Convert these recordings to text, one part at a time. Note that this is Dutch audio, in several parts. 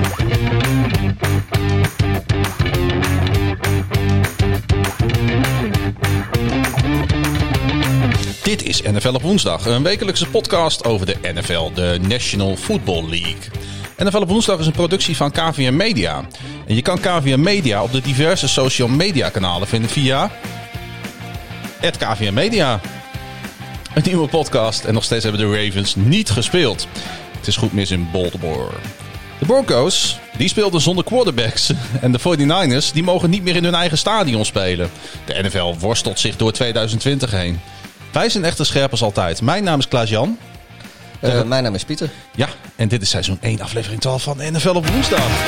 Dit is NFL op woensdag, een wekelijkse podcast over de NFL, de National Football League. NFL op woensdag is een productie van KVM Media. En je kan KVM Media op de diverse social media kanalen vinden via @KVM Media. Een nieuwe podcast en nog steeds hebben de Ravens niet gespeeld. Het is goed mis in Baltimore. De Broncos, die speelden zonder quarterbacks. En de 49ers, die mogen niet meer in hun eigen stadion spelen. De NFL worstelt zich door 2020 heen. Wij zijn echter scherp als altijd. Mijn naam is Klaas-Jan. Mijn naam is Pieter. Ja, en dit is seizoen 1, aflevering 12 van NFL op woensdag.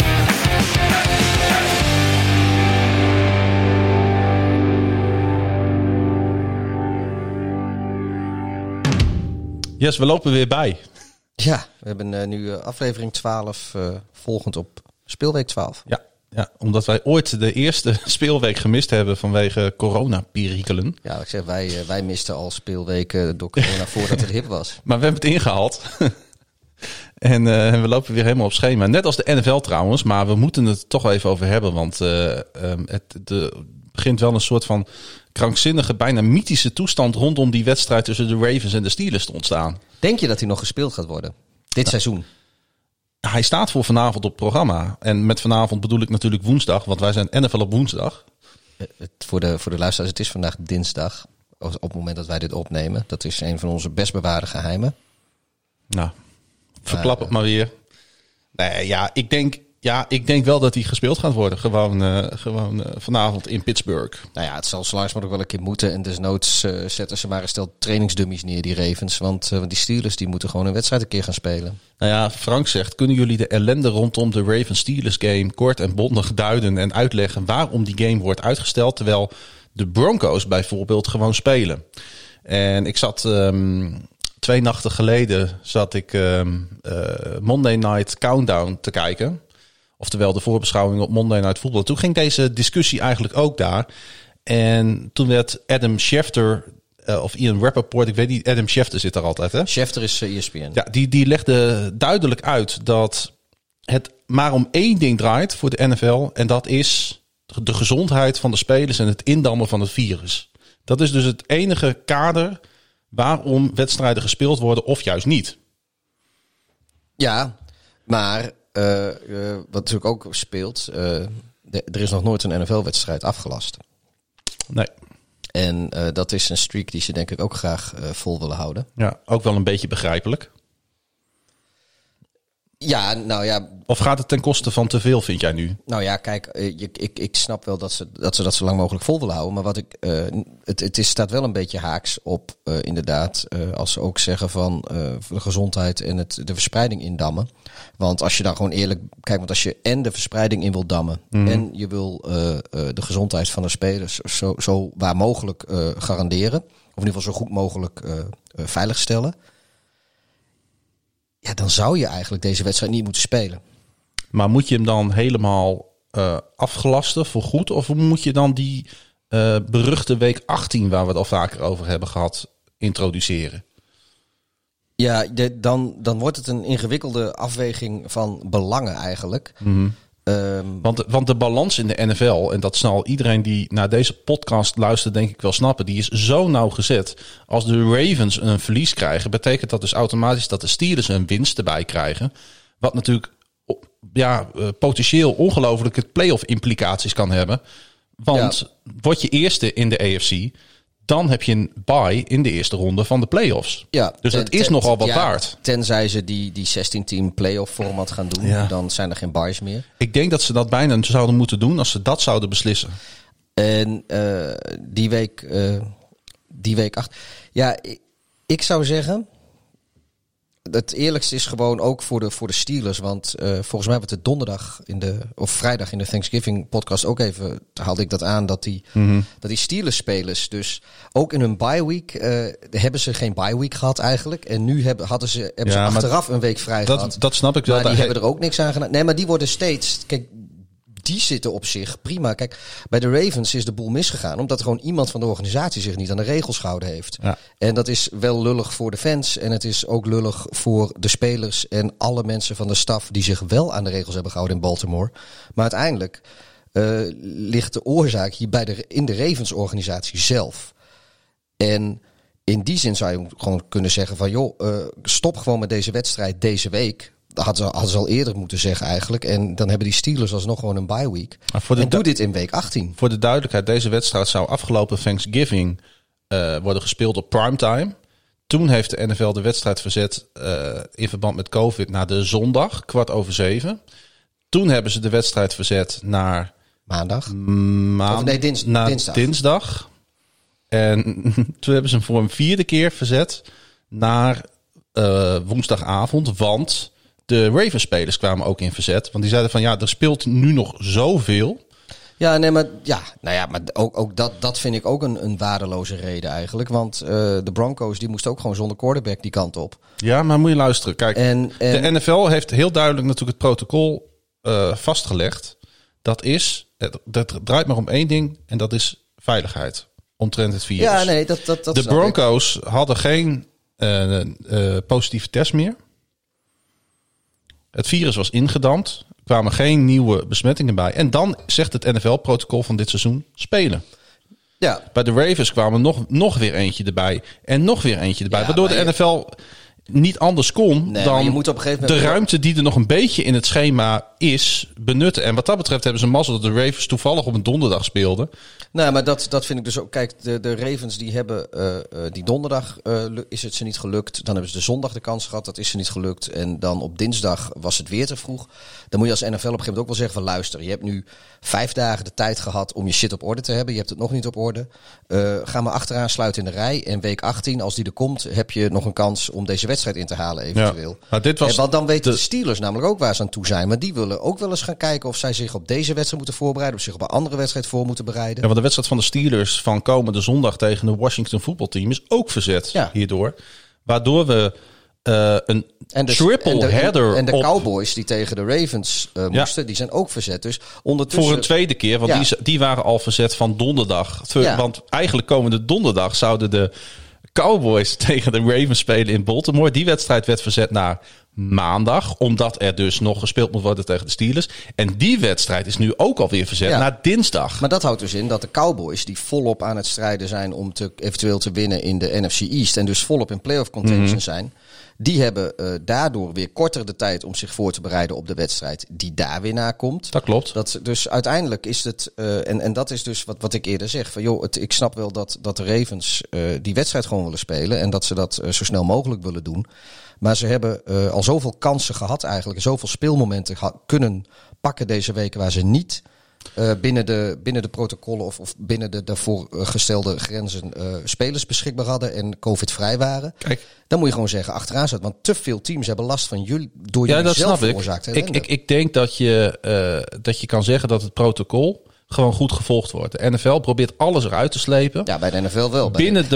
Yes, we lopen weer bij. Ja, we hebben nu aflevering 12 volgend op speelweek 12. Ja, omdat wij ooit de eerste speelweek gemist hebben vanwege coronaperikelen. Ja, ik zeg, wij misten al speelweken door corona voordat het hip was. Maar we hebben het ingehaald. En we lopen weer helemaal op schema. Net als de NFL trouwens, maar we moeten het toch even over hebben. Want het begint wel een soort van krankzinnige, bijna mythische toestand rondom die wedstrijd tussen de Ravens en de Steelers te ontstaan. Denk je dat hij nog gespeeld gaat worden? Dit seizoen? Hij staat voor vanavond op het programma. En met vanavond bedoel ik natuurlijk woensdag, want wij zijn NFL op woensdag. Voor de luisteraars, het is vandaag dinsdag. Op het moment dat wij dit opnemen. Dat is een van onze best bewaarde geheimen. Nou, verklap het maar weer. Nee, ik denk wel dat hij gespeeld gaat worden. Gewoon vanavond in Pittsburgh. Nou ja, het zal zo langzamerhand ook wel een keer moeten. En desnoods zetten ze maar een stel trainingsdummies neer, die Ravens. Want die Steelers die moeten gewoon een wedstrijd een keer gaan spelen. Nou ja, Frank zegt, kunnen jullie de ellende rondom de Ravens-Steelers game kort en bondig duiden en uitleggen waarom die game wordt uitgesteld, terwijl de Broncos bijvoorbeeld gewoon spelen? En ik zat 2 nachten geleden Monday Night Countdown te kijken. Oftewel de voorbeschouwing op Monday Night Football. Toen ging deze discussie eigenlijk ook daar. En toen werd Adam Schefter of Ian Rappaport, ik weet niet, Adam Schefter zit er altijd, hè? Schefter is ESPN. Ja, die legde duidelijk uit dat het maar om één ding draait voor de NFL. En dat is de gezondheid van de spelers en het indammen van het virus. Dat is dus het enige kader waarom wedstrijden gespeeld worden of juist niet. Ja, maar wat natuurlijk ook speelt, er is nog nooit een NFL-wedstrijd afgelast. Nee. En dat is een streak die ze denk ik ook graag vol willen houden. Ja, ook wel een beetje begrijpelijk. Ja, nou ja. Of gaat het ten koste van te veel, vind jij nu? Nou ja, kijk, ik snap wel dat ze dat zo lang mogelijk vol willen houden. Maar wat het staat wel een beetje haaks op, inderdaad, als ze ook zeggen van de gezondheid en de verspreiding indammen. Want als je dan gewoon eerlijk kijkt, want als je en de verspreiding in wil dammen en je wil de gezondheid van de spelers zo waar mogelijk garanderen, of in ieder geval zo goed mogelijk veiligstellen, ja, dan zou je eigenlijk deze wedstrijd niet moeten spelen. Maar moet je hem dan helemaal afgelasten voor goed? Of moet je dan die beruchte week 18, waar we het al vaker over hebben gehad, introduceren? Ja, dan wordt het een ingewikkelde afweging van belangen eigenlijk. Mm-hmm. Want de balans in de NFL, en dat zal iedereen die naar deze podcast luistert denk ik wel snappen, die is zo nauwgezet. Als de Ravens een verlies krijgen, betekent dat dus automatisch dat de Steelers een winst erbij krijgen. Wat natuurlijk potentieel ongelooflijke playoff implicaties kan hebben. Want word je eerste in de AFC, dan heb je een bye in de eerste ronde van de playoffs. Ja, dus het is nogal wat waard. Tenzij ze die 16-team playoff format gaan doen, dan zijn er geen byes meer. Ik denk dat ze dat bijna zouden moeten doen als ze dat zouden beslissen. En die week 8. Ja, ik zou zeggen, het eerlijkste is gewoon ook voor de Steelers. Want volgens mij hebben we het donderdag of vrijdag in de Thanksgiving podcast ook even, haalde ik dat aan, dat die Steelers spelers dus ook in hun bye week hebben ze geen bye week gehad eigenlijk. En nu hebben ze achteraf een week vrij gehad. Dat snap ik wel. Maar die hebben er ook niks aan gedaan. Nee, maar die worden steeds, kijk, die zitten op zich prima. Kijk, bij de Ravens is de boel misgegaan. Omdat er gewoon iemand van de organisatie zich niet aan de regels gehouden heeft. Ja. En dat is wel lullig voor de fans. En het is ook lullig voor de spelers en alle mensen van de staf die zich wel aan de regels hebben gehouden in Baltimore. Maar uiteindelijk ligt de oorzaak hier in de Ravens organisatie zelf. En in die zin zou je gewoon kunnen zeggen van joh, stop gewoon met deze wedstrijd deze week. Dat hadden ze al eerder moeten zeggen eigenlijk. En dan hebben die Steelers alsnog gewoon een bye week. En doe dit in week 18. Voor de duidelijkheid, deze wedstrijd zou afgelopen Thanksgiving worden gespeeld op primetime. Toen heeft de NFL de wedstrijd verzet in verband met COVID naar de zondag, 6:15. Toen hebben ze de wedstrijd verzet naar dinsdag. En toen hebben ze hem voor een 4e keer verzet naar woensdagavond. Want de Ravens-spelers kwamen ook in verzet. Want die zeiden van er speelt nu nog zoveel. Ja, nee, maar maar ook dat vind ik ook een waardeloze reden eigenlijk. Want de Broncos die moesten ook gewoon zonder quarterback die kant op. Ja, maar moet je luisteren. Kijk, de NFL heeft heel duidelijk natuurlijk het protocol vastgelegd. Dat draait maar om één ding en dat is veiligheid. Omtrent het virus. Ja, nee, dat de Broncos hadden geen positieve test meer. Het virus was ingedampt. Er kwamen geen nieuwe besmettingen bij. En dan zegt het NFL-protocol van dit seizoen spelen. Ja. Bij de Ravens kwamen nog weer eentje erbij. En nog weer eentje erbij. Waardoor de NFL niet anders kon dan je moet op een gegeven moment de ruimte die er nog een beetje in het schema is benutten. En wat dat betreft hebben ze mazzel dat de Ravens toevallig op een donderdag speelden. Nou, maar dat vind ik dus ook. Kijk, de Ravens die hebben die donderdag is het ze niet gelukt. Dan hebben ze de zondag de kans gehad. Dat is ze niet gelukt. En dan op dinsdag was het weer te vroeg. Dan moet je als NFL op een gegeven moment ook wel zeggen van luister. Je hebt nu 5 dagen de tijd gehad om je shit op orde te hebben. Je hebt het nog niet op orde. Ga maar achteraan sluiten in de rij. En week 18, als die er komt, heb je nog een kans om deze wedstrijd in te halen eventueel. Ja, maar dit was want dan weten de Steelers namelijk ook waar ze aan toe zijn. Maar die willen ook wel eens gaan kijken of zij zich op deze wedstrijd moeten voorbereiden. Of zich op een andere wedstrijd voor moeten bereiden. Ja, want de wedstrijd van de Steelers van komende zondag tegen de Washington voetbalteam is ook verzet hierdoor. Waardoor we een triple header en de Cowboys die tegen de Ravens moesten, die zijn ook verzet. Dus ondertussen voor een tweede keer, want die waren al verzet van donderdag. Want eigenlijk komende donderdag zouden de Cowboys tegen de Ravens spelen in Baltimore. Die wedstrijd werd verzet naar maandag, omdat er dus nog gespeeld moet worden tegen de Steelers. En die wedstrijd is nu ook alweer verzet naar dinsdag. Maar dat houdt dus in dat de Cowboys, die volop aan het strijden zijn om eventueel te winnen in de NFC East en dus volop in playoff contention zijn, die hebben daardoor weer korter de tijd om zich voor te bereiden op de wedstrijd die daar weer na komt. Dat klopt. Dus uiteindelijk is het, en dat is dus wat ik eerder zeg, van joh, ik snap wel dat de Ravens die wedstrijd gewoon willen spelen en dat ze dat zo snel mogelijk willen doen. Maar ze hebben al zoveel kansen gehad eigenlijk, zoveel speelmomenten kunnen pakken deze weken waar ze niet binnen de protocollen of binnen de daarvoor gestelde grenzen spelers beschikbaar hadden en COVID-vrij waren. Kijk, dan moet je gewoon zeggen achteraan zetten. Want te veel teams hebben last van jullie door jullie zelf veroorzaakt. Ik denk dat je kan zeggen dat het protocol gewoon goed gevolgd wordt. De NFL probeert alles eruit te slepen. Ja, bij de NFL wel. Binnen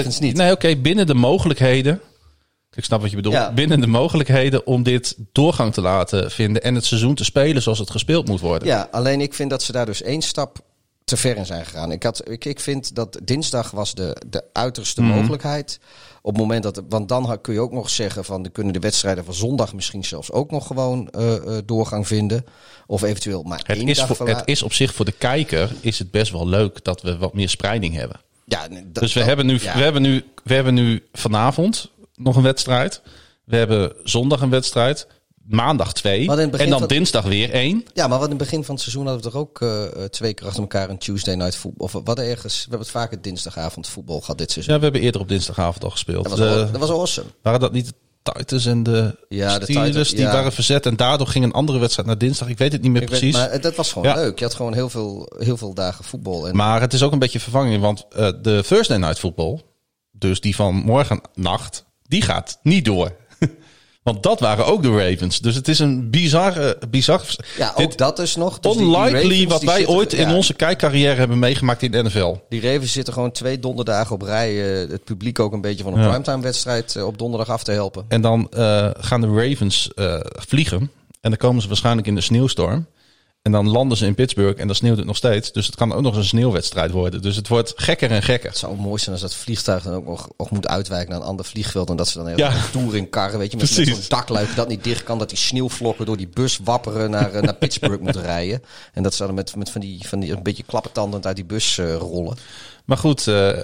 de mogelijkheden. Ik snap wat je bedoelt. Ja. Binnen de mogelijkheden om dit doorgang te laten vinden en het seizoen te spelen zoals het gespeeld moet worden. Ja, alleen ik vind dat ze daar dus 1 stap te ver in zijn gegaan. Ik vind dat dinsdag was de uiterste mogelijkheid. Op het moment want dan kun je ook nog zeggen van dan kunnen de wedstrijden van zondag misschien zelfs ook nog gewoon doorgang vinden. Of eventueel maar het is op zich voor de kijker is het best wel leuk dat we wat meer spreiding hebben. Ja, dus we hebben nu vanavond nog een wedstrijd. We hebben zondag een wedstrijd. Maandag 2. En dan dinsdag weer 1. Ja, maar wat in het begin van het seizoen hadden we toch ook 2 keer achter elkaar een Tuesday night voetbal. Of wat ergens. We hebben het vaker dinsdagavond voetbal gehad dit seizoen. Ja, we hebben eerder op dinsdagavond al gespeeld. Dat was awesome. Waren dat niet de Titans en de Steelers die waren verzet en daardoor ging een andere wedstrijd naar dinsdag? Ik weet het niet meer precies. Maar dat was gewoon leuk. Je had gewoon heel veel dagen voetbal. Maar het is ook een beetje vervanging, want de Thursday night voetbal, dus die van morgen nacht, die gaat niet door. Want dat waren ook de Ravens. Dus het is een bizar. Ja, ook dat is nog. Dus unlikely wat wij ooit in onze kijkcarrière hebben meegemaakt in de NFL. Die Ravens zitten gewoon 2 donderdagen op rij. Het publiek ook een beetje van een primetime wedstrijd op donderdag af te helpen. En dan gaan de Ravens vliegen. En dan komen ze waarschijnlijk in de sneeuwstorm. En dan landen ze in Pittsburgh en dan sneeuwt het nog steeds. Dus het kan ook nog een sneeuwwedstrijd worden. Dus het wordt gekker en gekker. Het zou mooi zijn als dat vliegtuig dan ook nog moet uitwijken naar een ander vliegveld. En dat ze dan heel touringkarren, weet je, met zo'n dakluik dat niet dicht kan. Dat die sneeuwvlokken door die bus wapperen naar Pittsburgh moeten rijden. En dat ze dan met van die een beetje klappentandend uit die bus rollen. Maar goed,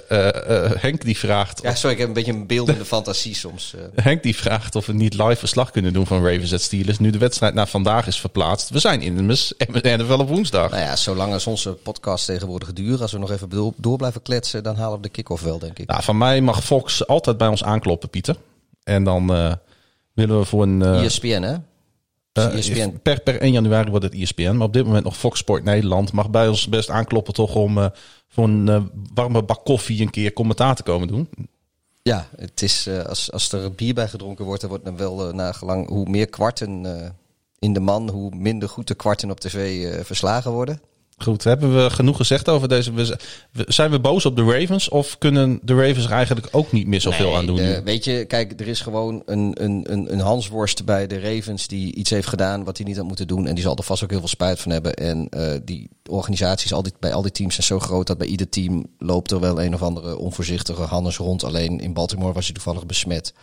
Henk die vraagt... Ja, sorry, ik heb een beetje een beeldende fantasie soms. Henk die vraagt of we niet live verslag kunnen doen van Ravens at Steelers. Nu de wedstrijd naar vandaag is verplaatst. We zijn in de NFL op woensdag. Nou ja, zolang als onze podcast tegenwoordig duurt, als we nog even door blijven kletsen, dan halen we de kick-off wel, denk ik. Nou, van mij mag Fox altijd bij ons aankloppen, Pieter. En dan willen we voor een... ESPN, hè? ESPN. Per 1 januari wordt het ESPN. Maar op dit moment nog Fox Sport Nederland mag bij ons best aankloppen toch om voor een warme bak koffie een keer commentaar te komen doen. Ja, het is als er bier bij gedronken wordt, dan wordt dan wel nagelang hoe meer kwarten in de man, hoe minder goed de kwarten op tv verslagen worden. Goed, hebben we genoeg gezegd over deze... Zijn we boos op de Ravens of kunnen de Ravens er eigenlijk ook niet meer zoveel aan doen? Weet je, kijk, er is gewoon een Hansworst bij de Ravens die iets heeft gedaan wat hij niet had moeten doen. En die zal er vast ook heel veel spijt van hebben. En die organisaties bij al die teams zijn zo groot dat bij ieder team loopt er wel een of andere onvoorzichtige Hannes rond. Alleen in Baltimore was hij toevallig besmet.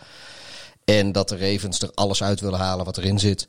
En dat de Ravens er alles uit willen halen wat erin zit.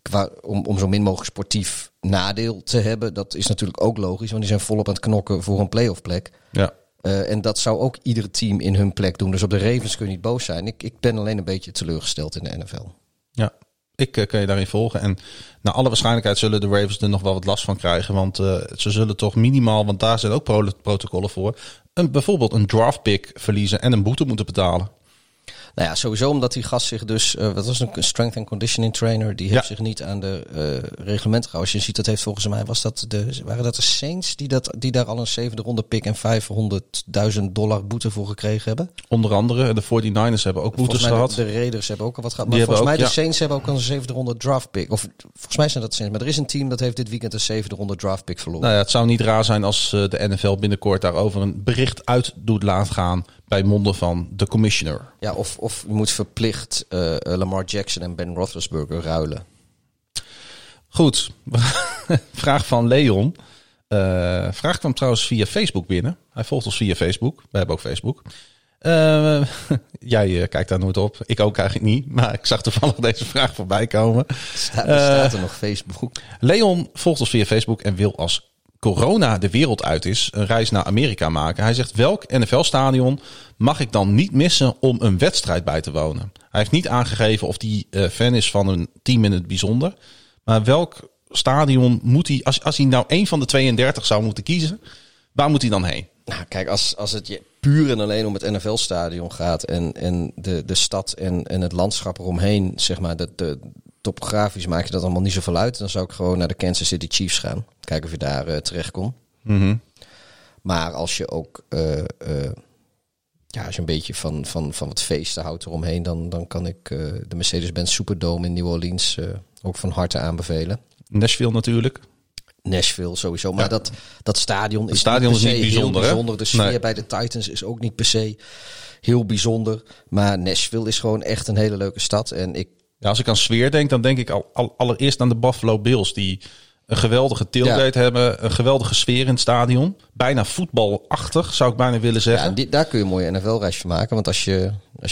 Om zo min mogelijk sportief nadeel te hebben. Dat is natuurlijk ook logisch, want die zijn volop aan het knokken voor een playoff plek. Ja. En dat zou ook ieder team in hun plek doen. Dus op de Ravens kun je niet boos zijn. Ik ben alleen een beetje teleurgesteld in de NFL. Ja, ik kan je daarin volgen. En naar alle waarschijnlijkheid zullen de Ravens er nog wel wat last van krijgen. Want ze zullen toch minimaal, want daar zijn ook protocollen voor, bijvoorbeeld een draft pick verliezen en een boete moeten betalen. Nou ja, sowieso omdat die gast zich dus... wat was een strength and conditioning trainer? Die heeft zich niet aan de reglementen gehouden. Als je ziet, dat heeft volgens mij... waren dat de Saints die daar al een 7e ronde pick en $500.000 boete voor gekregen hebben? Onder andere. De 49ers hebben ook boetes gehad. De Raiders hebben ook al wat gehad. Maar volgens mij de Saints hebben ook al een 7e ronde draft pick. Of volgens mij zijn dat de Saints. Maar er is een team dat heeft dit weekend een 7e ronde draft pick verloren. Nou ja, het zou niet raar zijn als de NFL binnenkort daarover een bericht uit doet laten gaan bij monden van de commissioner. Ja, of je moet verplicht Lamar Jackson en Ben Roethlisberger ruilen. Goed. Vraag van Leon. Vraag kwam trouwens via Facebook binnen. Hij volgt ons via Facebook. Wij hebben ook Facebook. Jij kijkt daar nooit op. Ik ook eigenlijk niet. Maar ik zag toevallig deze vraag voorbij komen. Staat er nog Facebook? Leon volgt ons via Facebook en wil als corona de wereld uit is, een reis naar Amerika maken. Hij zegt, welk NFL-stadion mag ik dan niet missen om een wedstrijd bij te wonen? Hij heeft niet aangegeven of hij fan is van een team in het bijzonder. Maar welk stadion moet hij, als hij nou een van de 32 zou moeten kiezen, waar moet hij dan heen? Nou, kijk, als het je puur en alleen om het NFL-stadion gaat en de stad en het landschap eromheen, zeg maar, de topografisch maak je dat allemaal niet zoveel uit. Dan zou ik gewoon naar de Kansas City Chiefs gaan. Kijken of je daar terecht komt. Mm-hmm. Maar als je ook als je een beetje van wat feesten houdt eromheen, dan kan ik de Mercedes-Benz Superdome in New Orleans ook van harte aanbevelen. Nashville natuurlijk. Nashville sowieso. Maar dat stadion is niet bijzonder. Hè? De sfeer bij de Titans is ook niet per se heel bijzonder. Maar Nashville is gewoon echt een hele leuke stad. En als ik aan sfeer denk, dan denk ik allereerst aan de Buffalo Bills. Die een geweldige tailgate hebben. Een geweldige sfeer in het stadion. Bijna voetbalachtig, zou ik bijna willen zeggen. Ja, daar kun je een mooie NFL-reis van maken. Want als je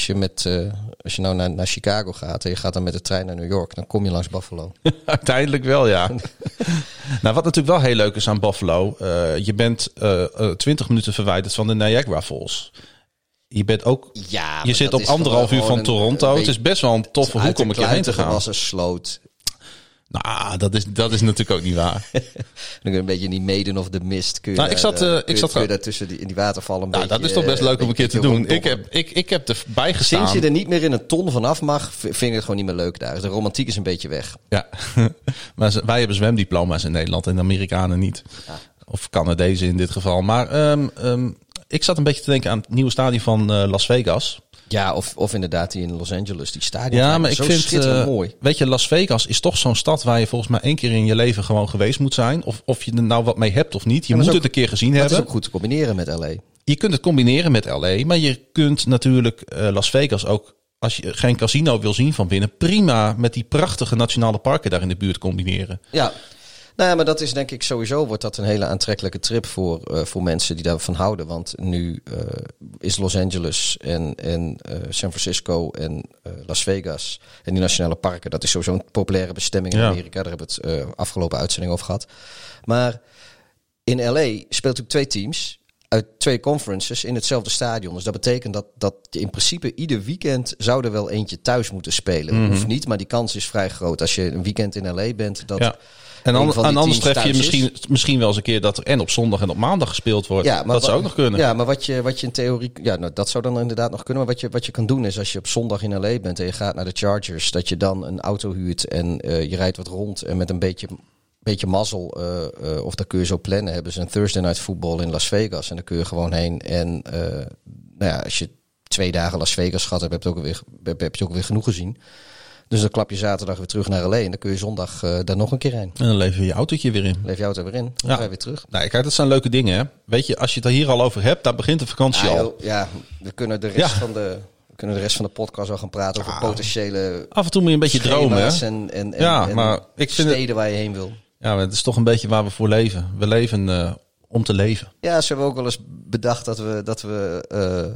nou naar Chicago gaat en je gaat dan met de trein naar New York, dan kom je langs Buffalo. Uiteindelijk wel, ja. Nou, wat natuurlijk wel heel leuk is aan Buffalo. Je bent 20 minuten verwijderd van de Niagara Falls. Je bent ook. Ja, je zit op 1,5 uur van Toronto. Het is best wel een toffe hoek om een keer heen te gaan. Was een sloot. Nou, dat is natuurlijk ook niet waar. Dan kun je een beetje niet Maiden of the Mist. Kun je daar tussen in die watervallen een beetje... Dat is toch best leuk om een keer te doen. Ik heb erbij gestaan. Sinds je er niet meer in een ton vanaf mag, vind ik het gewoon niet meer leuk daar. De romantiek is een beetje weg. Ja, maar wij hebben zwemdiploma's in Nederland en de Amerikanen niet. Ja. Of Canadezen in dit geval. Maar ik zat een beetje te denken aan het nieuwe stadion van Las Vegas. Ja, of inderdaad die in Los Angeles, die stadion. Ja, maar ik vind schitterend mooi. Weet je, Las Vegas is toch zo'n stad waar je volgens mij 1 keer in je leven gewoon geweest moet zijn. Of je er nou wat mee hebt of niet. Je moet het een keer gezien hebben. Het is ook goed te combineren met LA. Je kunt het combineren met LA, maar je kunt natuurlijk Las Vegas ook, als je geen casino wil zien van binnen, prima met die prachtige nationale parken daar in de buurt combineren. Ja. Nou ja, maar dat is denk ik sowieso, wordt dat een hele aantrekkelijke trip voor mensen die daarvan houden. Want nu is Los Angeles en San Francisco en Las Vegas en die nationale parken, dat is sowieso een populaire bestemming in Amerika. Daar hebben we het afgelopen uitzending over gehad. Maar in LA speelt natuurlijk 2 teams uit 2 conferences in hetzelfde stadion. Dus dat betekent dat in principe ieder weekend zou er wel eentje thuis moeten spelen. Mm-hmm. Hoeft niet, maar die kans is vrij groot. Als je een weekend in LA bent, dat... Ja. En anders tref je misschien wel eens een keer dat er en op zondag en op maandag gespeeld wordt. Ja, dat zou ook nog kunnen. Ja, maar wat je in theorie... Ja, nou, dat zou dan inderdaad nog kunnen. Maar wat je kan doen is als je op zondag in LA bent en je gaat naar de Chargers, dat je dan een auto huurt en je rijdt wat rond en met een beetje mazzel, of dat kun je zo plannen, hebben ze een Thursday Night Football in Las Vegas. En daar kun je gewoon heen. En als je 2 dagen Las Vegas gehad hebt, heb je ook weer genoeg gezien. Dus dan klap je zaterdag weer terug naar LA en dan kun je zondag daar nog een keer heen. En dan lever je autootje weer in. Leef je auto weer in, dan ga je weer terug. Nou, kijk, dat zijn leuke dingen, hè. Weet je, als je het er hier al over hebt, daar begint de vakantie al. Ja, we kunnen de rest van de podcast al gaan praten over potentiële... Af en toe moet je een beetje dromen, hè. En maar ik vind steden waar je heen wil. Ja, maar het is toch een beetje waar we voor leven. We leven om te leven. Ja, ze hebben ook wel eens bedacht dat we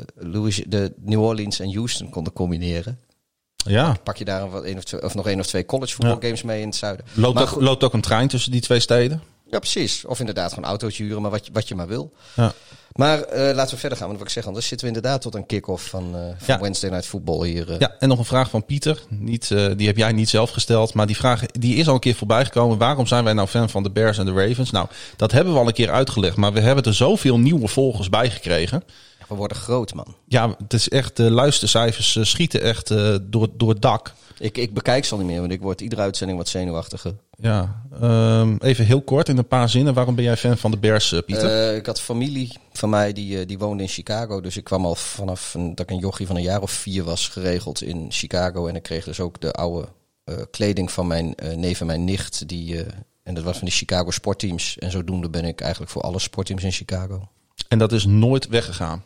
de New Orleans en Houston konden combineren. Ja. Pak je daar nog 1 of 2 college voetbalgames mee in het zuiden. Loopt ook een trein tussen die 2 steden? Ja, precies. Of inderdaad gewoon auto's huren, maar wat je maar wil. Ja. Maar laten we verder gaan. Want wat ik zeg, anders zitten we inderdaad tot een kick-off van Wednesday Night Football hier. Ja, en nog een vraag van Pieter. Die heb jij niet zelf gesteld, maar die vraag die is al een keer voorbij gekomen. Waarom zijn wij nou fan van de Bears en de Ravens? Nou, dat hebben we al een keer uitgelegd, maar we hebben er zoveel nieuwe volgers bij gekregen. We worden groot, man. Ja, het is echt, de luistercijfers schieten echt door het dak. Ik bekijk ze al niet meer, want ik word iedere uitzending wat zenuwachtiger. Ja, even heel kort in een paar zinnen. Waarom ben jij fan van de Bears, Pieter? Ik had familie van mij die woonde in Chicago. Dus ik kwam al vanaf dat ik een jochie van een jaar of 4 was geregeld in Chicago. En ik kreeg dus ook de oude kleding van mijn neef en mijn nicht. En dat was van die Chicago sportteams. En zodoende ben ik eigenlijk voor alle sportteams in Chicago. En dat is nooit weggegaan?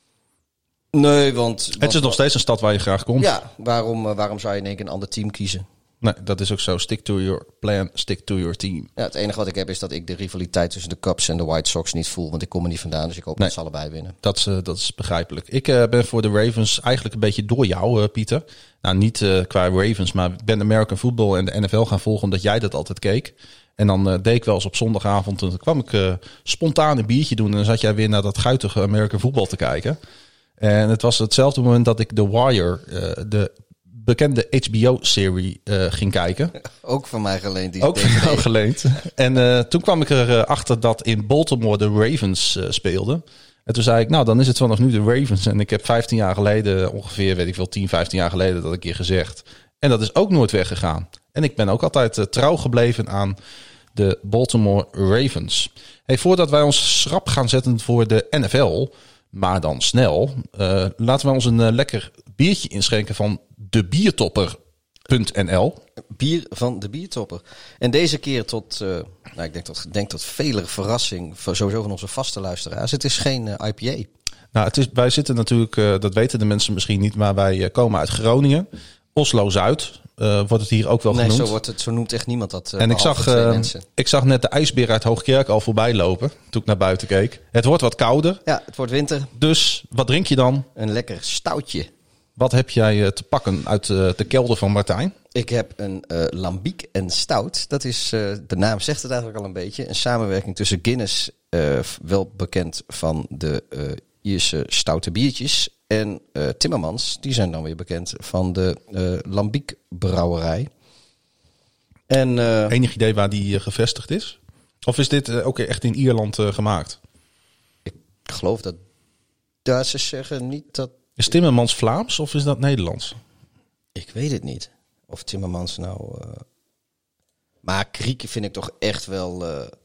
Nee, want... Het is nog steeds een stad waar je graag komt. Ja, waarom zou je in één keer een ander team kiezen? Nee, dat is ook zo. Stick to your plan, stick to your team. Ja, het enige wat ik heb is dat ik de rivaliteit tussen de Cubs en de White Sox niet voel. Want ik kom er niet vandaan, dus ik hoop dat ze allebei winnen. Dat is begrijpelijk. Ik ben voor de Ravens eigenlijk een beetje door jou, Pieter. Nou, niet qua Ravens, maar ik ben American Football en de NFL gaan volgen omdat jij dat altijd keek. En dan deed ik wel eens op zondagavond, en dan kwam ik spontaan een biertje doen. En dan zat jij weer naar dat guitige American Football te kijken. En het was hetzelfde moment dat ik The Wire, de bekende HBO-serie, ging kijken. Ook van mij geleend. Ook van jou geleend. En toen kwam ik erachter dat in Baltimore de Ravens speelden. En toen zei ik, nou dan is het vanaf nu de Ravens. En ik heb 15 jaar geleden, ongeveer, weet ik veel, 10, 15 jaar geleden dat een keer gezegd. En dat is ook nooit weggegaan. En ik ben ook altijd trouw gebleven aan de Baltimore Ravens. Hey, voordat wij ons schrap gaan zetten voor de NFL, maar dan snel, laten we ons een lekker biertje inschenken van debiertopper.nl. Bier van de Biertopper. En deze keer ik denk tot vele verrassing, sowieso van onze vaste luisteraars. Het is geen IPA. Nou, wij zitten natuurlijk, dat weten de mensen misschien niet, maar wij komen uit Groningen. Oslo-Zuid wordt het hier ook wel genoemd. Nee, zo noemt echt niemand dat. En ik zag net de ijsbeer uit Hoogkerk al voorbij lopen toen ik naar buiten keek. Het wordt wat kouder. Ja, het wordt winter. Dus wat drink je dan? Een lekker stoutje. Wat heb jij te pakken uit de kelder van Martijn? Ik heb een lambiek en stout. Dat is, de naam zegt het eigenlijk al een beetje. Een samenwerking tussen Guinness, wel bekend van de Ierse stoute biertjes, en Timmermans, die zijn dan weer bekend van de Lambiek brouwerij. En, enig idee waar die gevestigd is? Of is dit ook echt in Ierland gemaakt? Ik geloof dat Duitsers zeggen niet dat... Is Timmermans Vlaams of is dat Nederlands? Ik weet het niet. Of Timmermans nou... Maar Krieken vind ik toch echt wel...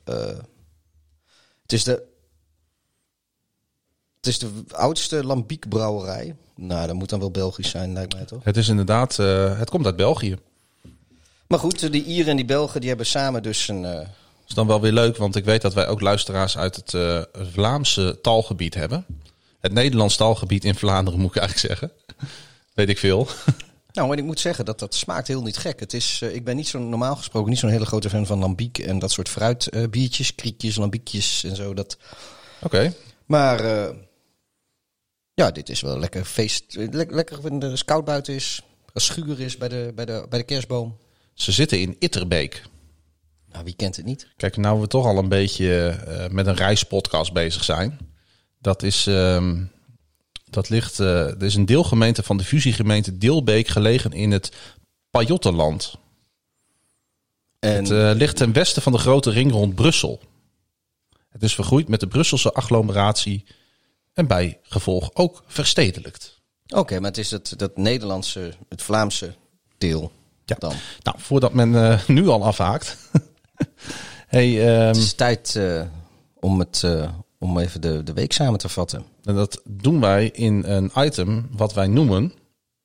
Het is de oudste Lambiek brouwerij. Nou, dat moet dan wel Belgisch zijn, lijkt mij toch? Het is inderdaad... het komt uit België. Maar goed, die Ieren en die Belgen die hebben samen dus een... Dat is dan wel weer leuk, want ik weet dat wij ook luisteraars uit het Vlaamse taalgebied hebben. Het Nederlands taalgebied in Vlaanderen, moet ik eigenlijk zeggen. Weet ik veel. Nou, en ik moet zeggen dat smaakt heel niet gek. Het is, ik ben normaal gesproken niet zo'n hele grote fan van lambiek en dat soort fruitbiertjes, kriekjes, lambiekjes en zo. Oké. Maar dit is wel lekker feest. Lekker wanneer het koud buiten is, als schuur is bij de kerstboom. Ze zitten in Itterbeek. Nou, wie kent het niet? Kijk, nou we toch al een beetje met een reispodcast bezig zijn. Dat is een deelgemeente van de fusiegemeente Dilbeek, gelegen in het Pajottenland. Het ligt ten westen van de grote ring rond Brussel. Het is vergroeid met de Brusselse agglomeratie en bij gevolg ook verstedelijkt. Oké, maar het is dat Nederlandse, het Vlaamse deel dan. Nou, voordat men nu al afhaakt. Het is tijd om even de week samen te vatten. En dat doen wij in een item wat wij noemen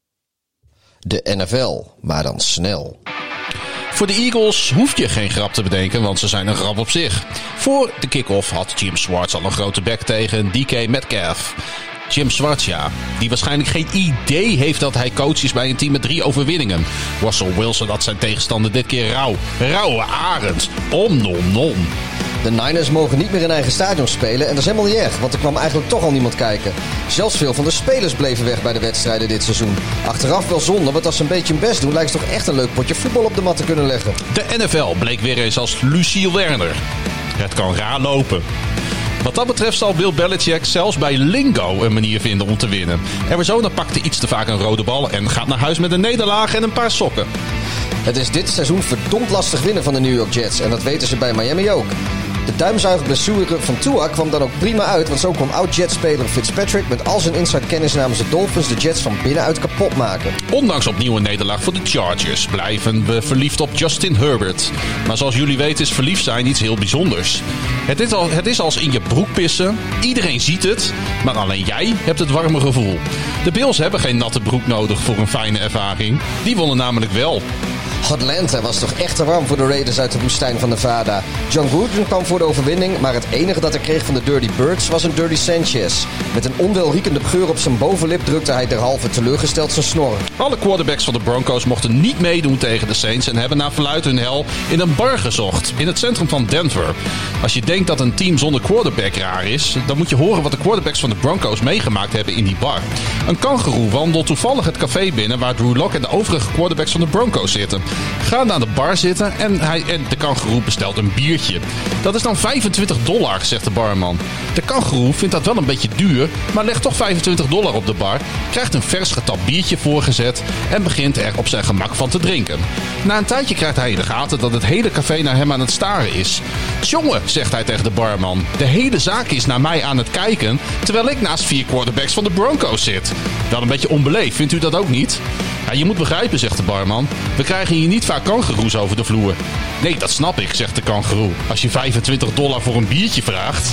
de NFL, maar dan snel. Voor de Eagles hoef je geen grap te bedenken, want ze zijn een grap op zich. Voor de kick-off had Jim Schwartz al een grote bek tegen DK Metcalf. Jim Schwartz, die waarschijnlijk geen idee heeft dat hij coach is bij een team met 3 overwinningen. Russell Wilson had zijn tegenstander dit keer rauwe arend. Nom. De Niners mogen niet meer in eigen stadion spelen en dat is helemaal niet erg, want er kwam eigenlijk toch al niemand kijken. Zelfs veel van de spelers bleven weg bij de wedstrijden dit seizoen. Achteraf wel zonde, want als ze een beetje hun best doen, lijkt het toch echt een leuk potje voetbal op de mat te kunnen leggen. De NFL bleek weer eens als Lucie Werner. Het kan raar lopen. Wat dat betreft zal Bill Belichick zelfs bij lingo een manier vinden om te winnen. Arizona pakte iets te vaak een rode bal en gaat naar huis met een nederlaag en een paar sokken. Het is dit seizoen verdomd lastig winnen van de New York Jets en dat weten ze bij Miami ook. De duimzuigblessure van Tua kwam dan ook prima uit, want zo kwam oud-Jets-speler Fitzpatrick met al zijn inside kennis namens de Dolphins de Jets van binnenuit kapot maken. Ondanks opnieuw een nederlaag voor de Chargers blijven we verliefd op Justin Herbert. Maar zoals jullie weten is verliefd zijn iets heel bijzonders. Het is als in je broek pissen. Iedereen ziet het, maar alleen jij hebt het warme gevoel. De Bills hebben geen natte broek nodig voor een fijne ervaring. Die wonnen namelijk wel. Atlanta was toch echt te warm voor de Raiders uit de woestijn van Nevada. John Gruden kwam voor de overwinning, maar het enige dat hij kreeg van de Dirty Birds was een Dirty Sanchez. Met een onwelriekende geur op zijn bovenlip drukte hij derhalve teleurgesteld zijn snor. Alle quarterbacks van de Broncos mochten niet meedoen tegen de Saints en hebben naar verluidt hun hel in een bar gezocht, in het centrum van Denver. Als je denkt dat een team zonder quarterback raar is, dan moet je horen wat de quarterbacks van de Broncos meegemaakt hebben in die bar. Een kangoeroe wandelt toevallig het café binnen waar Drew Lock en de overige quarterbacks van de Broncos zitten. Gaat aan de bar zitten en de kangoeroe bestelt een biertje. Dat is dan $25, zegt de barman. De kangoeroe vindt dat wel een beetje duur, maar legt toch $25 op de bar, krijgt een vers getapt biertje voorgezet en begint er op zijn gemak van te drinken. Na een tijdje krijgt hij in de gaten dat het hele café naar hem aan het staren is. Tjonge, zegt hij tegen de barman, de hele zaak is naar mij aan het kijken, terwijl ik naast 4 quarterbacks van de Broncos zit. Wel een beetje onbeleefd, vindt u dat ook niet? Ja, je moet begrijpen, zegt de barman, we krijgen hier niet vaak kangoeroes over de vloer. Nee, dat snap ik, zegt de kangoeroe. Als je $25 voor een biertje vraagt.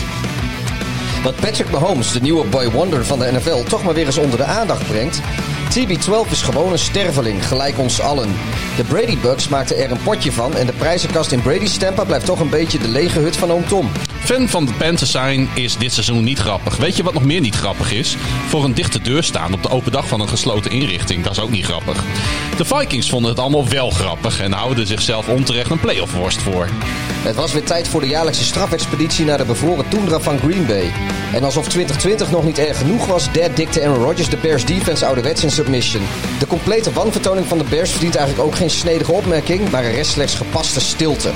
Wat Patrick Mahomes, de nieuwe boy wonder van de NFL, toch maar weer eens onder de aandacht brengt. TB12 is gewoon een sterveling, gelijk ons allen. De Brady Bucks maakten er een potje van en de prijzenkast in Brady's Tampa blijft toch een beetje de lege hut van oom Tom. Fan van de Panthers zijn is dit seizoen niet grappig. Weet je wat nog meer niet grappig is? Voor een dichte deur staan op de open dag van een gesloten inrichting. Dat is ook niet grappig. De Vikings vonden het allemaal wel grappig en houden zichzelf onterecht een playoff worst voor. Het was weer tijd voor de jaarlijkse strafexpeditie naar de bevroren toendra van Green Bay. En alsof 2020 nog niet erg genoeg was, dikte Aaron Rodgers de Bears defense ouderwets in submission. De complete wanvertoning van de Bears verdient eigenlijk ook geen snedige opmerking, maar er rest slechts gepaste stilte.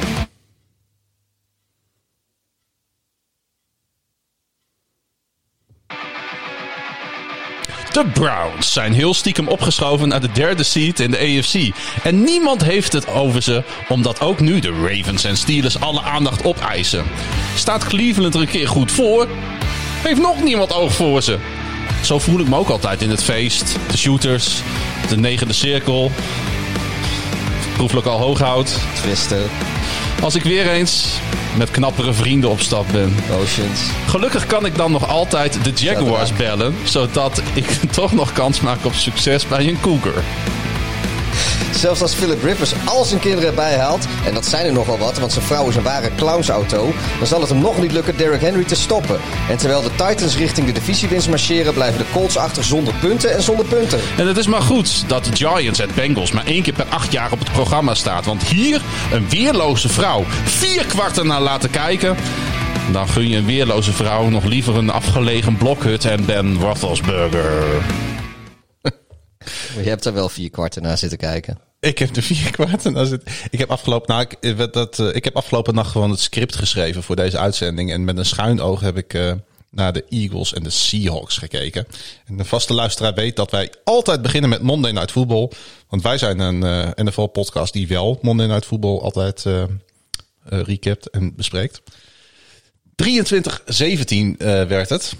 De Browns zijn heel stiekem opgeschoven naar de 3e seed in de AFC. En niemand heeft het over ze, omdat ook nu de Ravens en Steelers alle aandacht opeisen. Staat Cleveland er een keer goed voor? Heeft nog niemand oog voor ze. Zo voel ik me ook altijd in het feest. De shooters, de 9e cirkel, proeflokaal Hooghout. Twisten. Als ik weer eens met knappere vrienden op stap ben. Oceans. Gelukkig kan ik dan nog altijd de Jaguars bellen, zodat ik toch nog kans maak op succes bij een Cougar. Zelfs als Philip Rivers al zijn kinderen bijhaalt, en dat zijn er nogal wat, want zijn vrouw is een ware clownsauto, dan zal het hem nog niet lukken Derrick Henry te stoppen. En terwijl de Titans richting de divisiewinst marcheren, blijven de Colts achter zonder punten en zonder punten. En het is maar goed dat de Giants en Bengals maar 1 keer per 8 jaar op het programma staat. Want hier een weerloze vrouw 4 kwarten naar laten kijken. Dan gun je een weerloze vrouw nog liever een afgelegen blokhut en Ben Roethlisberger. Je hebt er wel 4 kwarten naar zitten kijken. Ik heb er 4 kwarten naar zitten. Ik heb afgelopen nacht gewoon het script geschreven voor deze uitzending. En met een schuin oog heb ik naar de Eagles en de Seahawks gekeken. En de vaste luisteraar weet dat wij altijd beginnen met Monday Night Football. Want wij zijn een NFL-podcast die wel Monday Night Football altijd recapt en bespreekt. 23-17 werd het.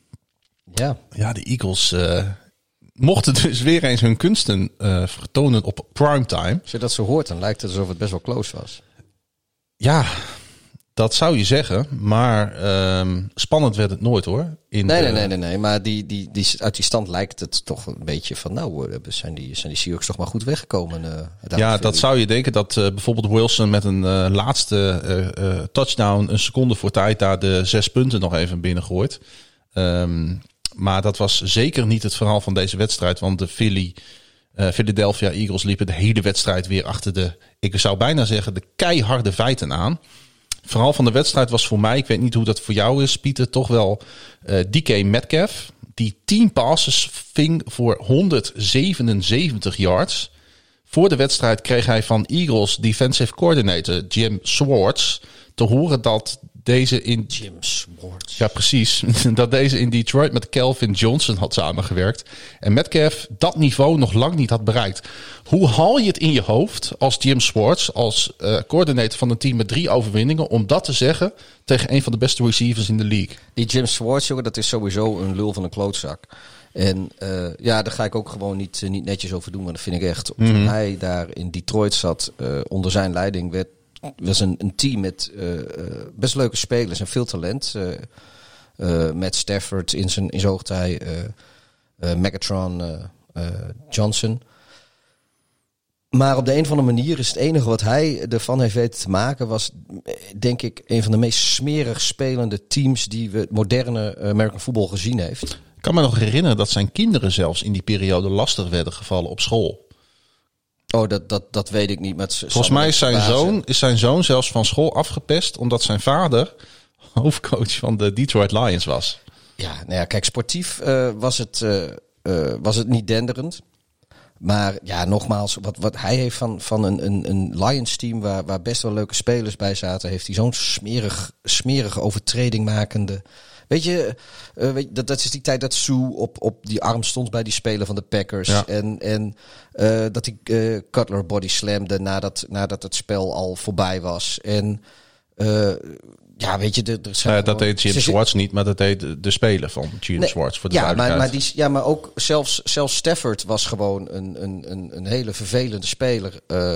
Ja, de Eagles mochten dus weer eens hun kunsten vertonen op primetime. Als je dat zo hoort, dan lijkt het alsof het best wel close was. Ja, dat zou je zeggen. Maar spannend werd het nooit hoor. Nee. Maar die, uit die stand lijkt het toch een beetje van... zijn die Seahawks toch maar goed weggekomen. Ja, dat zou je denken. Dat bijvoorbeeld Wilson met een laatste touchdown... een seconde voor tijd daar de 6 punten nog even binnengooit. Maar dat was zeker niet het verhaal van deze wedstrijd. Want de Philadelphia Eagles liepen de hele wedstrijd weer achter de... ik zou bijna zeggen de keiharde feiten aan. Het verhaal van de wedstrijd was voor mij... ik weet niet hoe dat voor jou is, Pieter... toch wel DK Metcalf... die 10 passes ving voor 177 yards. Voor de wedstrijd kreeg hij van Eagles defensive coordinator Jim Schwartz... te horen dat deze in... Jim Schwartz. Ja, precies. Dat deze in Detroit met Calvin Johnson had samengewerkt. En Metcalf dat niveau nog lang niet had bereikt. Hoe haal je het in je hoofd als Jim Schwartz... als coördinator van een team met 3 overwinningen... om dat te zeggen tegen een van de beste receivers in de league? Die Jim Schwartz, jongen, dat is sowieso een lul van een klootzak. En daar ga ik ook gewoon niet netjes over doen. Maar dat vind ik echt. Toen hij daar in Detroit zat, onder zijn leiding was een team met best leuke spelers en veel talent. Matt Stafford in zijn hoogtij, Megatron Johnson. Maar op de een of andere manier is het enige wat hij ervan heeft weten te maken... was, denk ik, een van de meest smerig spelende teams... die we het moderne American football gezien heeft. Ik kan me nog herinneren dat zijn kinderen zelfs in die periode lastig werden gevallen op school. Oh, dat weet ik niet. Volgens mij is zijn zoon zelfs van school afgepest... omdat zijn vader hoofdcoach van de Detroit Lions was. Ja, nou ja, kijk, sportief was het niet denderend. Maar ja, nogmaals, wat hij heeft van een Lions team... waar best wel leuke spelers bij zaten... heeft hij zo'n smerige overtreding makende... Weet je, dat is die tijd dat Sue op die arm stond bij die speler van de Packers. Ja. En dat hij Cutler body slamde nadat het spel al voorbij was. En ja, weet je... dat deed Jim Schwartz niet, maar dat deed de speler van Jim Schwartz voor de duidelijkheid. Maar ook zelfs Stafford was gewoon een hele vervelende speler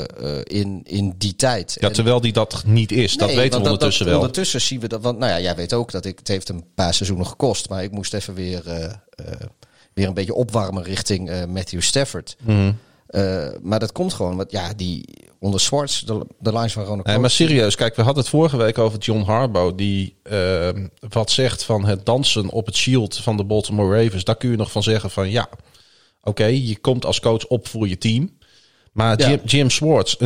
in die tijd. Ja, terwijl die dat niet is. Dat weten we ondertussen wel. Ondertussen zien we dat. Want nou ja, jij weet ook dat het heeft een paar seizoenen gekost. Maar ik moest even weer een beetje opwarmen richting Matthew Stafford. Mm-hmm. Maar dat komt gewoon, want ja, die onder Schwartz, de lines van Ronald. Nee, maar serieus, kijk, we hadden het vorige week over John Harbaugh, die wat zegt van het dansen op het shield van de Baltimore Ravens. Daar kun je nog van zeggen van ja, oké, je komt als coach op voor je team. Maar Jim Schwartz,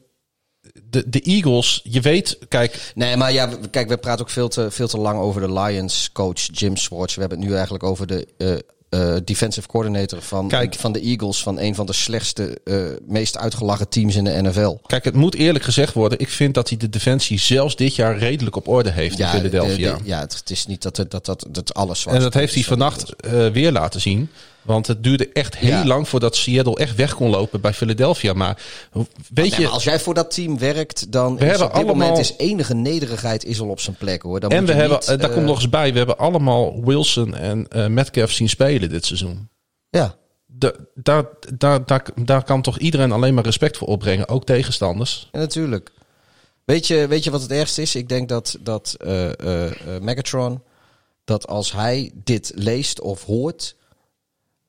de Eagles, je weet, kijk... Nee, maar ja, kijk, we praten ook veel te lang over de Lions coach Jim Schwartz. We hebben het nu eigenlijk over de... defensive coordinator van de Eagles, van een van de slechtste, meest uitgelachen teams in de NFL. Kijk, het moet eerlijk gezegd worden. Ik vind dat hij de defensie zelfs dit jaar redelijk op orde heeft in Philadelphia. Het is niet dat alles was. En dat heeft hij vannacht weer laten zien. Want het duurde echt heel lang voordat Seattle echt weg kon lopen bij Philadelphia. Maar weet je... Maar als jij voor dat team werkt, dan is op dit moment is enige nederigheid is al op zijn plek, hoor. En we hebben, daar komt nog eens bij, we hebben allemaal Wilson en Metcalf zien spelen dit seizoen. Ja. Daar kan toch iedereen alleen maar respect voor opbrengen, ook tegenstanders. Ja, natuurlijk. Weet je wat het ergste is? Ik denk dat Megatron, dat als hij dit leest of hoort...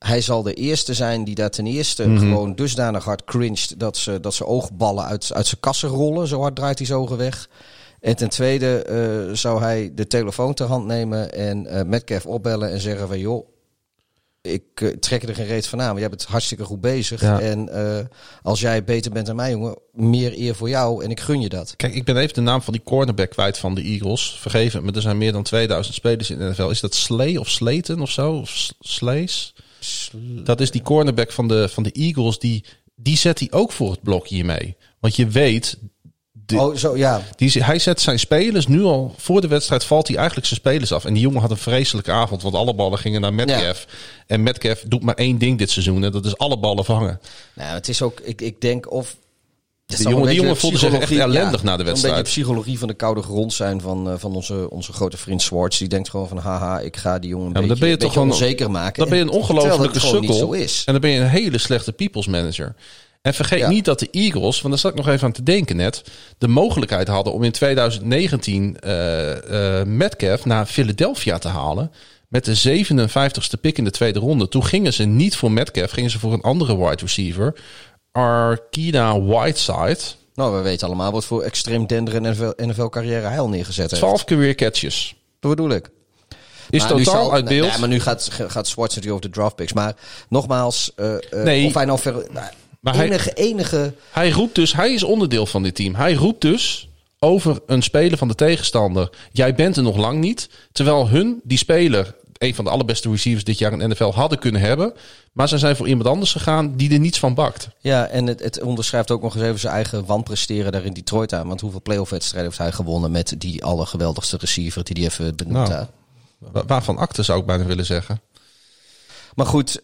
hij zal de eerste zijn die daar ten eerste gewoon dusdanig hard cringed dat ze oogballen uit zijn kassen rollen. Zo hard draait hij zijn ogen weg. En ten tweede zou hij de telefoon ter hand nemen en Metcalf opbellen en zeggen van joh, ik trek er geen reet van aan, maar jij bent hartstikke goed bezig. Ja. En als jij beter bent dan mij, jongen, meer eer voor jou en ik gun je dat. Kijk, ik ben even de naam van die cornerback kwijt van de Eagles. Vergeef het, maar er zijn meer dan 2000 spelers in de NFL. Is dat Slay of Slayton of zo? Of Slays? Dat is die cornerback van de Eagles. Die zet hij ook voor het blok hiermee. Want je weet... Hij zet zijn spelers nu al voor de wedstrijd, valt hij eigenlijk zijn spelers af. En die jongen had een vreselijke avond, want alle ballen gingen naar Metcalf. Ja. En Metcalf doet maar één ding dit seizoen en dat is alle ballen vangen. Nou, het is ook, ik denk of... Die jongen voelde zich echt ellendig na de wedstrijd. Een beetje psychologie van de koude grond zijn van onze grote vriend Schwartz. Die denkt gewoon van haha, ik ga die jongen een beetje onzeker maken. Dan ben je een ongelofelijke sukkel. En dan ben je een hele slechte people's manager. En vergeet niet dat de Eagles, want daar zat ik nog even aan te denken net, de mogelijkheid hadden om in 2019 Metcalf naar Philadelphia te halen. Met de 57ste pick in de tweede ronde. Toen gingen ze niet voor Metcalf, gingen ze voor een andere wide receiver. Arkina Whiteside. Nou, we weten allemaal wat voor extreem denderende NFL-carrière hij al neergezet heeft. 12 career catches. Dat bedoel ik. Is maar totaal uit beeld. Nee, maar nu gaat Schwartz natuurlijk over de draft picks. Maar nogmaals, of hij nou verder... Maar enige... Hij is onderdeel van dit team. Hij roept dus over een speler van de tegenstander. Jij bent er nog lang niet. Terwijl die speler, een van de allerbeste receivers dit jaar in de NFL, hadden kunnen hebben. Maar ze zijn voor iemand anders gegaan die er niets van bakt. Ja, en het onderschrijft ook nog eens even zijn eigen wanpresteren daar in Detroit aan. Want hoeveel playoff-wedstrijden heeft hij gewonnen met die allergeweldigste receiver die hij even benoemd had? Waarvan akte zou ik bijna willen zeggen. Maar goed,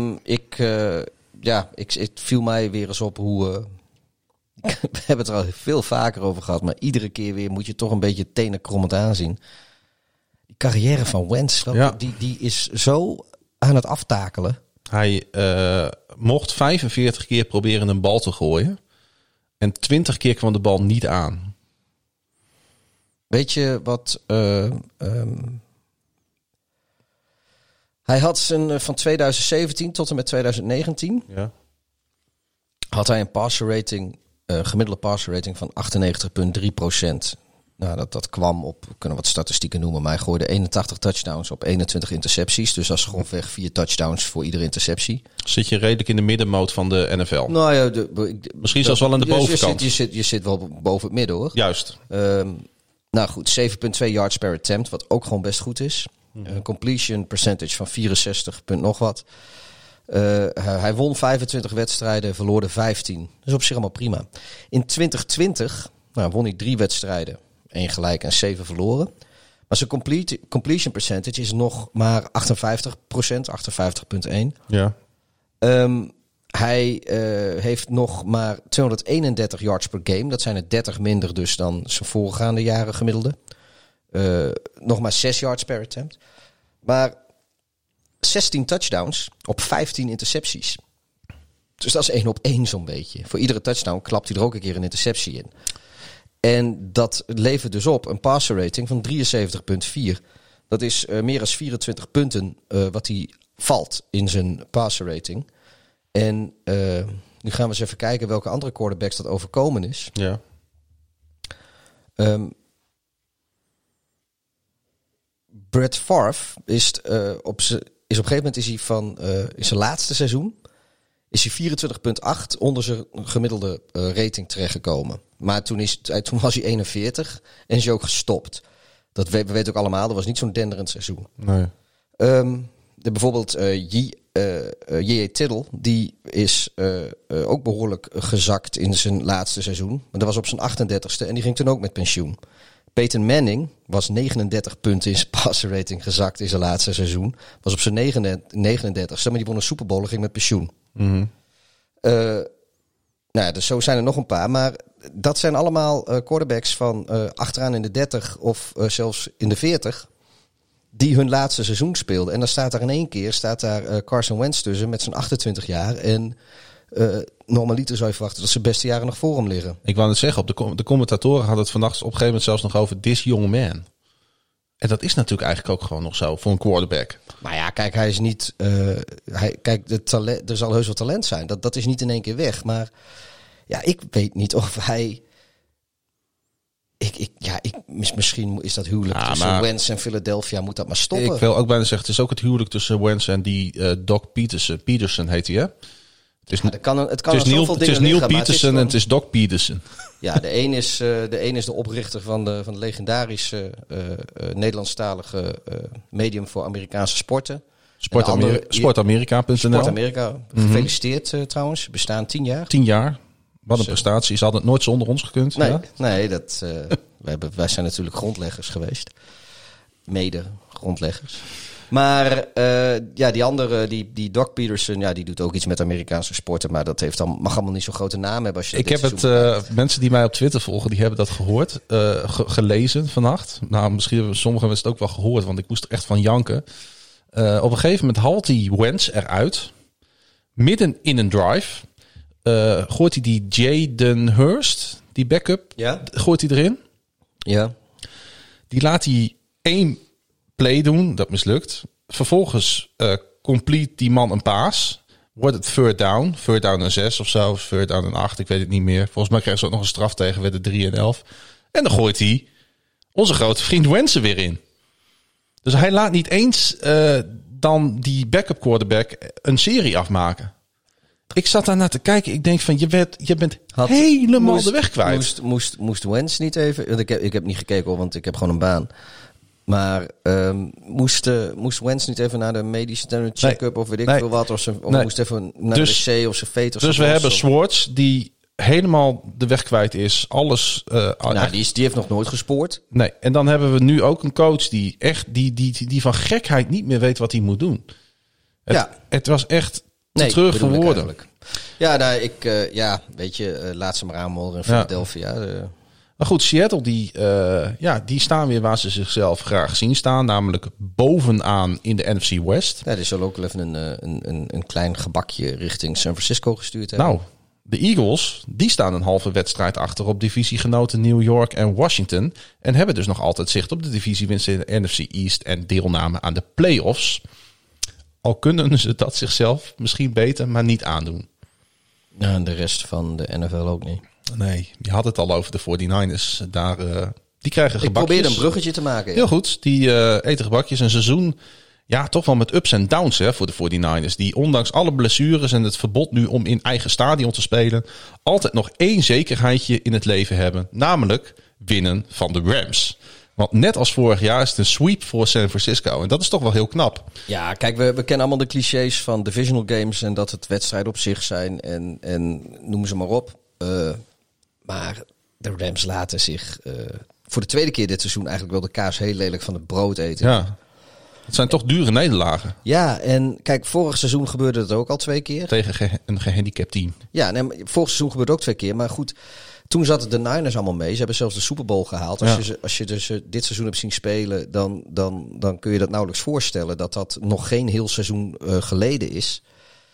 het viel mij weer eens op hoe... we hebben het er al veel vaker over gehad, maar iedere keer weer moet je toch een beetje tenenkrommend aanzien. Die carrière van Wentz, die is zo aan het aftakelen. Hij mocht 45 keer proberen een bal te gooien. En 20 keer kwam de bal niet aan. Weet je wat... hij had van 2017 tot en met 2019... Ja. Had hij een gemiddelde passer rating van 98,3%. Nou, dat kwam op, we kunnen wat statistieken noemen, maar hij gooide 81 touchdowns op 21 intercepties. Dus dat is grofweg 4 touchdowns voor iedere interceptie. Zit je redelijk in de middenmoot van de NFL? Nou ja, misschien zelfs wel aan de bovenkant. Je zit wel boven het midden, hoor. Juist. Nou goed, 7,2 yards per attempt, wat ook gewoon best goed is. Completion percentage van 64 punt nog wat. Hij won 25 wedstrijden, verloor er 15. Dat is op zich allemaal prima. In 2020 won hij 3 wedstrijden. 1 gelijk en 7 verloren. Maar zijn completion percentage is nog maar 58%, 58,1. Ja. Hij heeft nog maar 231 yards per game. Dat zijn er 30 minder dus dan zijn voorgaande jaren gemiddelde. Nog maar 6 yards per attempt. Maar 16 touchdowns op 15 intercepties. Dus dat is 1 op 1 zo'n beetje. Voor iedere touchdown klapt hij er ook een keer een interceptie in. En dat levert dus op een passer rating van 73,4. Dat is meer dan 24 punten wat hij valt in zijn passer rating. En nu gaan we eens even kijken welke andere quarterbacks dat overkomen is. Ja. Brett Favre is op een gegeven moment is hij in zijn laatste seizoen is hij 24,8 onder zijn gemiddelde rating terechtgekomen. Maar toen was hij 41 en is hij ook gestopt. We weten ook allemaal, dat was niet zo'n denderend seizoen. Nee. Bijvoorbeeld J.A. Tittle, die is ook behoorlijk gezakt in zijn laatste seizoen. Maar dat was op zijn 38ste en die ging toen ook met pensioen. Peyton Manning was 39 punten in zijn passer rating gezakt in zijn laatste seizoen. Was op zijn 39ste, maar die won een Super Bowl en ging met pensioen. Mm-hmm. Dus zo zijn er nog een paar. Maar dat zijn allemaal quarterbacks van achteraan in de 30 of zelfs in de 40... die hun laatste seizoen speelden. En dan staat daar in één keer Carson Wentz tussen met zijn 28 jaar. En normaliter zou je verwachten dat zijn beste jaren nog voor hem liggen. Ik wou net zeggen, de commentatoren hadden het vannacht op een gegeven moment zelfs nog over this young man. En dat is natuurlijk eigenlijk ook gewoon nog zo voor een quarterback. Maar ja, kijk, hij is niet... er zal heus wel talent zijn. Dat is niet in één keer weg. Maar ja, ik weet niet of hij... Misschien is dat huwelijk tussen Wentz en Philadelphia. Moet dat maar stoppen. Ik wil ook bijna zeggen, het is ook het huwelijk tussen Wentz en die Doc Peterson. Peterson heet hij, hè? Het is Neil Peterson en het is Doc Peterson. Ja, de een is de oprichter van de legendarische Nederlandstalige medium voor Amerikaanse sporten. Sportamerika.nl. Sportamerika. Gefeliciteerd trouwens. Bestaan 10 jaar. 10 jaar. Wat een prestatie. Ze hadden het nooit zonder ons gekund. Nee, wij zijn natuurlijk grondleggers geweest. Mede grondleggers. Maar die andere, die Doc Peterson, die doet ook iets met Amerikaanse sporten. Maar dat mag allemaal niet zo'n grote naam hebben. Als je ik heb het, mensen die mij op Twitter volgen, die hebben dat gehoord. Gelezen vannacht. Nou, misschien hebben sommigen mensen het ook wel gehoord, want ik moest er echt van janken. Op een gegeven moment haalt hij Wentz eruit. Midden in een drive. Gooit hij die Jaden Hurst, die backup, gooit hij erin. Ja. Die laat hij 1 play doen, dat mislukt. Vervolgens complete die man een paas. Wordt het third down en 6 of zo, third down en 8, ik weet het niet meer. Volgens mij krijgen ze ook nog een straf tegen, werd het 3 en 11. En dan gooit hij onze grote vriend Wentz weer in. Dus hij laat niet eens dan die backup quarterback een serie afmaken. Ik zat daar naar te kijken. Ik denk van, je bent helemaal de weg kwijt. Moest Wentz niet even... Want ik heb niet gekeken hoor, want ik heb gewoon een baan. Maar moest Wentz niet even naar de medische check-up of weet ik veel wat? Of moest even naar de wc of zijn veet? Dus we hebben Swartz die helemaal de weg kwijt is. Alles. Die heeft nog nooit gespoord. Nee, en dan hebben we nu ook een coach die echt die van gekheid niet meer weet wat hij moet doen. Het was echt... terug voor woorden. Weet je, laat ze maar aanmodderen in Philadelphia. Maar goed, Seattle die staan weer waar ze zichzelf graag zien staan. Namelijk bovenaan in de NFC West. Ja, die zal ook wel even een klein gebakje richting San Francisco gestuurd hebben. Nou, de Eagles, die staan een halve wedstrijd achter op divisiegenoten New York en Washington. En hebben dus nog altijd zicht op de divisiewinst in de NFC East en deelname aan de playoffs. Al kunnen ze dat zichzelf misschien beter, maar niet aandoen. Ja, en de rest van de NFL ook niet. Nee, je had het al over de 49ers. Die krijgen gebakjes. Ik probeerde een bruggetje te maken. Heel goed, die eten gebakjes. Een seizoen, toch wel met ups en downs voor de 49ers. Die ondanks alle blessures en het verbod nu om in eigen stadion te spelen... altijd nog 1 zekerheidje in het leven hebben. Namelijk winnen van de Rams. Want net als vorig jaar is het een sweep voor San Francisco. En dat is toch wel heel knap. Ja, kijk, we kennen allemaal de clichés van divisional games... en dat het wedstrijden op zich zijn en noem ze maar op. Maar de Rams laten zich voor de tweede keer dit seizoen... eigenlijk wel de kaas heel lelijk van het brood eten. Ja, het zijn toch dure nederlagen. Ja, en kijk, vorig seizoen gebeurde het ook al 2 keer. Tegen een gehandicapt team. Ja, vorig seizoen gebeurde ook 2 keer. Maar goed... Toen zaten de Niners allemaal mee. Ze hebben zelfs de Super Bowl gehaald. Als je dus dit seizoen hebt zien spelen, dan kun je dat nauwelijks voorstellen dat nog geen heel seizoen geleden is.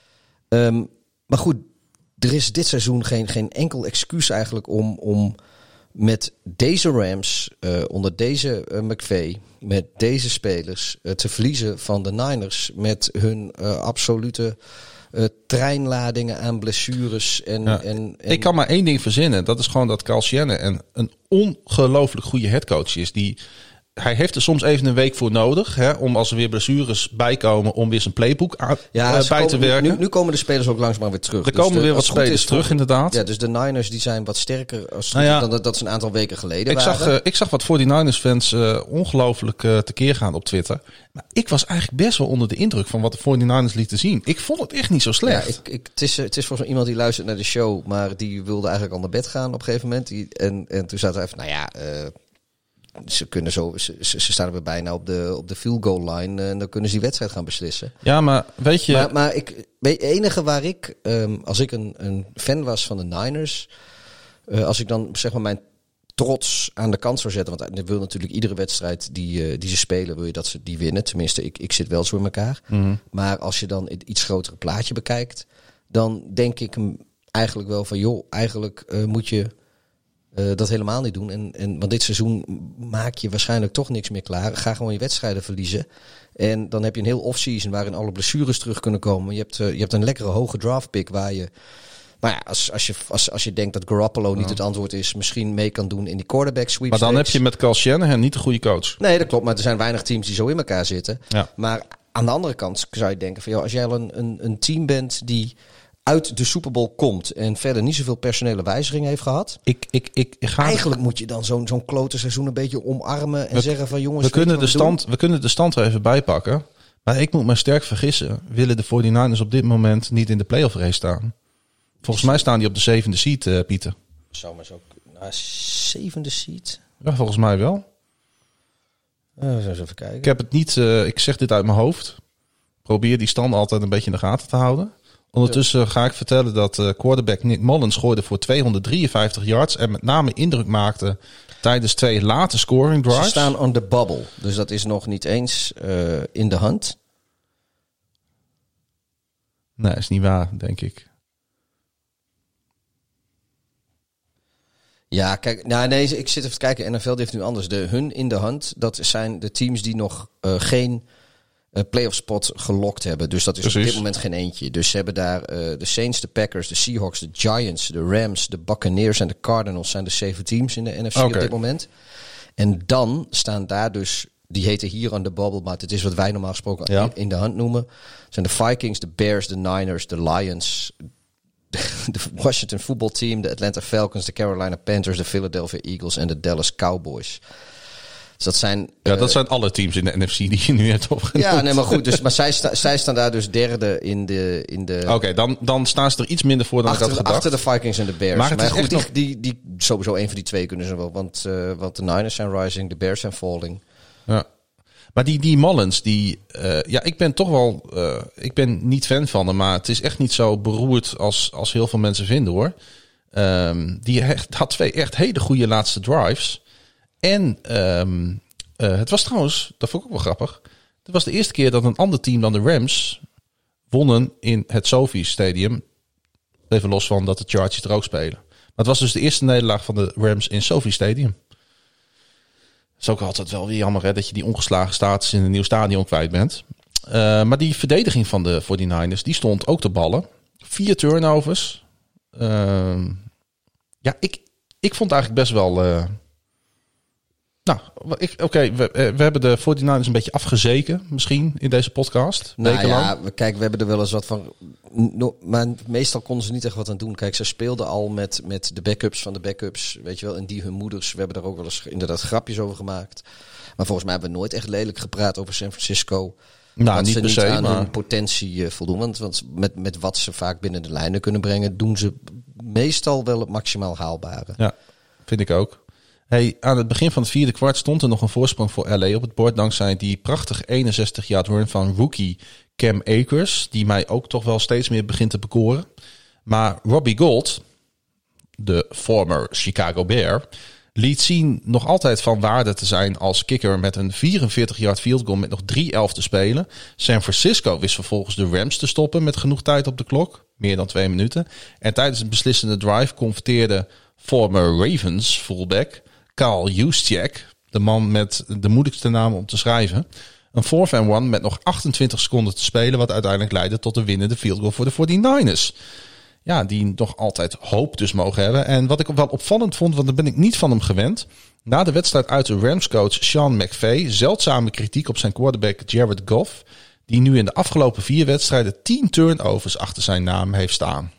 Maar goed, er is dit seizoen geen enkel excuus eigenlijk om met deze Rams, onder deze McVay, met deze spelers, te verliezen van de Niners met hun absolute... treinladingen aan blessures. Ik kan maar 1 ding verzinnen. Dat is gewoon dat Kyle Shanahan een ongelooflijk goede headcoach is. Hij heeft er soms even een week voor nodig. Om als er weer blessures bijkomen om weer zijn playbook bij te werken. Nu komen de spelers ook langzaam weer terug. Er komen weer wat spelers terug inderdaad. Ja, dus de Niners die zijn wat sterker dan dat ze een aantal weken geleden waren. Ik zag wat 49ers fans ongelooflijk tekeer gaan op Twitter. Maar ik was eigenlijk best wel onder de indruk van wat de 49ers lieten zien. Ik vond het echt niet zo slecht. Ja, het is volgens mij iemand die luistert naar de show, maar die wilde eigenlijk al naar bed gaan op een gegeven moment. En toen zat hij even, ze staan er bijna op de field goal line en dan kunnen ze die wedstrijd gaan beslissen. Ja, maar weet je... Maar het enige waar als ik een fan was van de Niners, als ik dan zeg maar mijn trots aan de kant zou zetten, want dat wil natuurlijk iedere wedstrijd die ze spelen, wil je dat ze die winnen. Tenminste, ik zit wel zo in elkaar. Mm-hmm. Maar als je dan het iets grotere plaatje bekijkt, dan denk ik hem eigenlijk wel van, joh, eigenlijk moet je dat helemaal niet doen. Want dit seizoen maak je waarschijnlijk toch niks meer klaar. Ga gewoon je wedstrijden verliezen. En dan heb je een heel off-season waarin alle blessures terug kunnen komen. Je hebt een lekkere hoge draftpick waar je... Nou ja, als je denkt dat Garoppolo niet het antwoord is, misschien mee kan doen in die quarterback sweepstakes. Maar dan heb je met Kyle Shanahan niet de goede coach. Nee, dat klopt. Maar er zijn weinig teams die zo in elkaar zitten. Ja. Maar aan de andere kant zou je denken van, als jij al een team bent die uit de Super Bowl komt en verder niet zoveel personele wijzigingen heeft gehad. Eigenlijk moet je dan zo'n klote seizoen een beetje omarmen en zeggen van jongens, we kunnen de stand er even bij pakken. Maar ik moet me sterk vergissen. Willen de 49ers op dit moment niet in de playoff race staan? Volgens mij staan die op de 7e seed, Pieter. Zou maar zo... 7e seed? Ja, volgens mij wel. Eens even kijken. Ik heb het niet... ik zeg dit uit mijn hoofd. Probeer die stand altijd een beetje in de gaten te houden. Ondertussen ga ik vertellen dat quarterback Nick Mullins gooide voor 253 yards. En met name indruk maakte tijdens 2 late scoring drives. Ze staan on the bubble. Dus dat is nog niet eens in de hand. Nee, is niet waar, denk ik. Ja, kijk, ik zit even te kijken. NFL heeft nu anders. Hun in de hand, dat zijn de teams die nog geen playoff spot gelokt hebben. Dus dat is op dit moment geen eentje. Dus ze hebben daar de Saints, de Packers, de Seahawks, de Giants, de Rams, de Buccaneers en de Cardinals zijn de 7 teams in de NFC op dit moment. En dan staan daar dus, die heten hier aan de bubble, maar het is wat wij normaal gesproken in de hand noemen. Zijn de Vikings, de Bears, de Niners, de Lions, de Washington Football Team, de Atlanta Falcons, de Carolina Panthers, de Philadelphia Eagles en de Dallas Cowboys. Dus dat zijn... dat zijn alle teams in de NFC die je nu hebt opgenoemd. Ja, nee, maar goed. Dus, maar zij staan daar dus derde in de... Oké, dan staan ze er iets minder voor dan ik had gedacht. Achter de Vikings en de Bears. Maar, maar goed, die sowieso een van die twee kunnen ze wel. Want de Niners zijn rising, de Bears zijn falling. Ja. Maar die Mullins, ik ben toch wel... ik ben niet fan van hem, maar het is echt niet zo beroerd als heel veel mensen vinden, hoor. Die had 2 echt hele goede laatste drives. En het was trouwens, dat vond ik ook wel grappig. Het was de eerste keer dat een ander team dan de Rams wonnen in het SoFi Stadium. Even los van dat de Chargers er ook spelen. Maar het was dus de eerste nederlaag van de Rams in SoFi Stadium. Dat is ook altijd wel weer jammer, hè, dat je die ongeslagen status in een nieuw stadion kwijt bent. Maar die verdediging van de 49ers, die stond ook te ballen. 4 turnovers. Ik vond eigenlijk best wel... we hebben de 49ers een beetje afgezeken misschien in deze podcast. Nou ja, kijk, we hebben er wel eens wat van... Maar meestal konden ze niet echt wat aan doen. Kijk, ze speelden al met de backups van de backups, weet je wel. En die hun moeders. We hebben daar ook wel eens inderdaad grapjes over gemaakt. Maar volgens mij hebben we nooit echt lelijk gepraat over San Francisco. Nou, niet ze per se, niet aan maar... hun potentie voldoen. Want met wat ze vaak binnen de lijnen kunnen brengen, doen ze meestal wel het maximaal haalbare. Ja, vind ik ook. Hey, aan het begin van het 4e kwart stond er nog een voorsprong voor LA op het bord. Dankzij die prachtige 61-yard run van rookie Cam Akers. Die mij ook toch wel steeds meer begint te bekoren. Maar Robbie Gould, de former Chicago Bear, liet zien nog altijd van waarde te zijn als kicker met een 44-yard field goal met nog 3:11 te spelen. San Francisco wist vervolgens de Rams te stoppen met genoeg tijd op de klok. Meer dan 2 minuten. En tijdens een beslissende drive converteerde former Ravens fullback Kyle Juszczyk, de man met de moeilijkste naam om te schrijven, een 4th and 1 met nog 28 seconden te spelen, wat uiteindelijk leidde tot de winnende field goal voor de 49ers. Ja, die nog altijd hoop dus mogen hebben. En wat ik wel opvallend vond, want daar ben ik niet van hem gewend. Na de wedstrijd uit de Rams-coach Sean McVay zeldzame kritiek op zijn quarterback Jared Goff, die nu in de afgelopen 4 wedstrijden 10 turnovers achter zijn naam heeft staan.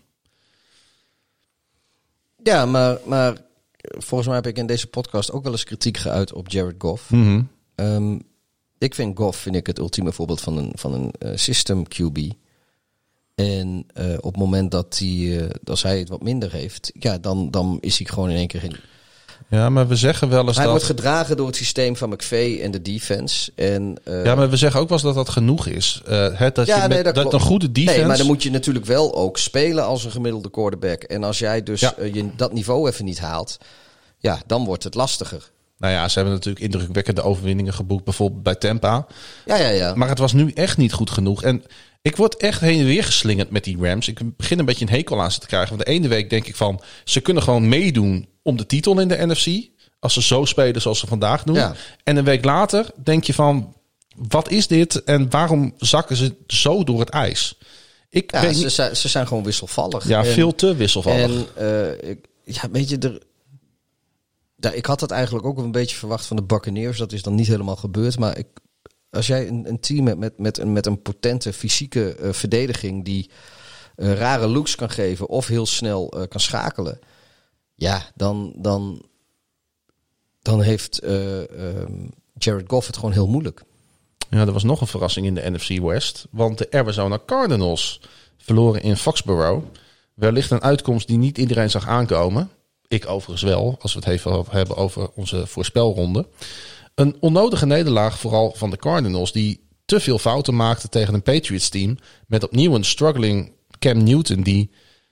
Ja, maar volgens mij heb ik in deze podcast ook wel eens kritiek geuit op Jared Goff. Mm-hmm. Ik vind Goff het ultieme voorbeeld van een system QB. En op het moment dat als hij het wat minder heeft, ja, dan is hij gewoon in één keer in. Ja, maar we zeggen wel eens hij wordt gedragen door het systeem van McVay en de defense. Ja, maar we zeggen ook wel eens dat dat genoeg is. Dat een goede defense... Nee, maar dan moet je natuurlijk wel ook spelen als een gemiddelde quarterback. En als jij dus je dat niveau even niet haalt, ja, dan wordt het lastiger. Nou ja, ze hebben natuurlijk indrukwekkende overwinningen geboekt, bijvoorbeeld bij Tampa. Ja. Maar het was nu echt niet goed genoeg. En Ik word echt heen en weer geslingerd met die Rams. Ik begin een beetje een hekel aan ze te krijgen. Want de ene week denk ik van, ze kunnen gewoon meedoen om de titel in de NFC. Als ze zo spelen zoals ze vandaag doen. Ja. En een week later denk je van, wat is dit? En waarom zakken ze zo door het ijs? Ze zijn gewoon wisselvallig. Ja, veel te wisselvallig. Weet je, ik had het eigenlijk ook een beetje verwacht van de Buccaneers. Dat is dan niet helemaal gebeurd. Maar als jij een team hebt met een potente fysieke verdediging die rare looks kan geven of heel snel kan schakelen. Ja, dan heeft Jared Goff het gewoon heel moeilijk. Ja, er was nog een verrassing in de NFC West. Want de Arizona Cardinals verloren in Foxborough. Wellicht een uitkomst die niet iedereen zag aankomen. Ik overigens wel, als we het even hebben over onze voorspelronde. Een onnodige nederlaag vooral van de Cardinals, die te veel fouten maakten tegen een Patriots team. Met opnieuw een struggling Cam Newton die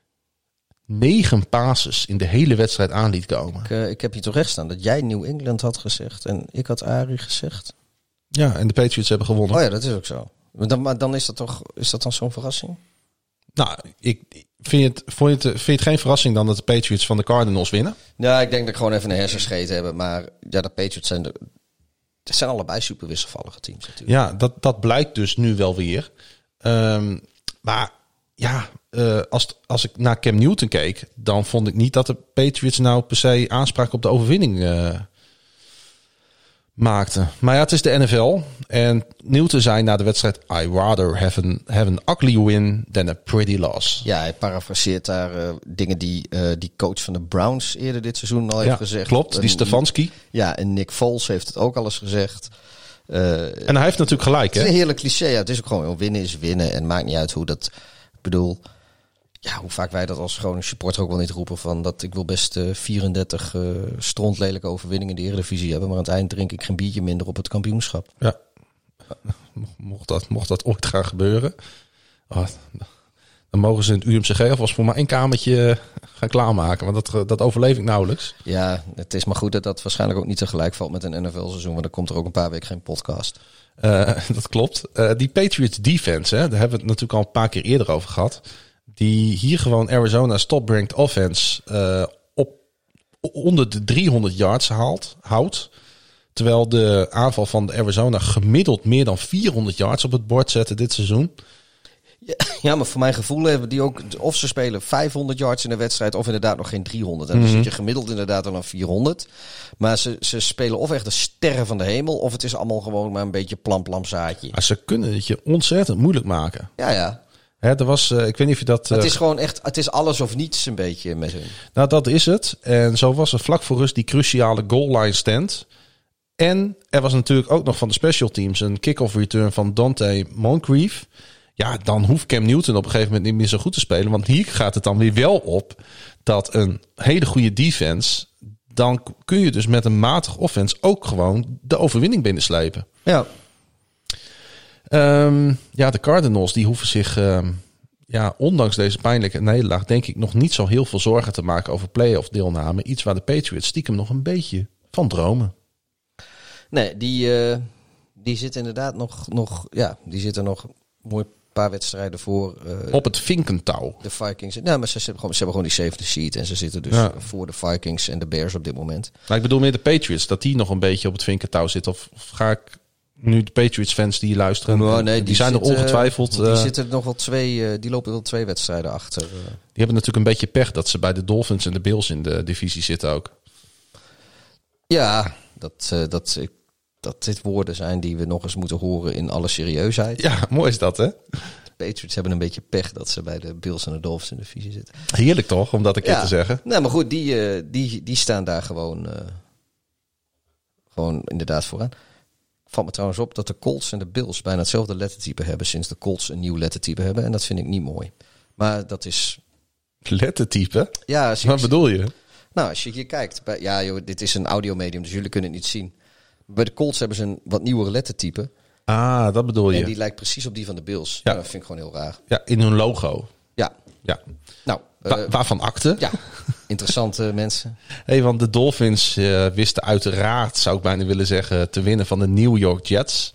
9 passes in de hele wedstrijd aan liet komen. Ik heb hier toch recht staan dat jij New England had gezegd en ik had Arie gezegd. Ja, en de Patriots hebben gewonnen. Oh ja, dat is ook zo. Maar dan is dat dan zo'n verrassing? Nou, vind je het geen verrassing dan dat de Patriots van de Cardinals winnen? Ja, ik denk dat ik gewoon even een hersenscheet hebben. Maar ja, de Patriots zijn allebei super wisselvallige teams natuurlijk. Ja, dat blijkt dus nu wel weer. Maar ja, als ik naar Cam Newton keek, dan vond ik niet dat de Patriots nou per se aanspraak op de overwinning maakten. Maar ja, het is de NFL. En Newton zei na de wedstrijd, I rather have an ugly win than a pretty loss. Ja, hij parafraseert daar dingen die coach van de Browns eerder dit seizoen al heeft gezegd. Klopt, die Stefanski. Ja, en Nick Foles heeft het ook al eens gezegd. En hij heeft natuurlijk gelijk, hè? Het is een heerlijk cliché. Ja, het is ook gewoon winnen is winnen. En maakt niet uit hoe dat... Ik bedoel... Ja, hoe vaak wij dat als gewone supporter ook wel niet roepen van dat ik wil best 34 strontlelijke overwinningen in de Eredivisie hebben, maar aan het eind drink ik geen biertje minder op het kampioenschap. Ja, mocht dat ooit gaan gebeuren, dan mogen ze in het UMCG alvast voor maar 1 kamertje gaan klaarmaken, want dat overleef ik nauwelijks. Ja, het is maar goed dat dat waarschijnlijk ook niet tegelijk valt met een NFL-seizoen, want dan komt er ook een paar weken geen podcast. Dat klopt. Die Patriots defense, daar hebben we het natuurlijk al een paar keer eerder over gehad. Die hier gewoon Arizona's top-ranked offense op onder de 300 yards houdt. Terwijl de aanval van de Arizona gemiddeld meer dan 400 yards op het bord zette dit seizoen. Ja, maar voor mijn gevoel hebben die ook... Of ze spelen 500 yards in de wedstrijd of inderdaad nog geen 300. En dan zit je gemiddeld inderdaad al aan 400. Maar ze spelen of echt de sterren van de hemel... of het is allemaal gewoon maar een beetje plam zaadje. Maar ze kunnen het je ontzettend moeilijk maken. Ja. Er was, ik weet niet of je dat... Het is gewoon echt, het is alles of niets een beetje met hun. Nou, dat is het. En zo was er vlak voor rust die cruciale goal line stand. En er was natuurlijk ook nog van de special teams een kick-off return van Dante Moncrief. Ja, dan hoeft Cam Newton op een gegeven moment niet meer zo goed te spelen. Want hier gaat het dan weer wel op dat een hele goede defense... dan kun je dus met een matig offense ook gewoon de overwinning binnenslepen. Ja. De Cardinals die hoeven zich, ondanks deze pijnlijke nederlaag, denk ik nog niet zo heel veel zorgen te maken over playoff deelname. Iets waar de Patriots stiekem nog een beetje van dromen. Nee, die zit inderdaad die zitten nog een mooi paar wedstrijden voor. Op het vinkentouw. De Vikings. Nou, maar ze hebben gewoon die 7e seed en ze zitten dus voor de Vikings en de Bears op dit moment. Maar ik bedoel meer de Patriots, dat die nog een beetje op het vinkentouw zitten. Of ga ik nu de Patriots-fans die luisteren, die zijn er ongetwijfeld... Die zitten nog wel die lopen wel 2 wedstrijden achter. Die hebben natuurlijk een beetje pech dat ze bij de Dolphins en de Bills in de divisie zitten ook. Ja, dat dit woorden zijn die we nog eens moeten horen in alle serieusheid. Ja, mooi is dat, hè? De Patriots hebben een beetje pech dat ze bij de Bills en de Dolphins in de divisie zitten. Heerlijk toch, om dat een keer te zeggen? Nee, maar goed, die staan daar gewoon inderdaad vooraan. Valt me trouwens op dat de Colts en de Bills bijna hetzelfde lettertype hebben sinds de Colts een nieuw lettertype hebben. En dat vind ik niet mooi. Maar dat is... Lettertype? Ja. Wat bedoel je? Nou, als je hier kijkt. Dit is een audiomedium, dus jullie kunnen het niet zien. Bij de Colts hebben ze een wat nieuwere lettertype. Ah, dat bedoel je. En die lijkt precies op die van de Bills. Ja. Dat vind ik gewoon heel raar. Ja, in hun logo. Ja. Nou, waarvan akte? Ja, interessante mensen. Want de Dolphins wisten uiteraard, zou ik bijna willen zeggen, te winnen van de New York Jets.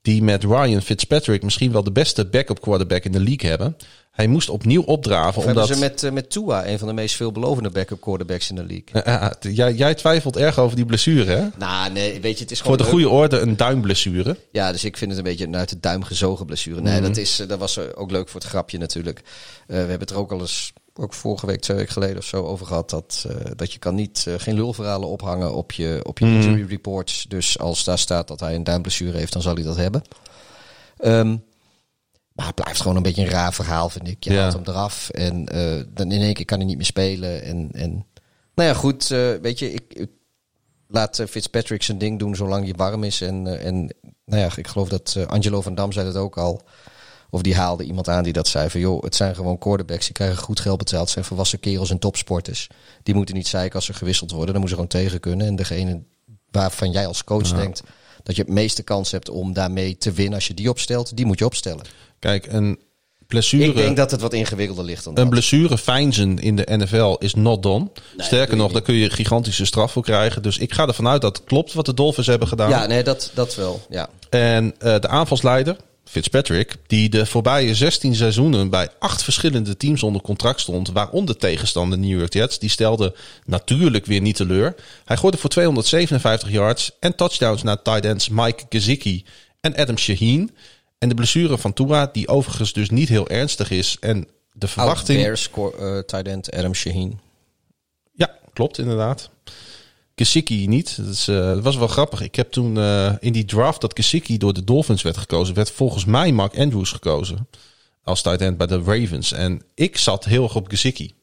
die met Ryan Fitzpatrick misschien wel de beste backup quarterback in de league hebben. Hij moest opnieuw opdraven. Omdat ze met Tua een van de meest veelbelovende backup quarterbacks in de league. Jij twijfelt erg over die blessure, hè? Nou, nee, weet je, het is gewoon... Voor de goede orde een duimblessure. Ja, dus ik vind het een beetje een uit de duim gezogen blessure. Nee, dat was ook leuk voor het grapje natuurlijk. We hebben het er ook al eens, ook vorige week, 2 weken geleden of zo, over gehad. Dat je kan niet, geen lulverhalen ophangen op je injury reports. Dus als daar staat dat hij een duimblessure heeft, dan zal hij dat hebben. Maar het blijft gewoon een beetje een raar verhaal, vind ik. Je haalt hem eraf en dan in één keer kan hij niet meer spelen. En nou ja, goed, weet je, ik laat Fitzpatrick zijn ding doen zolang hij warm is. En nou ja, ik geloof dat Angelo van Dam zei dat ook al. Of die haalde iemand aan die dat zei van, joh, het zijn gewoon quarterbacks. Die krijgen goed geld betaald. Het zijn volwassen kerels en topsporters. Die moeten niet zeiken als ze gewisseld worden. Dan moeten ze gewoon tegen kunnen. En degene waarvan jij als coach denkt dat je het meeste kans hebt om daarmee te winnen als je die opstelt, die moet je opstellen. Kijk, een blessure... Ik denk dat het wat ingewikkelder ligt dan een blessure feinzen in de NFL is not done. Nee, sterker nog, daar kun je gigantische straf voor krijgen. Dus ik ga ervan uit dat het klopt wat de Dolphins hebben gedaan. Ja, nee, dat wel, ja. En de aanvalsleider, Fitzpatrick, die de voorbije 16 seizoenen bij 8 verschillende teams onder contract stond, waaronder tegenstander New York Jets, die stelde natuurlijk weer niet teleur. Hij gooide voor 257 yards en touchdowns naar tight ends Mike Gesicki en Adam Shaheen. En de blessure van Tua, die overigens dus niet heel ernstig is. En de verwachting... Bears tight end Adam Shaheen. Ja, klopt inderdaad. Gesicki niet. Dat was wel grappig. Ik heb toen in die draft dat Gesicki door de Dolphins werd gekozen, werd volgens mij Mark Andrews gekozen als tight end bij de Ravens. En ik zat heel erg op Gesicki.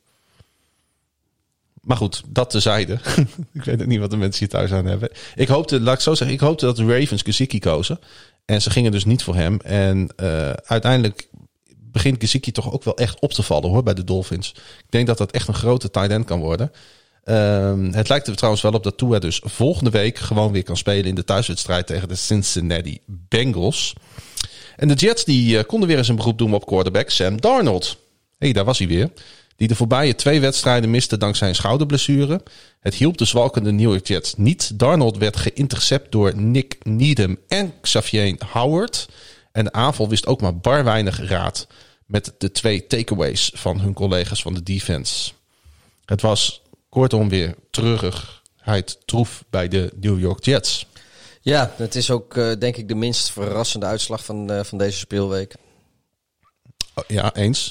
Maar goed, dat tezijde. Ik weet ook niet wat de mensen hier thuis aan hebben. Ik hoopte dat de Ravens Gesicki kozen. En ze gingen dus niet voor hem. En uiteindelijk begint Gesicki toch ook wel echt op te vallen hoor bij de Dolphins. Ik denk dat dat echt een grote tight end kan worden. Het lijkt er trouwens wel op dat Tua dus volgende week gewoon weer kan spelen in de thuiswedstrijd tegen de Cincinnati Bengals. En de Jets die konden weer eens een beroep doen op quarterback Sam Darnold. Daar was hij weer. Die de voorbije 2 wedstrijden miste dankzij een schouderblessure. Het hielp de zwalkende New York Jets niet. Darnold werd geïntercept door Nick Needham en Xavier Howard. En de aanval wist ook maar bar weinig raad met de 2 takeaways van hun collega's van de defense. Het was kortom weer treurigheid troef bij de New York Jets. Ja, het is ook denk ik de minst verrassende uitslag van deze speelweek. Ja, eens.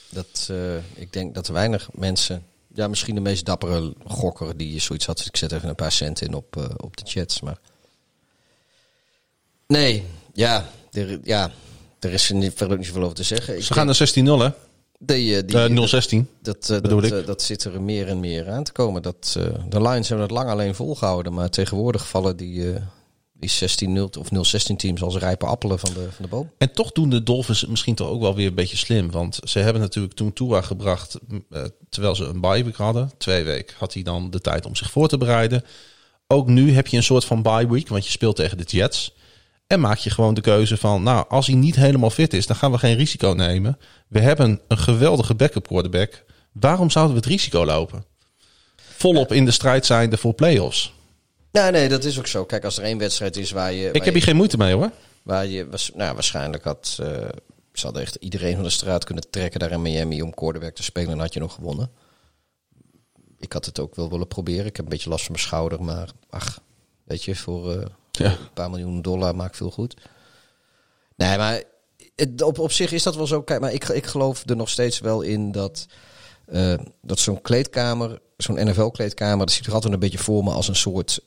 Ik denk dat er weinig mensen... Ja, misschien de meest dappere gokker die zoiets had. Ik zet even een paar cent in op de Jets. Maar nee, er is verder niet zoveel over te zeggen. Ze gaan naar 16-0 hè? 0-16 bedoel ik. Dat zit er meer en meer aan te komen. De Lions hebben het lang alleen volgehouden. Maar tegenwoordig vallen die 16-0 of 0-16 teams als rijpe appelen van de boom. En toch doen de Dolphins misschien toch ook wel weer een beetje slim. Want ze hebben natuurlijk toen Tua gebracht, terwijl ze een bye week hadden. 2 weken had hij dan de tijd om zich voor te bereiden. Ook nu heb je een soort van bye week, want je speelt tegen de Jets. En maak je gewoon de keuze van, nou, als hij niet helemaal fit is, dan gaan we geen risico nemen. We hebben een geweldige backup quarterback. Waarom zouden we het risico lopen? Volop in de strijd zijnde voor playoffs. Ja, nee, dat is ook zo. Kijk, als er 1 wedstrijd is waar je... Ik heb hier geen moeite mee hoor. Waar je waarschijnlijk had... ze hadden echt iedereen van de straat kunnen trekken daar in Miami om quarterback te spelen en had je nog gewonnen. Ik had het ook wel willen proberen. Ik heb een beetje last van mijn schouder, maar weet je, voor een paar $miljoen maakt veel goed. Nee, maar op zich is dat wel zo. Kijk, maar ik geloof er nog steeds wel in dat zo'n kleedkamer, zo'n NFL-kleedkamer, dat ziet er altijd een beetje voor me als een soort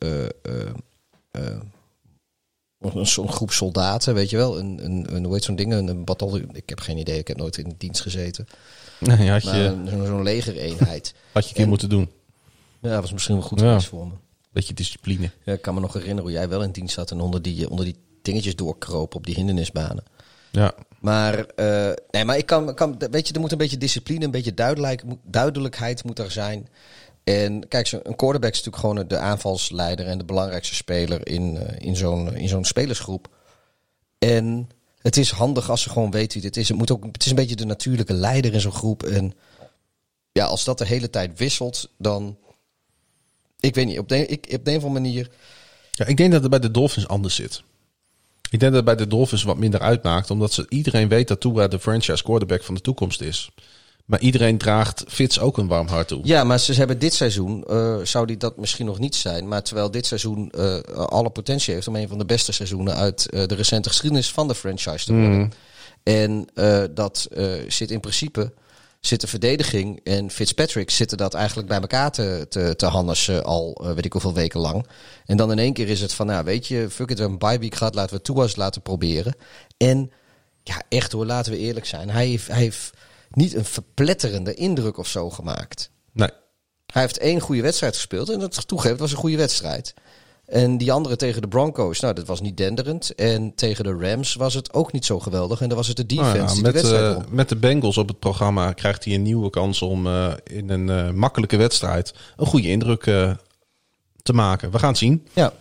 zo'n groep soldaten, weet je wel. Hoe heet zo'n ding? Een bataljon. Ik heb geen idee. Ik heb nooit in dienst gezeten. Nee, zo'n legereenheid. Had je een keer moeten doen. Ja, dat was misschien wel goed geweest voor me. Beetje discipline. Ja, ik kan me nog herinneren hoe jij wel in dienst zat en onder die dingetjes doorkropen op die hindernisbanen. Ja. Maar maar ik kan weet je, er moet een beetje discipline, een beetje duidelijkheid moet er zijn. En kijk, een quarterback is natuurlijk gewoon de aanvalsleider en de belangrijkste speler in zo'n spelersgroep. En het is handig als ze gewoon weten wie dit is. Het is een beetje de natuurlijke leider in zo'n groep. En ja, als dat de hele tijd wisselt, dan... Ik weet niet, op de een of andere manier... Ja, ik denk dat het bij de Dolphins anders zit. Ik denk dat het bij de Dolphins wat minder uitmaakt. Omdat iedereen weet dat Tua de franchise quarterback van de toekomst is. Maar iedereen draagt Fitz ook een warm hart toe. Ja, maar ze hebben dit seizoen, zou die dat misschien nog niet zijn. Maar terwijl dit seizoen alle potentie heeft om een van de beste seizoenen uit de recente geschiedenis van de franchise te worden. En dat zit in principe, zit de verdediging en Fitzpatrick zitten dat eigenlijk bij elkaar te hannissen al weet ik hoeveel weken lang. En dan in één keer is het van, nou weet je, fuck it, we hebben een bye week gehad, laten we Tua's laten proberen. En ja, echt hoor, laten we eerlijk zijn. Hij heeft niet een verpletterende indruk of zo gemaakt. Nee. Hij heeft 1 goede wedstrijd gespeeld en dat toegeeft, was een goede wedstrijd. En die andere tegen de Broncos, nou, dat was niet denderend. En tegen de Rams was het ook niet zo geweldig. En dan was het de defense die de wedstrijd won. Met de Bengals op het programma krijgt hij een nieuwe kans om in een makkelijke wedstrijd een goede indruk te maken. We gaan het zien. Ja.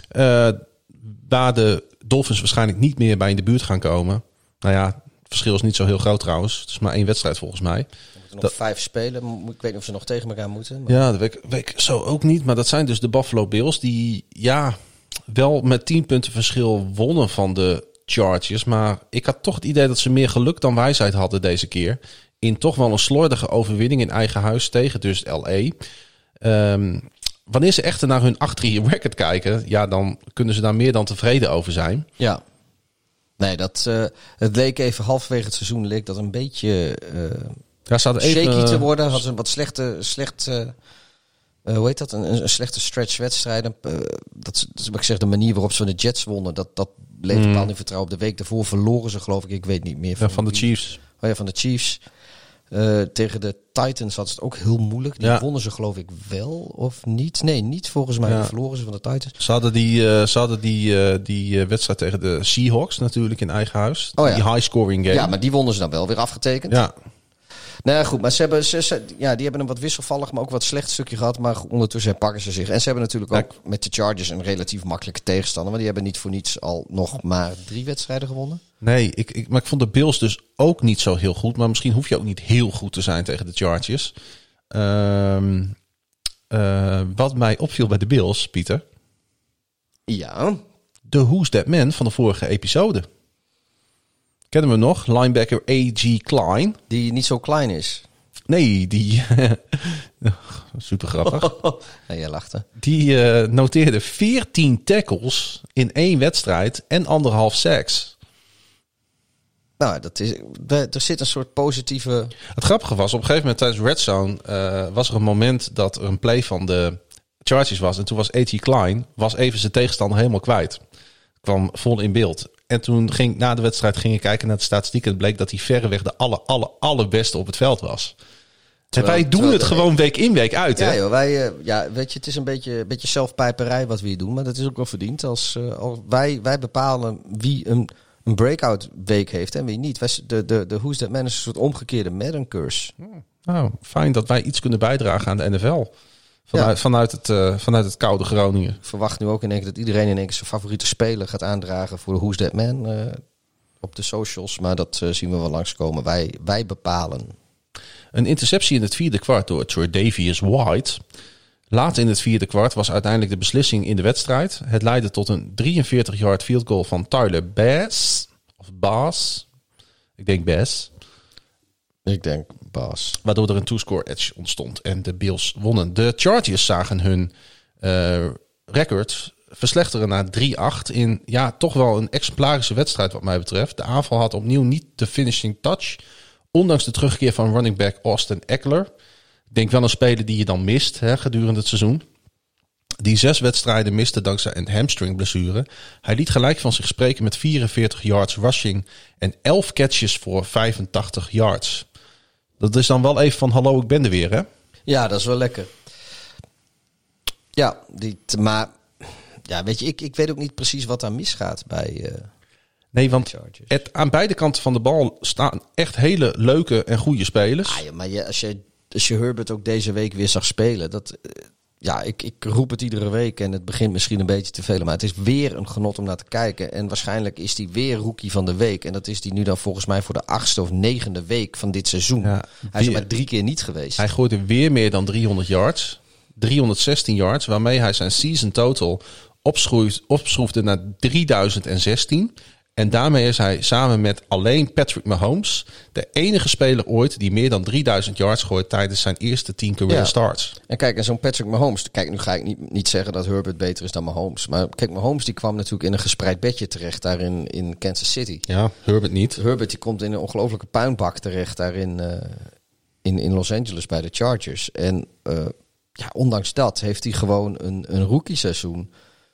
Waar de Dolphins waarschijnlijk niet meer bij in de buurt gaan komen. Nou ja, het verschil is niet zo heel groot trouwens. Het is maar 1 wedstrijd volgens mij. Nog 5 spelen. Ik weet niet of ze nog tegen elkaar moeten. Maar... Ja, dat weet ik zo ook niet. Maar dat zijn dus de Buffalo Bills die wel met 10 punten verschil wonnen van de Chargers. Maar ik had toch het idee dat ze meer geluk dan wijsheid hadden deze keer. In toch wel een slordige overwinning in eigen huis tegen dus LA. Wanneer ze echter naar hun 8-3 record kijken, ja, dan kunnen ze daar meer dan tevreden over zijn. Ja. Nee, het leek even halverwege het seizoen leek dat een beetje... Ja, ze hadden shaky te worden, had ze een wat slechte hoe heet dat? Een slechte stretch wedstrijden. Dat is wat ik zeg, de manier waarop ze van de Jets wonnen, dat bleef bepaald niet vertrouwen. Op de week daarvoor verloren ze, geloof ik weet niet meer. Van de Chiefs. Oh ja, van de Chiefs. Tegen de Titans had het ook heel moeilijk. Die wonnen ze geloof ik wel of niet. Nee, niet volgens mij. Die verloren ze van de Titans. Ze hadden die wedstrijd tegen de Seahawks natuurlijk in eigen huis. Oh ja. Die high scoring game. Ja, maar die wonnen ze dan wel weer afgetekend. Ja. Nou goed, maar die hebben een wat wisselvallig, maar ook wat slecht stukje gehad. Maar ondertussen pakken ze zich. En ze hebben natuurlijk ook met de Chargers een relatief makkelijke tegenstander. Maar die hebben niet voor niets al nog maar 3 wedstrijden gewonnen. Nee, maar ik vond de Bills dus ook niet zo heel goed. Maar misschien hoef je ook niet heel goed te zijn tegen de Chargers. Wat mij opviel bij de Bills, Pieter. Ja. De Who's That Man van de vorige episode. Kennen we nog? Linebacker A.G. Klein. Die niet zo klein is. Nee, die... super grappig. Ja, jij lachte. Die noteerde 14 tackles in 1 wedstrijd en 1,5 sacks. Nou, er zit een soort positieve... Het grappige was, op een gegeven moment tijdens Red Zone was er een moment dat er een play van de Chargers was. En toen was A.G. Klein, was even zijn tegenstander helemaal kwijt. Kwam vol in beeld. En toen na de wedstrijd ging ik kijken naar de statistieken. Het bleek dat hij verreweg de allerbeste op het veld was. Wij doen het gewoon week in, week uit. Ja, hè? joh, weet je, het is een beetje zelfpijperij wat we hier doen. Maar dat is ook wel verdiend. Als wij bepalen wie een breakout week heeft en wie niet. De Who's That Man is een soort omgekeerde Madden curse. Nou, fijn dat wij iets kunnen bijdragen aan de NFL. Vanuit het koude Groningen. Ik verwacht nu ook in één keer dat iedereen in één keer zijn favoriete speler gaat aandragen voor de Who's That Man op de socials. Maar dat zien we wel langskomen. Wij bepalen. Een interceptie in het 4e kwart door Tre'Davious White. Laat in het 4e kwart was uiteindelijk de beslissing in de wedstrijd. Het leidde tot een 43-yard field goal van Tyler Bass. Of Bass. Ik denk Bass. Ik denk Bass. Waardoor er een 2-score edge ontstond en de Bills wonnen. De Chargers zagen hun record verslechteren naar 3-8 in toch wel een exemplarische wedstrijd wat mij betreft. De aanval had opnieuw niet de finishing touch. Ondanks de terugkeer van running back Austin Eckler. Ik denk wel een speler die je dan mist gedurende het seizoen. Die 6 wedstrijden miste dankzij een hamstring blessure. Hij liet gelijk van zich spreken met 44 yards rushing en 11 catches voor 85 yards. Dat is dan wel even van hallo, ik ben er weer, hè? Ja, dat is wel lekker. Ja, maar weet je, ik weet ook niet precies wat daar misgaat bij nee, want aan beide kanten van de bal staan echt hele leuke en goede spelers. Ja, maar als je Herbert ook deze week weer zag spelen, ik roep het iedere week en het begint misschien een beetje te veel, maar het is weer een genot om naar te kijken. En waarschijnlijk is hij weer rookie van de week. En dat is die nu dan volgens mij voor de 8e of 9e week van dit seizoen. Ja, hij is er maar 3 keer niet geweest. Hij gooide weer meer dan 300 yards. 316 yards, waarmee hij zijn season total opschroefde naar 3016. En daarmee is hij samen met alleen Patrick Mahomes de enige speler ooit die meer dan 3000 yards gooit tijdens zijn eerste 10 career starts. En kijk, en zo'n Patrick Mahomes, kijk, nu ga ik niet zeggen dat Herbert beter is dan Mahomes. Maar kijk, Mahomes die kwam natuurlijk in een gespreid bedje terecht daar in Kansas City. Ja, Herbert niet. Herbert die komt in een ongelofelijke puinbak terecht daar in Los Angeles bij de Chargers. En ondanks dat heeft hij gewoon een rookie seizoen.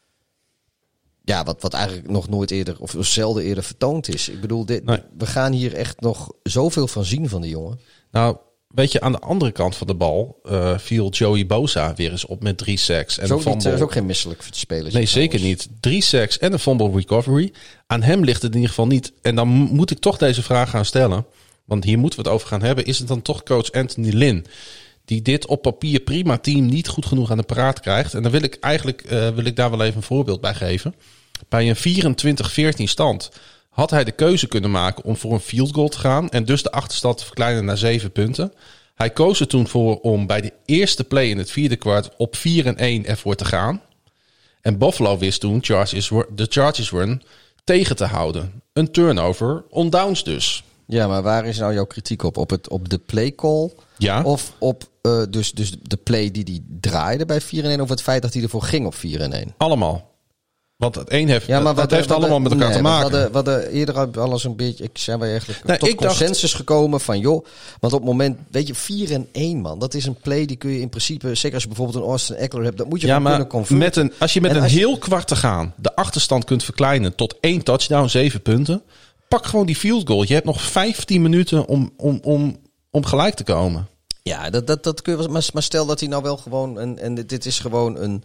Ja, wat eigenlijk nog nooit eerder of zelden eerder vertoond is. Ik bedoel, we gaan hier echt nog zoveel van zien van die jongen. Nou, weet je, aan de andere kant van de bal viel Joey Bosa weer eens op met 3 sacks. En dat is ook geen misselijk speler. Nee, zeker niet. 3 sacks en een fumble recovery. Aan hem ligt het in ieder geval niet. En dan moet ik toch deze vraag gaan stellen. Want hier moeten we het over gaan hebben. Is het dan toch coach Anthony Lynn die dit op papier prima team niet goed genoeg aan de praat krijgt? En dan wil ik daar wel even een voorbeeld bij geven. Bij een 24-14 stand had hij de keuze kunnen maken om voor een field goal te gaan en dus de achterstand te verkleinen naar 7 punten. Hij koos er toen voor om bij de eerste play in het vierde kwart op 4-1 ervoor te gaan. En Buffalo wist toen de Chargers run tegen te houden. Een turnover on downs dus. Ja, maar waar is nou jouw kritiek op? Op de play call? Ja. Of op dus de play die hij draaide bij 4-1? Of het feit dat hij ervoor ging op 4-1? Allemaal. Want het een heeft, heeft allemaal met elkaar te maken. We hadden eerder alles een beetje. Zijn wij eigenlijk tot consensus gekomen van joh. Want op het moment, weet je, 4-1 man. Dat is een play die kun je in principe, zeker als je bijvoorbeeld een Austin Eckler hebt, dat moet je kunnen converten. Als je met een heel kwart te gaan de achterstand kunt verkleinen tot 1 touchdown, 7 punten. Pak gewoon die field goal. Je hebt nog 15 minuten om gelijk te komen. Ja, dat kun je. Maar stel dat hij nou wel gewoon en dit is gewoon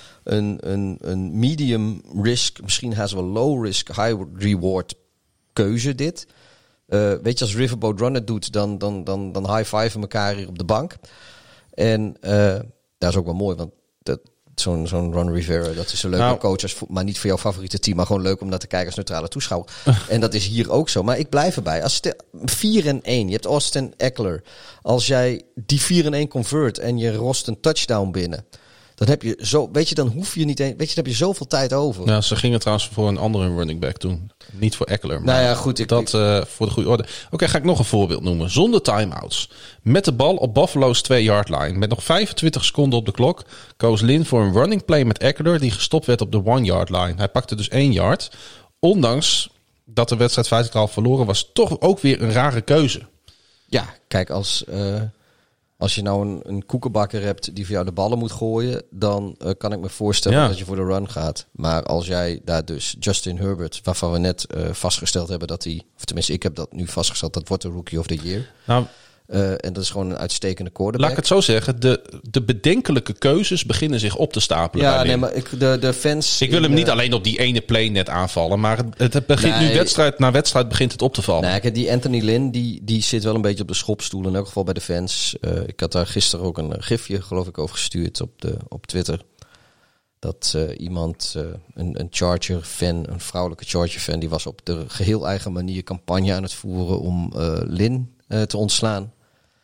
een medium risk, misschien haast wel low risk, high reward keuze dit. Weet je, als Riverboat Runner doet, dan high five elkaar hier op de bank. En dat is ook wel mooi, want zo'n Ron Rivera, dat is een leuke coach, maar niet voor jouw favoriete team, maar gewoon leuk om naar te kijken als neutrale toeschouwer. En dat is hier ook zo. Maar ik blijf erbij. Als 4-1, je hebt Austin Eckler. Als jij die 4-1 convert en je rost een touchdown binnen, dan heb je zo, weet je, dan hoef je niet eens, weet je, dan heb je zoveel tijd over. Ja, ze gingen trouwens voor een andere running back toen. Niet voor Eckler. Nou ja, goed. Voor de goede orde. Oké, ga ik nog een voorbeeld noemen. Zonder timeouts. Met de bal op Buffalo's 2-yard line. Met nog 25 seconden op de klok koos Lynn voor een running play met Eckler die gestopt werd op de 1-yard line. Hij pakte dus 1 yard. Ondanks dat de wedstrijd feitelijk al verloren was, toch ook weer een rare keuze. Ja, kijk, als je nou een koekenbakker hebt die voor jou de ballen moet gooien, dan kan ik me voorstellen dat je voor de run gaat. Maar als jij daar dus Justin Herbert, waarvan we net vastgesteld hebben dat hij, of tenminste ik heb dat nu vastgesteld, dat wordt de Rookie of the Year. Nou, en dat is gewoon een uitstekende quarterback. Laat ik het zo zeggen, de bedenkelijke keuzes beginnen zich op te stapelen. Ja, nee, maar de fans. Ik wil hem niet alleen op die ene play net aanvallen, maar het begint nu wedstrijd na wedstrijd begint het op te vallen. Nee, die Anthony Lynn, die zit wel een beetje op de schopstoel, in elk geval bij de fans. Ik had daar gisteren ook een gifje, geloof ik, over gestuurd op Twitter. Dat iemand, een Charger-fan, een vrouwelijke Charger-fan, die was op de geheel eigen manier campagne aan het voeren om Lynn te ontslaan.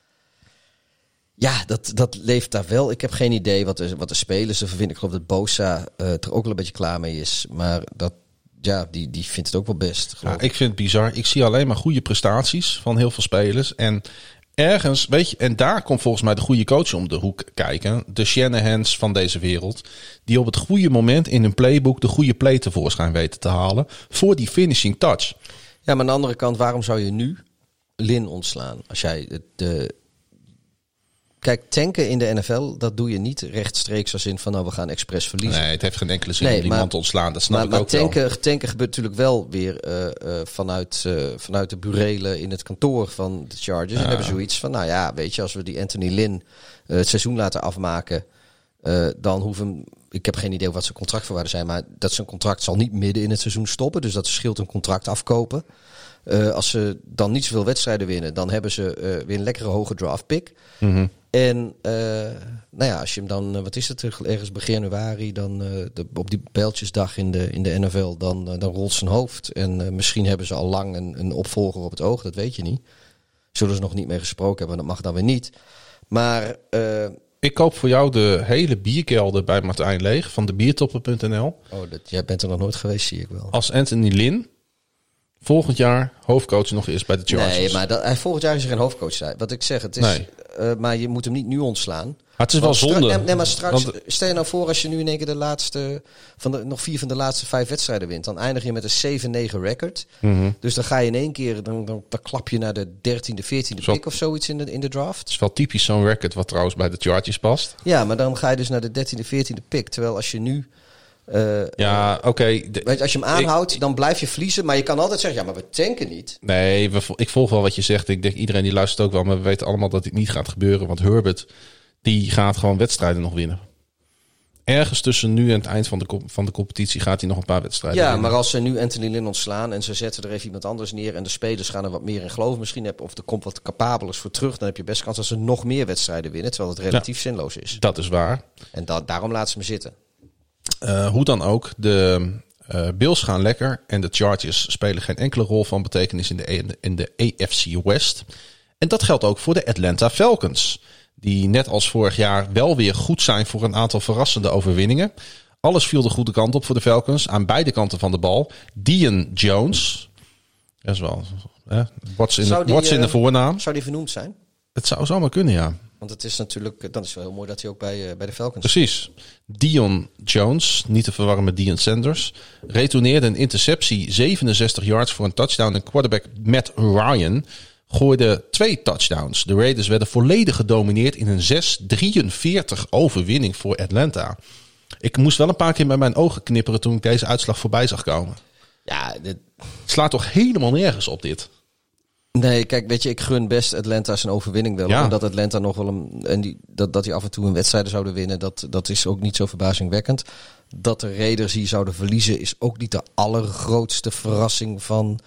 Ja, dat leeft daar wel. Ik heb geen idee wat de spelers ervan vinden. Ik geloof dat Bosa er ook wel een beetje klaar mee is. Maar die vindt het ook wel best. Ja, ik vind het bizar. Ik zie alleen maar goede prestaties van heel veel spelers. En ergens, weet je, en daar komt volgens mij de goede coach om de hoek kijken. De Shanahans van deze wereld. Die op het goede moment in hun playbook de goede play tevoorschijn weten te halen. Voor die finishing touch. Ja, maar aan de andere kant, waarom zou je nu Lynn ontslaan? Als jij Kijk, tanken in de NFL, dat doe je niet rechtstreeks als in van we gaan expres verliezen. Nee, het heeft geen enkele zin om iemand te ontslaan. Dat snap ik ook wel. Maar tanken gebeurt natuurlijk wel weer vanuit de burelen in het kantoor van de Chargers. Ja. En hebben zoiets van, weet je, als we die Anthony Lynn het seizoen laten afmaken, dan hoeven. Ik heb geen idee wat zijn contractvoorwaarden zijn, maar dat zijn contract zal niet midden in het seizoen stoppen. Dus dat scheelt een contract afkopen. Als ze dan niet zoveel wedstrijden winnen, dan hebben ze weer een lekkere hoge draft pick. Mm-hmm. En als je hem dan, wat is het, ergens begin januari, dan op die Bijltjesdag in de NFL, dan rolt zijn hoofd. En misschien hebben ze al lang een opvolger op het oog, dat weet je niet. Zullen ze nog niet mee gesproken hebben, dat mag dan weer niet. Maar Ik koop voor jou de hele bierkelder bij Martijn leeg van de biertoppen.nl. Jij bent er nog nooit geweest, zie ik wel. Als Anthony Lynn volgend jaar hoofdcoach nog is bij de Chargers. Nee, maar volgend jaar is er geen hoofdcoach. Wat ik zeg, het is, maar je moet hem niet nu ontslaan. Maar het is wel zonde. Nee, maar straks, stel je nou voor als je nu in één keer nog 4 van de laatste 5 wedstrijden wint. Dan eindig je met een 7-9 record. Mm-hmm. Dus dan ga je in één keer, dan klap je naar de 13e, 14e pick of zoiets in de draft. Het is wel typisch zo'n record wat trouwens bij de Chargers past. Ja, maar dan ga je dus naar de 13e, 14e pick. Terwijl als je nu... Als je hem aanhoudt, dan blijf je verliezen. Maar je kan altijd zeggen, ja, maar we tanken niet. Nee, ik volg wel wat je zegt. Ik denk, iedereen die luistert ook wel. Maar we weten allemaal dat dit niet gaat gebeuren. Want Herbert, die gaat gewoon wedstrijden nog winnen. Ergens tussen nu en het eind van de competitie gaat hij nog een paar wedstrijden winnen. Maar als ze nu Anthony Lynn ontslaan en ze zetten er even iemand anders neer... en de spelers gaan er wat meer in geloven misschien... of er komt wat capabelers voor terug... dan heb je best kans dat ze nog meer wedstrijden winnen... terwijl het relatief zinloos is. Dat is waar. En daarom laten ze me zitten. Hoe dan ook, de Bills gaan lekker en de Chargers spelen geen enkele rol van betekenis in de AFC West. En dat geldt ook voor de Atlanta Falcons, die net als vorig jaar wel weer goed zijn voor een aantal verrassende overwinningen. Alles viel de goede kant op voor de Falcons, aan beide kanten van de bal. Dion Jones, dat is wel, what's in de voornaam. Zou die vernoemd zijn? Het zou zomaar kunnen, ja. Want het is natuurlijk, dan is het wel heel mooi dat hij ook bij de Falcons... Precies. Dion Jones, niet te verwarren met Deion Sanders, retourneerde een interceptie, 67 yards voor een touchdown. En quarterback Matt Ryan gooide 2 touchdowns. De Raiders werden volledig gedomineerd in een 6-43 overwinning voor Atlanta. Ik moest wel een paar keer met mijn ogen knipperen toen ik deze uitslag voorbij zag komen. Ja, het slaat toch helemaal nergens op dit? Nee, kijk, weet je, ik gun best Atlanta zijn overwinning wel. Ja. En dat Atlanta nog wel dat die af en toe een wedstrijden zouden winnen, dat is ook niet zo verbazingwekkend. Dat de Raiders hier zouden verliezen is ook niet de allergrootste verrassing van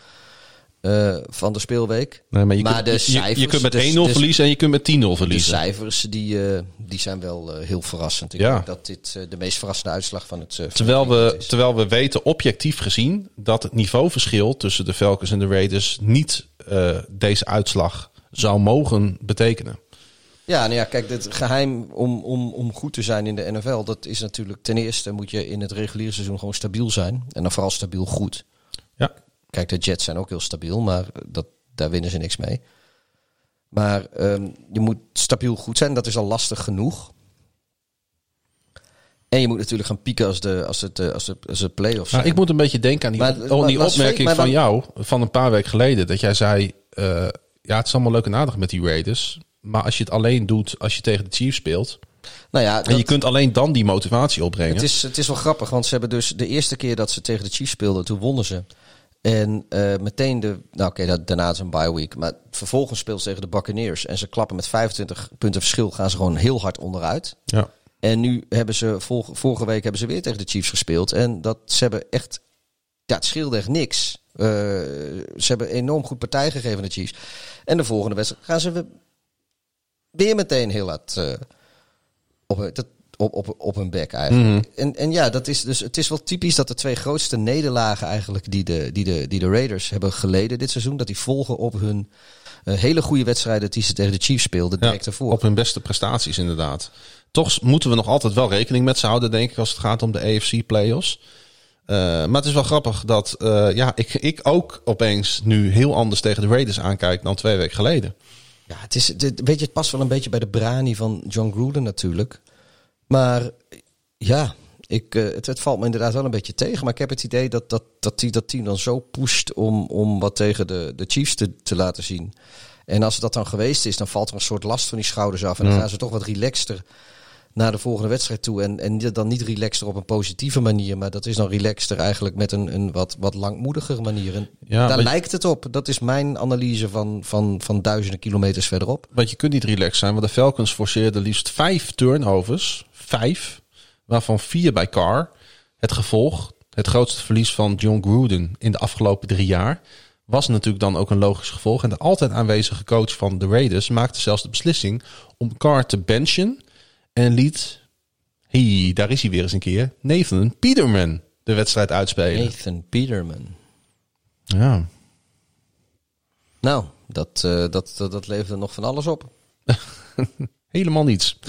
de speelweek. Nee, maar de cijfers, je kunt met 1-0 verliezen en je kunt met 10-0 verliezen. De cijfers die zijn wel heel verrassend. Ik denk dat dit de meest verrassende uitslag van het terwijl we weten objectief gezien dat het niveauverschil tussen de Falcons en de Raiders niet deze uitslag zou mogen betekenen. Ja, nou ja, kijk, het geheim om goed te zijn in de NFL, dat is natuurlijk ten eerste moet je in het reguliere seizoen gewoon stabiel zijn. En dan vooral stabiel goed. Ja. Kijk, de Jets zijn ook heel stabiel, maar daar winnen ze niks mee. Maar je moet stabiel goed zijn, dat is al lastig genoeg. En je moet natuurlijk gaan pieken als het play-offs zijn. Ik moet een beetje denken aan die opmerking van jou van een paar weken geleden. Dat jij zei, het is allemaal leuk en aardig met die Raiders. Maar als je het alleen doet als je tegen de Chiefs speelt. Nou ja, en je kunt alleen dan die motivatie opbrengen. Het is wel grappig, want ze hebben dus de eerste keer dat ze tegen de Chiefs speelden, toen wonnen ze. En meteen daarna is een bye week. Maar vervolgens speelt ze tegen de Buccaneers. En ze klappen met 25 punten verschil. Gaan ze gewoon heel hard onderuit. Ja. En nu hebben ze vorige week hebben ze weer tegen de Chiefs gespeeld. En ze hebben echt... Ja, het scheelde echt niks. Ze hebben enorm goed partij gegeven aan de Chiefs. En de volgende wedstrijd gaan ze weer meteen heel hard op hun bek eigenlijk. Mm-hmm. En ja, dat is dus, het is wel typisch dat de 2 grootste nederlagen eigenlijk die de Raiders hebben geleden dit seizoen, dat die volgen op hun hele goede wedstrijden die ze tegen de Chiefs speelden direct ervoor. Op hun beste prestaties inderdaad. Toch moeten we nog altijd wel rekening met ze houden, denk ik, als het gaat om de AFC playoffs. Maar het is wel grappig dat ik ook opeens nu heel anders tegen de Raiders aankijk dan 2 weken geleden. Ja, het past wel een beetje bij de brani van John Gruden natuurlijk. Maar ja, het valt me inderdaad wel een beetje tegen. Maar ik heb het idee dat team dan zo pusht om wat tegen de Chiefs te laten zien. En als dat dan geweest is, dan valt er een soort last van die schouders af. En dan gaan ze toch wat relaxter naar de volgende wedstrijd toe. En dan niet relaxter op een positieve manier. Maar dat is dan relaxter eigenlijk met een wat langmoediger manier. En daar lijkt het op. Dat is mijn analyse van duizenden kilometers verderop. Want je kunt niet relaxed zijn. Want de Falcons forceerden liefst 5 turnovers. 5. Waarvan 4 bij Carr. Het gevolg, het grootste verlies van John Gruden in de afgelopen 3 jaar... was natuurlijk dan ook een logisch gevolg. En de altijd aanwezige coach van de Raiders maakte zelfs de beslissing om Carr te benchen... en liet, daar is hij weer eens een keer, Nathan Peterman de wedstrijd uitspelen. Nathan Peterman. Ja. Nou, dat leverde nog van alles op. Helemaal niets. Nee.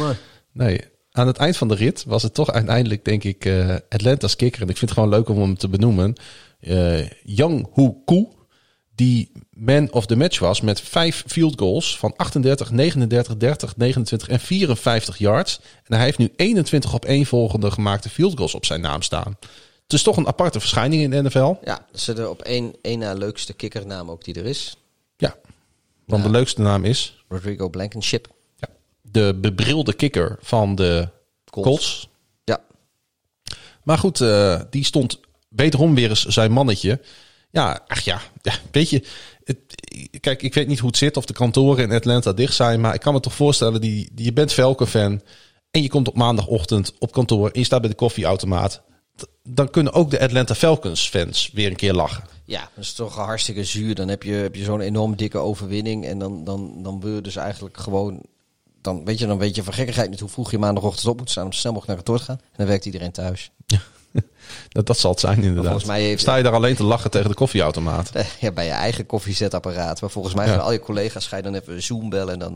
Nee, aan het eind van de rit was het toch uiteindelijk, denk ik, Atlanta's kicker. En ik vind het gewoon leuk om hem te benoemen. Younghoe Koo, die man of the match was met 5 field goals van 38, 39, 30, 29 en 54 yards. En hij heeft nu 21 opeenvolgende gemaakte field goals op zijn naam staan. Het is toch een aparte verschijning in de NFL. Ja, dat is de op één na leukste kickernaam ook die er is. Ja, want de leukste naam is... Rodrigo Blankenship. Ja, de bebrilde kicker van de Colts. Ja. Maar goed, die stond wederom weer eens zijn mannetje. Ja, weet je... Kijk, ik weet niet hoe het zit of de kantoren in Atlanta dicht zijn. Maar ik kan me toch voorstellen, je bent Falcon-fan. En je komt op maandagochtend op kantoor en je staat bij de koffieautomaat. Dan kunnen ook de Atlanta Falcons fans weer een keer lachen. Ja, dat is toch hartstikke zuur. Dan heb je zo'n enorm dikke overwinning. En dan wil je dus eigenlijk gewoon... Dan weet je van gekkigheid niet hoe vroeg je maandagochtend op moet staan om zo snel mogelijk naar het kantoor te gaan. En dan werkt iedereen thuis. Dat zal het zijn inderdaad. Volgens mij sta je daar alleen te lachen tegen de koffieautomaat? Ja, bij je eigen koffiezetapparaat. Maar volgens mij gaan al je collega's ga je dan even Zoom bellen en dan...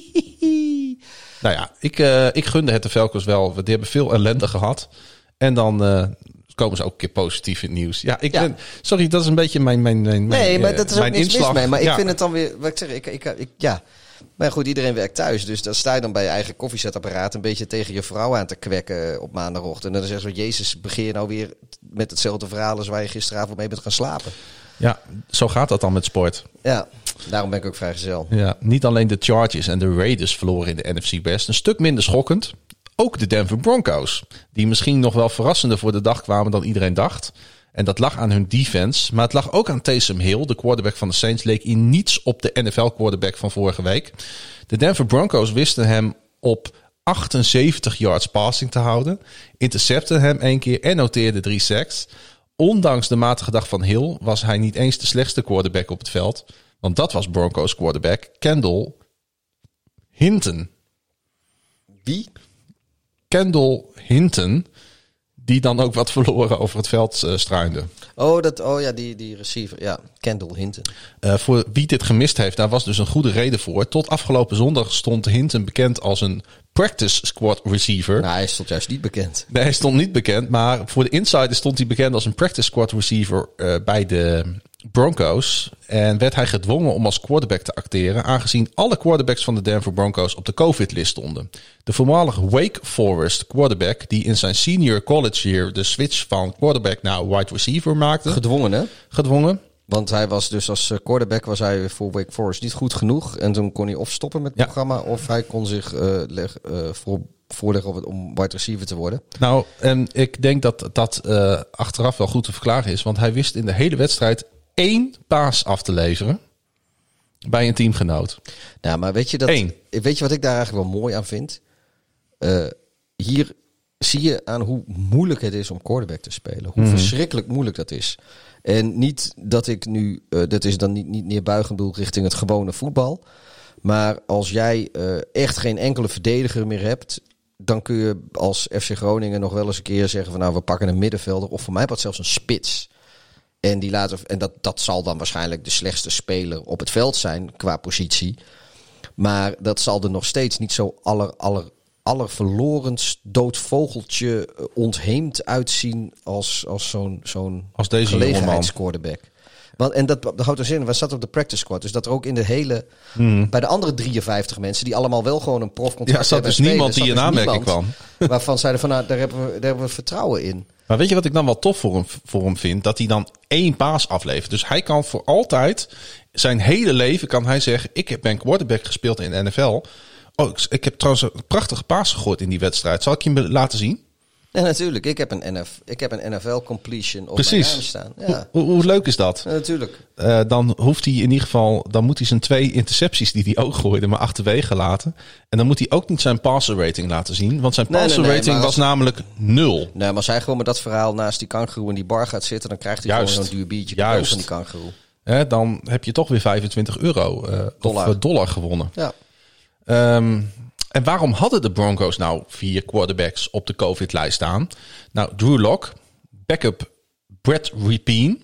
Nou ja, ik gunde het de Falcons wel. Die hebben veel ellende gehad. En dan komen ze ook een keer positief in het nieuws. Ja, sorry, dat is een beetje mijn nee, maar dat is ook niks mis mee. Maar ik vind het dan weer... Wat ik zeg, ja... Maar goed, iedereen werkt thuis. Dus dan sta je dan bij je eigen koffiezetapparaat een beetje tegen je vrouw aan te kwekken op maandagochtend. En dan zeg je zo, Jezus, begin je nou weer met hetzelfde verhaal als waar je gisteravond mee bent gaan slapen. Ja, zo gaat dat dan met sport. Ja, daarom ben ik ook vrijgezel. Ja, niet alleen de Chargers en de Raiders verloren in de NFC West. Een stuk minder schokkend. Ook de Denver Broncos. Die misschien nog wel verrassender voor de dag kwamen dan iedereen dacht. En dat lag aan hun defense. Maar het lag ook aan Taysom Hill. De quarterback van de Saints leek in niets op de NFL-quarterback van vorige week. De Denver Broncos wisten hem op 78 yards passing te houden. Intercepten hem 1 keer en noteerde 3 sacks. Ondanks de matige dag van Hill was hij niet eens de slechtste quarterback op het veld. Want dat was Broncos quarterback Kendall Hinton. Wie? Kendall Hinton. Die dan ook wat verloren over het veld struinde. Die receiver. Ja, Kendall Hinton. Voor wie dit gemist heeft, daar was dus een goede reden voor. Tot afgelopen zondag stond Hinton bekend als een practice squad receiver. Nou, hij stond juist niet bekend. Nee, hij stond niet bekend. Maar voor de insider stond hij bekend als een practice squad receiver bij de Broncos. En werd hij gedwongen om als quarterback te acteren, aangezien alle quarterbacks van de Denver Broncos op de COVID-list stonden. De voormalige Wake Forest quarterback, die in zijn senior college year de switch van quarterback naar wide receiver maakte. Gedwongen, hè? Gedwongen. Want hij was dus als quarterback was hij voor Wake Forest niet goed genoeg. En toen kon hij of stoppen met het programma, of hij kon zich voorleggen om wide receiver te worden. Nou, en ik denk dat achteraf wel goed te verklaren is. Want hij wist in de hele wedstrijd 1 paas af te leveren bij een teamgenoot. Nou, maar weet je wat ik daar eigenlijk wel mooi aan vind? Hier zie je aan hoe moeilijk het is om quarterback te spelen. Hoe verschrikkelijk moeilijk dat is. En niet dat ik nu, dat is dan niet neerbuigend bedoel richting het gewone voetbal. Maar als jij echt geen enkele verdediger meer hebt, dan kun je als FC Groningen nog wel eens een keer zeggen van nou, we pakken een middenvelder of voor mij wat zelfs een spits. En dat zal dan waarschijnlijk de slechtste speler op het veld zijn qua positie. Maar dat zal er nog steeds niet zo allerverlorenst dood vogeltje ontheemd uitzien als zo'n gelegenheidsquarterback. En dat houdt dus in, we zaten op de practice squad. Dus dat er ook in de hele... Bij de andere 53 mensen die allemaal wel gewoon een profcontract hebben. Ja, zat dus niemand die in aanmerking kwam. Waarvan zeiden van nou, daar hebben we vertrouwen in. Maar weet je wat ik dan wel tof voor hem vind? Dat hij dan 1 paas aflevert. Dus hij kan voor altijd, zijn hele leven kan hij zeggen, ik ben quarterback gespeeld in de NFL. Oh, ik heb trouwens een prachtige paas gegooid in die wedstrijd. Zal ik je laten zien? Ja, natuurlijk. Ik heb een NFL completion op mijn naam staan. Ja. Hoe leuk is dat? Ja, natuurlijk. Dan hoeft hij in ieder geval, dan moet hij zijn 2 intercepties die hij ook gooide, maar achterwege laten. En dan moet hij ook niet zijn passer rating laten zien, want zijn passer rating was namelijk 0. Nee, maar als hij gewoon met dat verhaal naast die kangoeroe in die bar gaat zitten, dan krijgt hij gewoon zo'n duur biertje cadeau van die kangoeroe. Dan heb je toch weer €25 dollar gewonnen. Ja. En waarom hadden de Broncos nou 4 quarterbacks op de COVID-lijst staan? Nou, Drew Lock, backup Brett Rypien.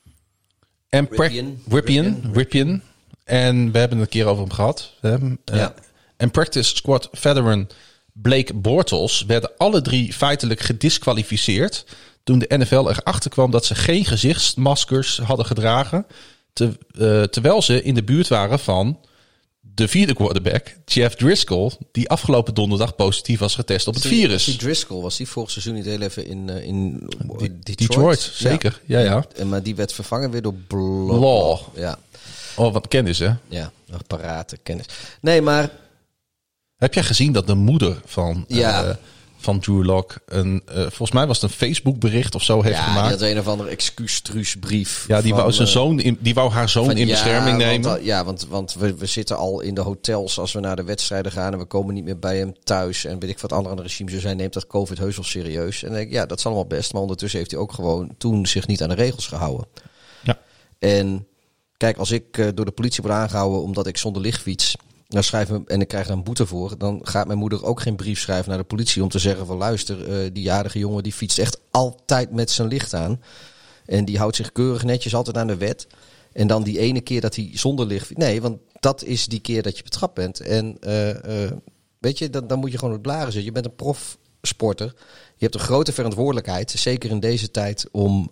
En Rypien. En we hebben het een keer over hem gehad. En practice squad veteran Blake Bortles werden alle 3 feitelijk gedisqualificeerd toen de NFL erachter kwam dat ze geen gezichtsmaskers hadden gedragen, terwijl ze in de buurt waren van de 4e quarterback, Jeff Driscoll, die afgelopen donderdag positief was getest op het virus. Die Driscoll, was die vorig seizoen niet heel even in Detroit? Zeker, ja. Maar die werd vervangen weer door Law. Ja. Oh, wat kennis, hè? Ja, nog parate kennis. Nee, maar... Heb jij gezien dat de moeder van Drew Lock volgens mij was het een Facebook bericht of zo heeft gemaakt? Ja, die had een of andere excuustruusbrief. Ja, die wou haar zoon in bescherming nemen. Want we zitten al in de hotels als we naar de wedstrijden gaan en we komen niet meer bij hem thuis. En weet ik wat andere regimes zijn, neemt dat COVID heus wel serieus. En dan denk ik, ja, dat is allemaal best. Maar ondertussen heeft hij ook gewoon toen zich niet aan de regels gehouden. Ja. En kijk, als ik door de politie word aangehouden omdat ik zonder licht fiets, nou en ik krijg er een boete voor, dan gaat mijn moeder ook geen brief schrijven naar de politie om te zeggen van luister, die jarige jongen die fietst echt altijd met zijn licht aan. En die houdt zich keurig netjes altijd aan de wet. En dan die ene keer dat hij zonder licht fietst. Nee, want dat is die keer dat je betrapt bent. En weet je, dan moet je gewoon het blaren zitten. Je bent een profsporter. Je hebt een grote verantwoordelijkheid, zeker in deze tijd, om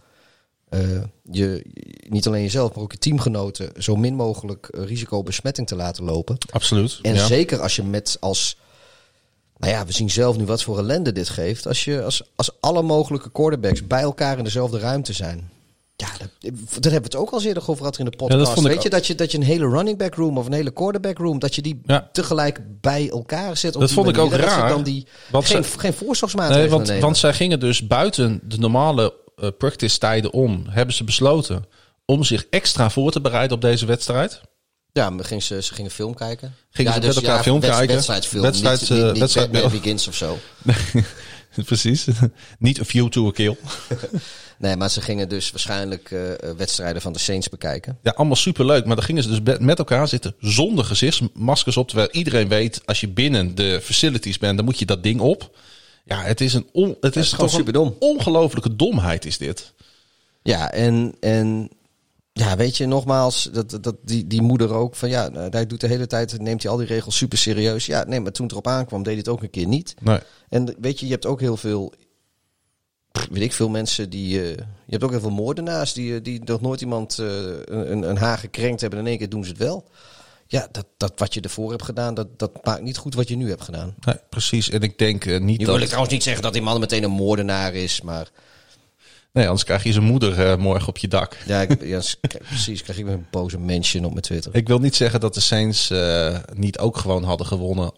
je niet alleen jezelf, maar ook je teamgenoten zo min mogelijk risico op besmetting te laten lopen. Absoluut. En zeker als je nou ja, we zien zelf nu wat voor ellende dit geeft. Als alle mogelijke quarterbacks bij elkaar in dezelfde ruimte zijn. Ja, daar hebben we het ook al eerder over gehad in de podcast. Ja, weet je, dat je een hele running back room of een hele quarterback room, dat je die tegelijk bij elkaar zet. Dat vond ik ook raar. Dan geen voorzorgsmaatregelen nemen. Want zij gingen dus buiten de normale practice tijden hebben ze besloten om zich extra voor te bereiden op deze wedstrijd. Ja, ze gingen film kijken. Gingen ze met elkaar film kijken? Wedstrijdsfilm, niet Batman Begins of zo. Precies. Niet A View to a Kill. Nee, maar ze gingen dus waarschijnlijk wedstrijden van de Saints bekijken. Ja, allemaal superleuk. Maar dan gingen ze dus met elkaar zitten zonder gezichtsmaskers op. Terwijl iedereen weet, als je binnen de facilities bent, dan moet je dat ding op. Ja, het is toch superdom. Een ongelofelijke domheid is dit. Ja, en ja, weet je, nogmaals, die moeder ook van ja, hij doet de hele tijd, neemt hij al die regels super serieus. Ja, nee, maar toen het erop aankwam, deed hij het ook een keer niet. Nee. En weet je hebt ook heel veel, veel mensen je hebt ook heel veel moordenaars die nog nooit iemand een haar gekrenkt hebben en in één keer doen ze het wel. Ja, dat wat je ervoor hebt gedaan, dat maakt niet goed wat je nu hebt gedaan. Nee, precies. En ik denk niet wil ik trouwens niet zeggen dat die man meteen een moordenaar is, maar nee, anders krijg je zijn moeder morgen op je daar. Ja, precies. Krijg ik weer een boze mention op mijn Twitter. Ik wil niet zeggen dat de Saints niet ook gewoon hadden gewonnen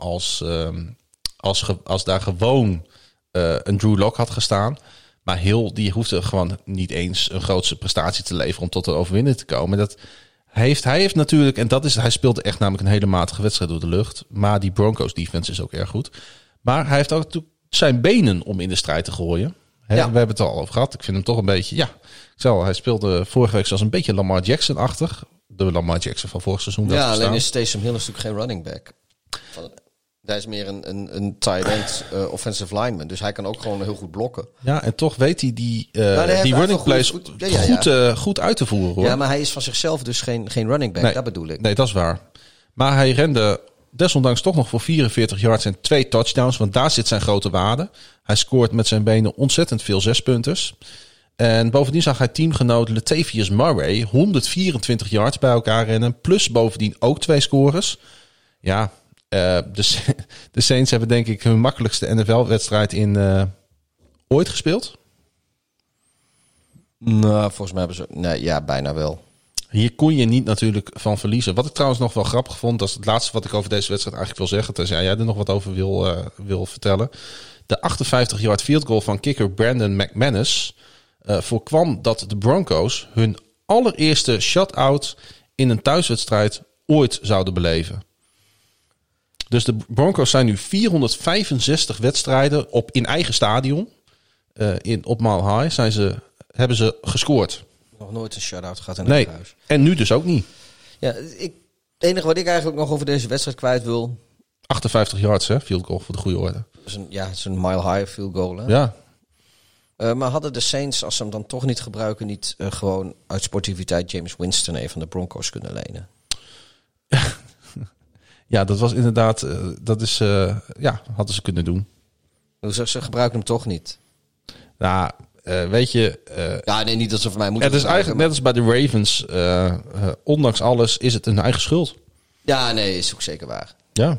als daar gewoon een Drew Lock had gestaan. Maar die hoefde gewoon niet eens een grootste prestatie te leveren om tot een overwinning te komen. Hij heeft natuurlijk, en hij speelde echt namelijk een hele matige wedstrijd door de lucht. Maar die Broncos defense is ook erg goed. Maar hij heeft ook zijn benen om in de strijd te gooien. Ja. We hebben het al over gehad. Ik vind hem toch een beetje, hij speelde vorige week zoals een beetje Lamar Jackson-achtig. De Lamar Jackson van vorig seizoen. Ja, alleen is Taysom Hill natuurlijk geen running back. Hij is meer een tight end offensive lineman. Dus hij kan ook gewoon heel goed blokken. Ja, en toch weet hij die running plays goed uit te voeren, hoor. Ja, maar hij is van zichzelf dus geen running back. Nee, dat bedoel ik. Nee, dat is waar. Maar hij rende desondanks toch nog voor 44 yards en 2 touchdowns. Want daar zit zijn grote waarde. Hij scoort met zijn benen ontzettend veel 6-punters. En bovendien zag hij teamgenoot Latavius Murray 124 yards bij elkaar rennen. Plus bovendien ook 2 scores. Ja, de Saints hebben denk ik hun makkelijkste NFL-wedstrijd ooit gespeeld. Nou, volgens mij hebben ze... Nee, ja, bijna wel. Hier kon je niet natuurlijk van verliezen. Wat ik trouwens nog wel grappig vond, dat is het laatste wat ik over deze wedstrijd eigenlijk wil zeggen. Tenzij jij er nog wat over wil vertellen. De 58-yard field goal van kicker Brandon McManus voorkwam dat de Broncos hun allereerste shutout in een thuiswedstrijd ooit zouden beleven. Dus de Broncos zijn nu 465 wedstrijden in eigen stadion. Op Mile High hebben ze gescoord. Nog nooit een shutout gehad in het huis. En nu dus ook niet. Ja, het enige wat ik eigenlijk nog over deze wedstrijd kwijt wil... 58 yards, hè, field goal voor de goede orde. Het is een mile high field goal, hè? Ja. Maar hadden de Saints, als ze hem dan toch niet gebruiken, niet gewoon uit sportiviteit James Winston even van de Broncos kunnen lenen? Ja, dat was inderdaad... hadden ze kunnen doen. Ze gebruiken hem toch niet. Nou, weet je... niet dat ze voor mij moeten. Het is eigenlijk net als bij de Ravens. Ondanks alles is het hun eigen schuld. Ja, nee, is ook zeker waar. Ja.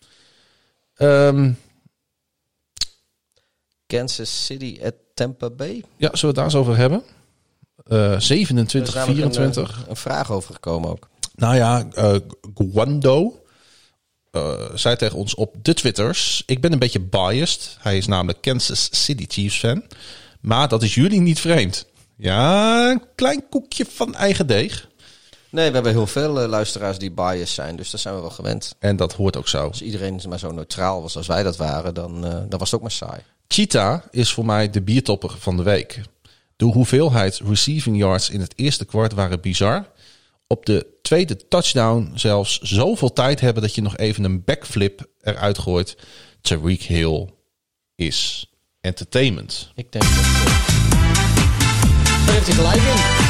Kansas City at Tampa Bay. Ja, zullen we het daar eens over hebben? 27, Er is 24. een vraag over gekomen ook. Nou ja, Gwando zei tegen ons op de Twitters... Ik ben een beetje biased. Hij is namelijk Kansas City Chiefs fan. Maar dat is jullie niet vreemd. Ja, een klein koekje van eigen deeg. Nee, we hebben heel veel luisteraars die biased zijn. Dus daar zijn we wel gewend. En dat hoort ook zo. Als iedereen maar zo neutraal was als wij dat waren... dan was het ook maar saai. Cheetah is voor mij de biertopper van de week. De hoeveelheid receiving yards in het eerste kwart waren bizar. Op de tweede touchdown zelfs zoveel tijd hebben dat je nog even een backflip eruit gooit. Tyreek Hill is entertainment. Ik denk dat... Daar heeft hij gelijk in.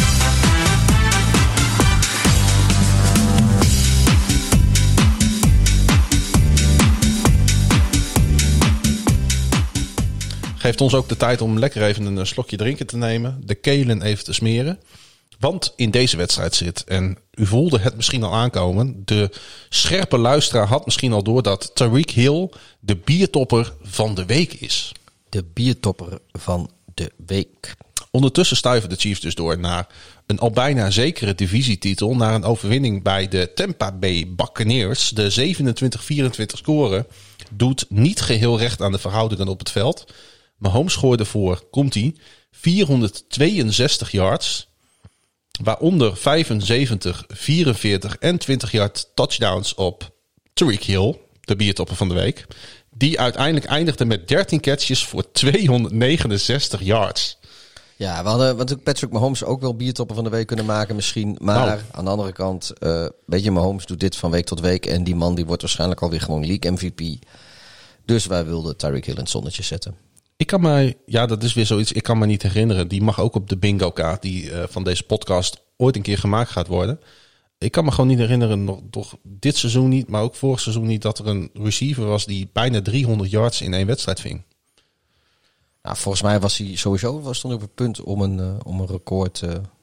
Geeft ons ook de tijd om lekker even een slokje drinken te nemen. De kelen even te smeren. Want in deze wedstrijd zit, en u voelde het misschien al aankomen... de scherpe luisteraar had misschien al door dat Tyreek Hill de biertopper van de week is. De biertopper van de week. Ondertussen stuiven de Chiefs dus door naar een al bijna zekere divisietitel... naar een overwinning bij de Tampa Bay Buccaneers. De 27-24 score doet niet geheel recht aan de verhoudingen op het veld... Mahomes scoorde voor, komt-ie, 462 yards. Waaronder 75, 44 en 20 yard touchdowns op Tyreek Hill, de biertopper van de week. Die uiteindelijk eindigde met 13 catches voor 269 yards. Ja, we hadden Patrick Mahomes ook wel biertopper van de week kunnen maken misschien. Maar aan de andere kant, weet je, Mahomes doet dit van week tot week. En die man die wordt waarschijnlijk alweer gewoon league MVP. Dus wij wilden Tyreek Hill in het zonnetje zetten. Ik kan mij, dat is weer zoiets, ik kan me niet herinneren. Die mag ook op de bingo kaart die van deze podcast ooit een keer gemaakt gaat worden. Ik kan me gewoon niet herinneren, nog dit seizoen niet, maar ook vorig seizoen niet, dat er een receiver was die bijna 300 yards in één wedstrijd ving. Nou, volgens mij was hij sowieso stond op het punt om een record.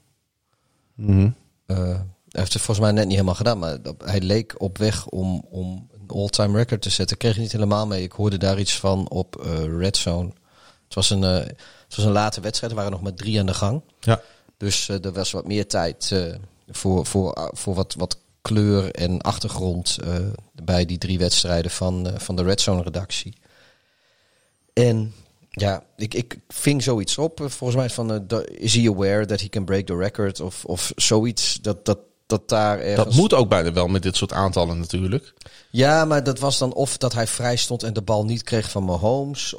Hij heeft het volgens mij net niet helemaal gedaan, maar hij leek op weg om een all-time record te zetten. Kreeg je niet helemaal mee. Ik hoorde daar iets van op Red Zone. Het was een late wedstrijd. Er waren nog maar 3 aan de gang. Ja. Dus er was wat meer tijd voor wat kleur en achtergrond bij die 3 wedstrijden van de Red Zone redactie. En ja, ik ving zoiets op. Volgens mij van is he aware that he can break the record of zoiets dat daar ergens... Dat moet ook bijna wel met dit soort aantallen natuurlijk. Ja, maar dat was dan of dat hij vrij stond en de bal niet kreeg van Mahomes.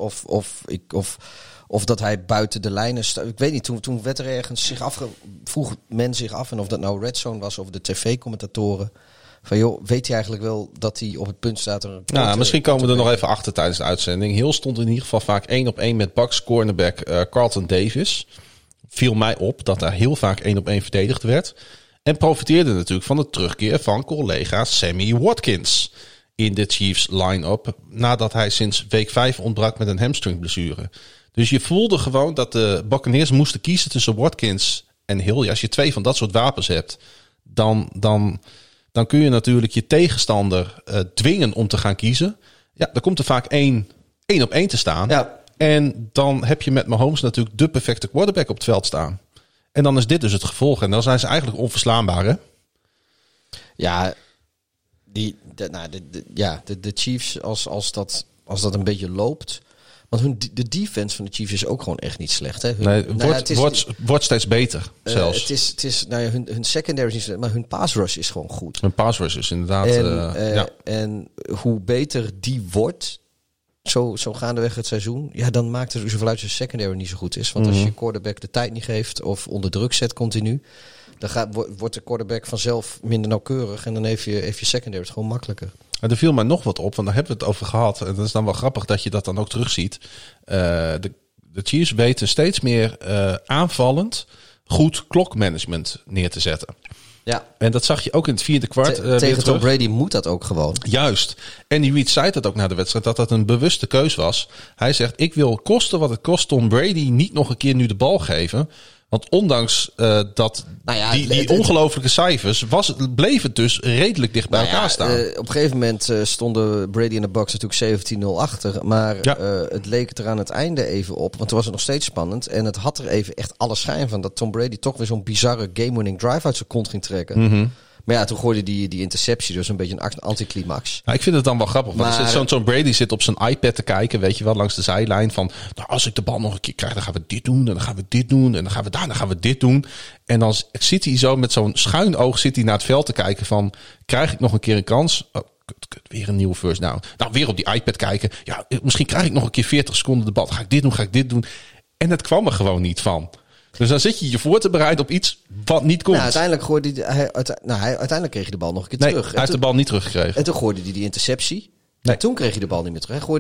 Of dat hij buiten de lijnen... Ik weet niet, toen werd er ergens vroeg men zich af... en of dat nou Red Zone was of de tv-commentatoren... van joh, weet hij eigenlijk wel dat hij op het punt staat... misschien komen we er nog even achter tijdens de uitzending. Hill stond in ieder geval vaak 1-op-1 met Bucs cornerback Carlton Davis. Viel mij op dat daar heel vaak 1-op-1 verdedigd werd... En profiteerde natuurlijk van de terugkeer van collega Sammy Watkins in de Chiefs line-up. Nadat hij sinds week 5 ontbrak met een hamstringblessure. Dus je voelde gewoon dat de Buccaneers moesten kiezen tussen Watkins en Hill. Ja, als je 2 van dat soort wapens hebt, dan kun je natuurlijk je tegenstander dwingen om te gaan kiezen. Ja, dan komt er vaak 1-op-1 te staan. Ja. En dan heb je met Mahomes natuurlijk de perfecte quarterback op het veld staan. En dan is dit dus het gevolg. En dan zijn ze eigenlijk onverslaanbaar, hè? Ja, de Chiefs, als dat een beetje loopt... Want de defense van de Chiefs is ook gewoon echt niet slecht. Hè? Wordt steeds beter, zelfs. Het is hun secondary is niet slecht, maar hun pass rush is gewoon goed. Hun pass rush is inderdaad... En hoe beter die wordt... Zo gaandeweg het seizoen, ja, dan maakt het zoveel uit als je secondary niet zo goed is. Want als je quarterback de tijd niet geeft of onder druk zet continu, dan wordt de quarterback vanzelf minder nauwkeurig en dan heeft je secondary het gewoon makkelijker. Er viel mij nog wat op, want daar hebben we het over gehad. En dat is dan wel grappig dat je dat dan ook terugziet. De Chiefs weten steeds meer aanvallend goed klokmanagement neer te zetten. Ja. En dat zag je ook in het vierde kwart. Tegen Tom Brady moet dat ook gewoon. Juist. En die Reid zei dat ook na de wedstrijd, dat dat een bewuste keus was. Hij zegt, ik wil kosten wat het kost Tom Brady niet nog een keer nu de bal geven. Want ondanks die ongelofelijke cijfers bleef het dus redelijk dicht bij elkaar staan. Op een gegeven moment stonden Brady en de Bucks natuurlijk 17-0 achter. Maar het leek het er aan het einde even op. Want toen was het nog steeds spannend. En het had er even echt alle schijn van dat Tom Brady toch weer zo'n bizarre game-winning drive uit zijn kont ging trekken. Mm-hmm. Maar ja, toen gooide die interceptie, dus een beetje een anticlimax. Nou, ik vind het dan wel grappig. Want zo'n Brady zit op zijn iPad te kijken, weet je wel, langs de zijlijn. Van, nou, als ik de bal nog een keer krijg, dan gaan we dit doen. En dan gaan we dit doen. En dan gaan we daar, dan gaan we dit doen. En dan zit hij zo met zo'n schuin oog naar het veld te kijken van, krijg ik nog een keer een kans? Oh, weer een nieuwe first down. Nou, weer op die iPad kijken. Ja, misschien krijg ik nog een keer 40 seconden de bal. Dan ga ik dit doen. En het kwam er gewoon niet van. Dus dan zit je je voor te bereiden op iets wat niet komt. Nou, uiteindelijk kreeg je de bal nog een keer terug. Hij heeft de bal niet teruggekregen. En toen gooide hij die interceptie. Nee. En toen kreeg hij de bal niet meer terug.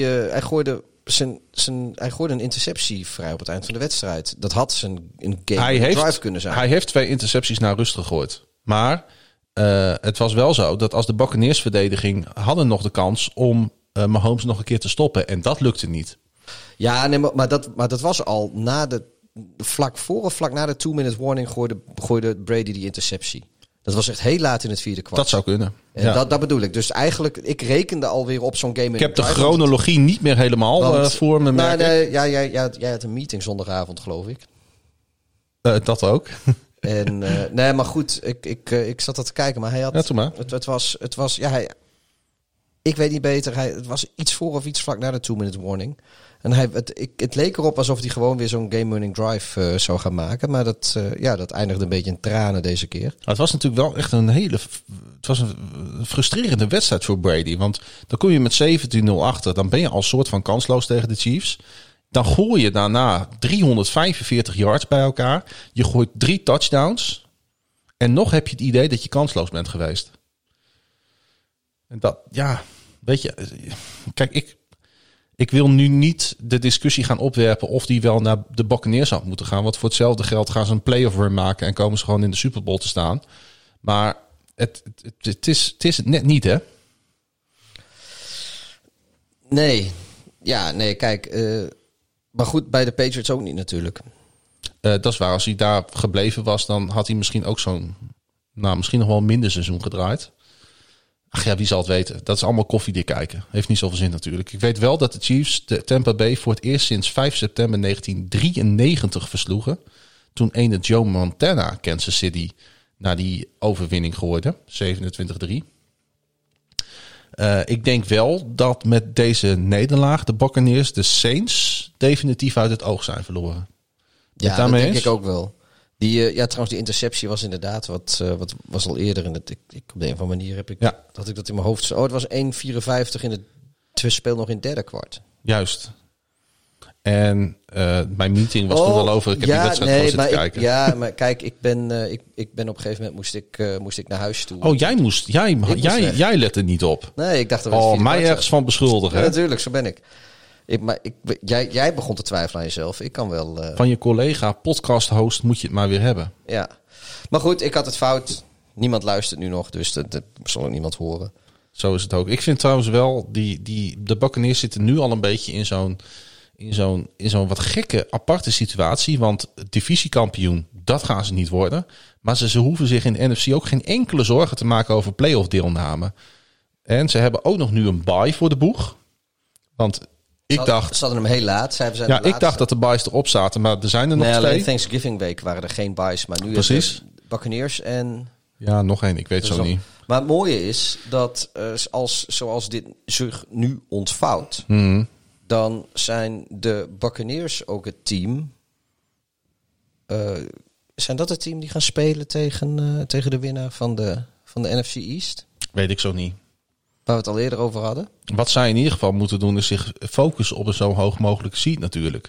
Hij gooide een interceptie vrij op het eind van de wedstrijd. Dat had een game drive kunnen zijn. Hij heeft 2 intercepties naar rust gegooid. Maar het was wel zo dat als de Buccaneers verdediging hadden nog de kans om Mahomes nog een keer te stoppen. En dat lukte niet. Ja, nee, maar dat was al vlak voor of vlak na de 2-minute warning gooide Brady die interceptie. Dat was echt heel laat in het vierde kwart. Dat zou kunnen. En dat bedoel ik. Dus eigenlijk, ik rekende alweer op zo'n game. Ik heb de chronologie niet meer helemaal voor me. Nee, jij had een meeting zondagavond, geloof ik. Dat ook. En nee, maar goed, ik zat dat te kijken, maar hij had. Ja, toen maar. Het was ik weet niet beter. Het was iets voor of iets vlak na de 2-minute warning. En het leek erop alsof hij gewoon weer zo'n game-winning drive zou gaan maken. Maar dat eindigde een beetje in tranen deze keer. Het was natuurlijk wel echt een frustrerende wedstrijd voor Brady. Want dan kom je met 17-0 achter. Dan ben je al soort van kansloos tegen de Chiefs. Dan gooi je daarna 345 yards bij elkaar. Je gooit 3 touchdowns. En nog heb je het idee dat je kansloos bent geweest. En dat, ja, weet je. Kijk, ik wil nu niet de discussie gaan opwerpen of die wel naar de Buccaneers had moeten gaan. Want voor hetzelfde geld gaan ze een playoff run maken en komen ze gewoon in de Super Bowl te staan. Maar het is het net niet, hè? Nee. Ja, nee, kijk. Maar goed, bij de Patriots ook niet natuurlijk. Dat is waar. Als hij daar gebleven was, dan had hij misschien ook misschien nog wel een minder seizoen gedraaid. Ach ja, wie zal het weten? Dat is allemaal koffiedik kijken. Heeft niet zoveel zin natuurlijk. Ik weet wel dat de Chiefs de Tampa Bay voor het eerst sinds 5 september 1993 versloegen. Toen ene Joe Montana Kansas City naar die overwinning gooide. 27-3. Ik denk wel dat met deze nederlaag de Buccaneers de Saints definitief uit het oog zijn verloren. Ja, dat denk ik ook wel. Trouwens, die interceptie was inderdaad wat was al eerder in het. Op de een of andere manier had ik dat in mijn hoofd. Het was 1:54 in het speel nog in het derde kwart. Juist. En mijn meeting was toen al over. Ik heb die wedstrijd gewoon zitten kijken. Ja, maar kijk, ik ben op een gegeven moment moest ik naar huis toe. Oh, jij let er niet op. Nee, ik dacht dat mij ergens van beschuldigen. Ja, natuurlijk, zo ben ik. Jij begon te twijfelen aan jezelf. Ik kan wel. Van je collega podcast-host moet je het maar weer hebben. Ja, maar goed, ik had het fout. Niemand luistert nu nog, dus dat zal ook niemand horen. Zo is het ook. Ik vind trouwens wel de Buccaneers zitten nu al een beetje in zo'n wat gekke aparte situatie. Want divisiekampioen, dat gaan ze niet worden. Maar ze hoeven zich in de NFC ook geen enkele zorgen te maken over playoff deelname. En ze hebben ook nog nu een bye voor de boeg. Want ze hadden hem heel laat. Ik dacht dat de buys erop zaten, maar er zijn er nog 2. Alleen Thanksgiving week waren er geen buys. Maar nu precies. De Buccaneers en... Ja, nog 1. Ik weet zo niet. Maar het mooie is dat zoals dit zich nu ontvouwt... dan zijn de Buccaneers ook het team... zijn dat het team die gaan spelen tegen de winnaar van de NFC East? Weet ik zo niet. Waar we het al eerder over hadden. Wat zij in ieder geval moeten doen is zich focussen op een zo hoog mogelijke seed natuurlijk.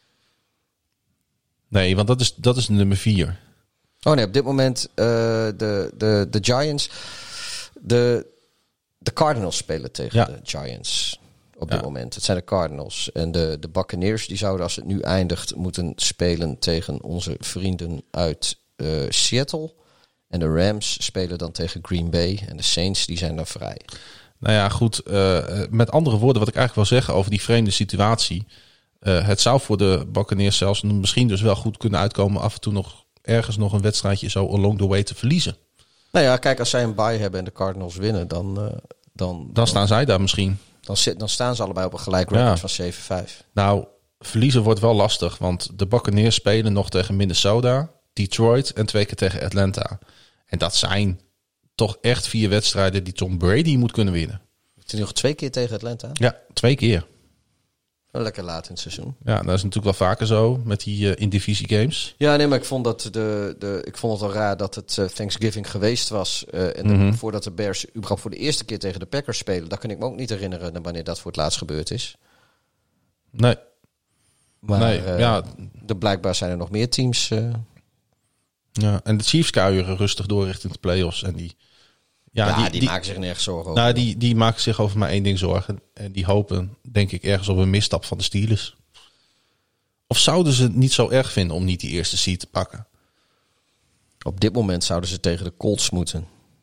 Nee, want dat is nummer 4. Oh nee, op dit moment de Giants... De Cardinals spelen tegen de Giants op dit moment. Het zijn de Cardinals. En de Buccaneers die zouden, als het nu eindigt, moeten spelen tegen onze vrienden uit Seattle. En de Rams spelen dan tegen Green Bay. En de Saints die zijn dan vrij. Nou ja, goed. Met andere woorden, wat ik eigenlijk wil zeggen over die vreemde situatie. Het zou voor de Buccaneers zelfs misschien dus wel goed kunnen uitkomen af en toe nog ergens nog een wedstrijdje zo along the way te verliezen. Nou ja, kijk, als zij een bye hebben en de Cardinals winnen, dan staan zij daar misschien. Dan staan ze allebei op een gelijk record van 7-5. Nou, verliezen wordt wel lastig, want de Buccaneers spelen nog tegen Minnesota, Detroit en 2 keer tegen Atlanta. En dat zijn toch echt 4 wedstrijden die Tom Brady moet kunnen winnen. Het is nog 2 keer tegen Atlanta? Ja, 2 keer. Lekker laat in het seizoen. Ja, dat is natuurlijk wel vaker zo met die in-divisie games. Ja, nee, maar ik vond ik vond het al raar dat het Thanksgiving geweest was. Voordat de Bears überhaupt voor de eerste keer tegen de Packers spelen. Dat kan ik me ook niet herinneren wanneer dat voor het laatst gebeurd is. Nee. Maar blijkbaar zijn er nog meer teams. Ja, en de Chiefs kuieren rustig door richting de playoffs. En die maken zich nergens zorgen over. Nou, die maken zich over maar één ding zorgen. En die hopen, denk ik, ergens op een misstap van de Steelers. Of zouden ze het niet zo erg vinden om niet die eerste seed te pakken? Op dit moment zouden ze tegen de Colts moeten.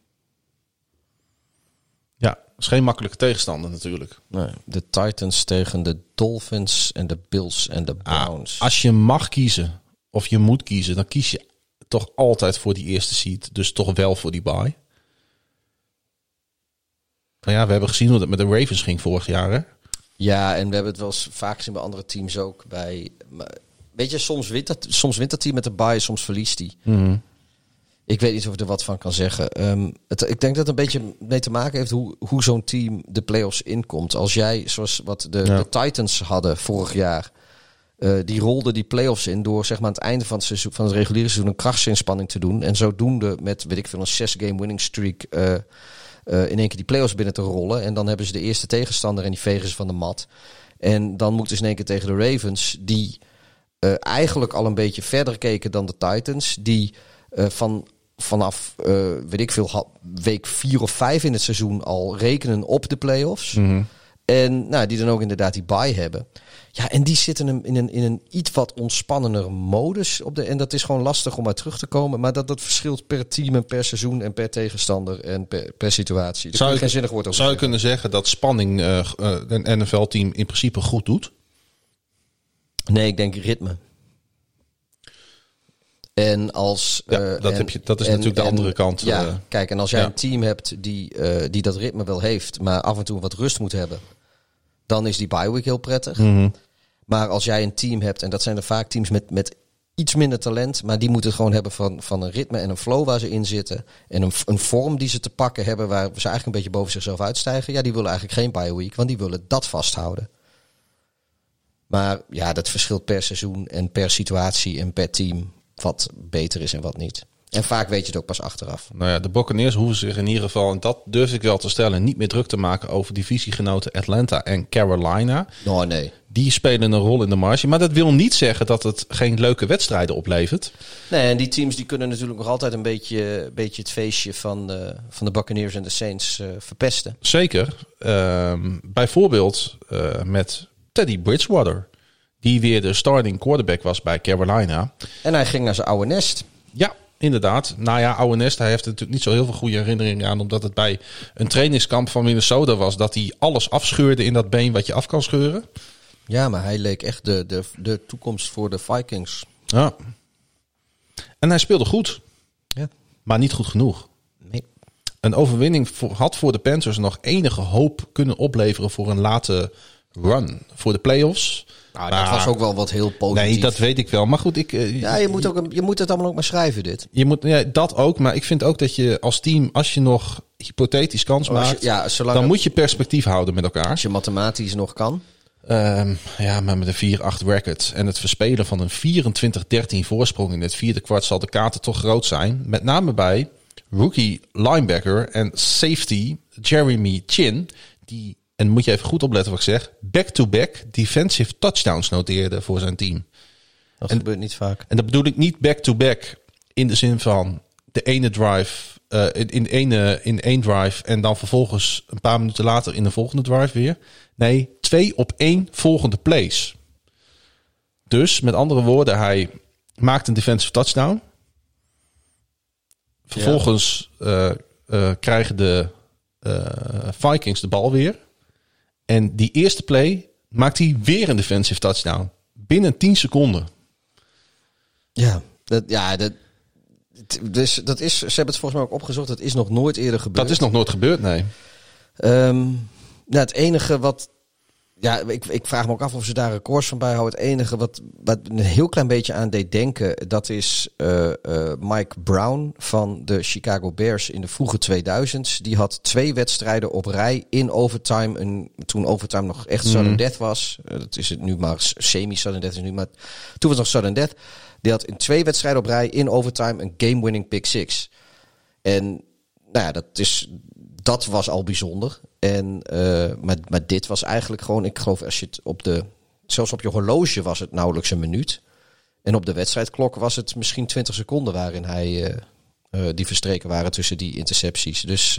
Ja, dat is geen makkelijke tegenstander natuurlijk. Nee, de Titans tegen de Dolphins en de Bills en de Browns. Als je mag kiezen, of je moet kiezen, dan kies je toch altijd voor die eerste seed. Dus toch wel voor die bye. Nou ja, we hebben gezien hoe dat met de Ravens ging vorig jaar, hè? Ja, en we hebben het wel eens vaak gezien bij andere teams ook. Weet je, soms wint dat team met de bye, soms verliest die. Mm-hmm. Ik weet niet of ik er wat van kan zeggen. Ik denk dat het een beetje mee te maken heeft hoe zo'n team de playoffs inkomt. Als jij, zoals wat de Titans hadden vorig jaar, die rolden die playoffs in door zeg maar aan het einde van het seizoen, van het reguliere seizoen, een krachtsinspanning te doen. En zodoende met, weet ik veel, een 6-game winning streak in één keer die playoffs binnen te rollen. En dan hebben ze de eerste tegenstander en die vegen ze van de mat. En dan moeten ze in één keer tegen de Ravens, die eigenlijk al een beetje verder keken dan de Titans. Die vanaf, weet ik veel, week 4 of 5 in het seizoen al rekenen op de playoffs. Mm-hmm. En die dan ook inderdaad die bye hebben. Ja, en die zitten in een iets wat ontspannender modus. En dat is gewoon lastig om uit terug te komen. Maar dat verschilt per team en per seizoen en per tegenstander en per situatie. Daar kan geen zinnig woord over zeggen. Zou je kunnen zeggen dat spanning een NFL-team in principe goed doet? Nee, ik denk ritme. En als dat is natuurlijk de andere kant. Ja, kijk, en als jij een team hebt die dat ritme wel heeft, maar af en toe wat rust moet hebben, dan is die bye week heel prettig. Mm-hmm. Maar als jij een team hebt, en dat zijn er vaak teams met iets minder talent, maar die moeten het gewoon hebben van een ritme en een flow waar ze in zitten. En een vorm die ze te pakken hebben, waar ze eigenlijk een beetje boven zichzelf uitstijgen. Ja, die willen eigenlijk geen bye week, want die willen dat vasthouden. Maar ja, dat verschilt per seizoen en per situatie en per team wat beter is en wat niet. En vaak weet je het ook pas achteraf. Nou ja, de Buccaneers hoeven zich in ieder geval, en dat durf ik wel te stellen, niet meer druk te maken over divisiegenoten Atlanta en Carolina. Oh nee. Die spelen een rol in de marge. Maar dat wil niet zeggen dat het geen leuke wedstrijden oplevert. Nee, en die teams die kunnen natuurlijk nog altijd een beetje het feestje van de Buccaneers en de Saints verpesten. Zeker. Bijvoorbeeld met Teddy Bridgewater, die weer de starting quarterback was bij Carolina. En hij ging naar zijn oude nest. Ja, inderdaad. Nou ja, oude nest. Hij heeft er natuurlijk niet zo heel veel goede herinneringen aan, omdat het bij een trainingskamp van Minnesota was dat hij alles afscheurde in dat been wat je af kan scheuren. Ja, maar hij leek echt de toekomst voor de Vikings. Ja. En hij speelde goed. Ja. Maar niet goed genoeg. Nee. Een overwinning had voor de Panthers nog enige hoop kunnen opleveren voor een late run voor de playoffs. Nou, dat was ook wel wat heel positief. Nee, dat weet ik wel. Maar goed, je moet het allemaal ook maar schrijven, dit. Dat ook. Maar ik vind ook dat je als team, als je nog hypothetisch kans maakt, dan moet je perspectief houden met elkaar. Als je mathematisch nog kan. Maar met een 4-8 record en het verspelen van een 24-13 voorsprong in het vierde kwart zal de kaarten toch groot zijn. Met name bij rookie linebacker en safety Jeremy Chin, die, en moet je even goed opletten wat ik zeg, back-to-back defensive touchdowns noteerde voor zijn team. Dat gebeurt niet vaak. En dat bedoel ik niet back-to-back in de zin van de ene drive, in één drive en dan vervolgens een paar minuten later in de volgende drive weer. Nee, 2 op 1 volgende plays. Dus met andere woorden, hij maakt een defensive touchdown. Vervolgens krijgen de Vikings de bal weer. En die eerste play maakt hij weer een defensive touchdown. Binnen 10 seconden. Dus dat is, ze hebben het volgens mij ook opgezocht. Dat is nog nooit eerder gebeurd. Dat is nog nooit gebeurd, nee. Het enige wat... Ja, ik vraag me ook af of ze daar records van bijhouden. Het enige wat een heel klein beetje aan deed denken... dat is Mike Brown van de Chicago Bears in de vroege 2000's. Die had 2 wedstrijden op rij in overtime. Toen overtime nog echt sudden death was. Dat is het nu maar semi-sudden death. Is nu maar, toen was het nog sudden death. Die had in 2 wedstrijden op rij in overtime een game-winning pick 6. En nou ja, dat was al bijzonder. Maar dit was eigenlijk gewoon, ik geloof als je het zelfs op je horloge was het nauwelijks een minuut. En op de wedstrijdklok was het misschien 20 seconden waarin die verstreken waren tussen die intercepties. Dus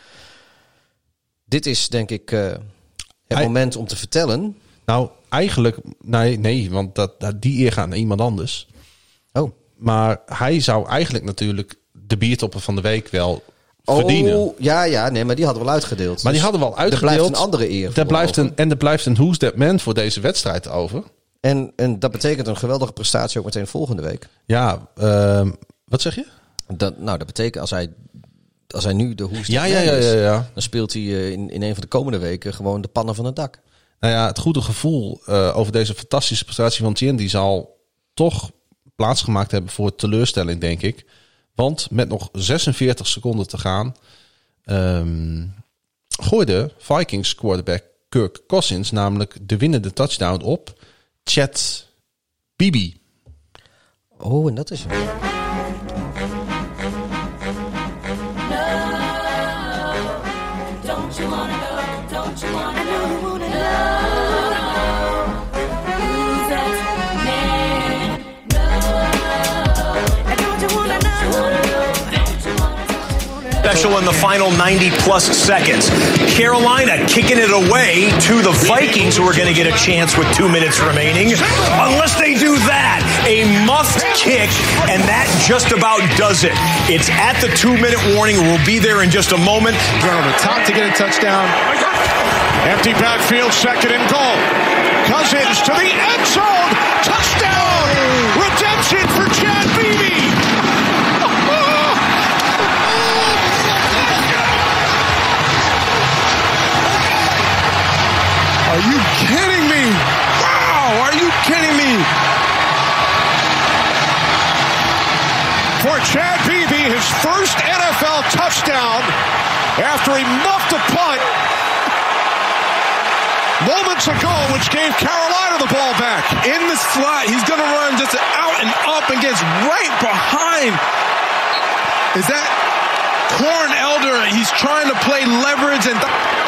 dit is denk ik het moment om te vertellen. Nou, eigenlijk, nee, want die eer gaat naar iemand anders. Oh. Maar hij zou eigenlijk natuurlijk de biertopper van de week wel verdienen. Nee, maar die hadden we al uitgedeeld. Maar die hadden we al uitgedeeld. Er blijft een andere eer. Er blijft een Who's That Man voor deze wedstrijd over. En dat betekent een geweldige prestatie ook meteen volgende week. Ja, wat zeg je? Dat betekent als hij nu de Who's That Man is, dan speelt hij in een van de komende weken gewoon de pannen van het dak. Nou ja, het goede gevoel over deze fantastische prestatie van Tien, die zal toch plaatsgemaakt hebben voor teleurstelling, denk ik. Want met nog 46 seconden te gaan gooide Vikings quarterback Kirk Cousins namelijk de winnende touchdown op Chad Beebe. Oh, en dat is special in the final 90-plus seconds. Carolina kicking it away to the Vikings, who are going to get a chance with 2 minutes remaining. Unless they do that, a muffed kick, and that just about does it. It's at the 2-minute warning. We'll be there in just a moment. Run on the top to get a touchdown. Empty backfield, 2nd and goal. Cousins to the end zone. Touchdown! Redemption for Chad Beebe. Are you kidding me? Wow, are you kidding me? For Chad Beebe, his first NFL touchdown after he muffed a punt moments ago, which gave Carolina the ball back. In the slot, he's going to run just out and up and gets right behind. Is that Corn Elder? He's trying to play leverage and...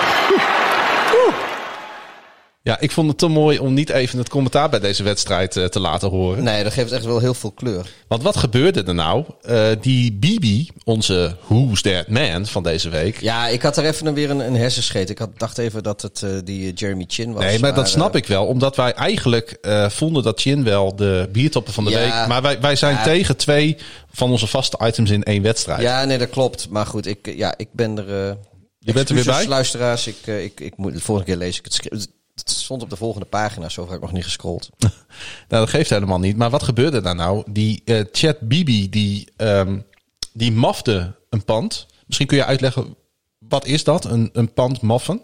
Ja, ik vond het te mooi om niet even het commentaar bij deze wedstrijd te laten horen. Nee, dat geeft echt wel heel veel kleur. Want wat gebeurde er nou? Die Beebe, onze Who's That Man van deze week. Ja, ik had er even weer een hersenscheet. Ik dacht even dat het die Jeremy Chin was. Nee, maar dat snap ik wel. Omdat wij eigenlijk vonden dat Chin wel de biertopper van de week. Maar wij zijn tegen 2 van onze vaste items in 1 wedstrijd. Ja, nee, dat klopt. Maar goed, ik ben er... Je bent er weer bij? Luisteraars, ik moet de volgende keer lees ik het script. Het stond op de volgende pagina, zo heb ik nog niet gescrolld. Nou, dat geeft helemaal niet. Maar wat gebeurde daar nou? Die Chad Beebe, die mafte een pand. Misschien kun je uitleggen, wat is dat? Een pand maffen?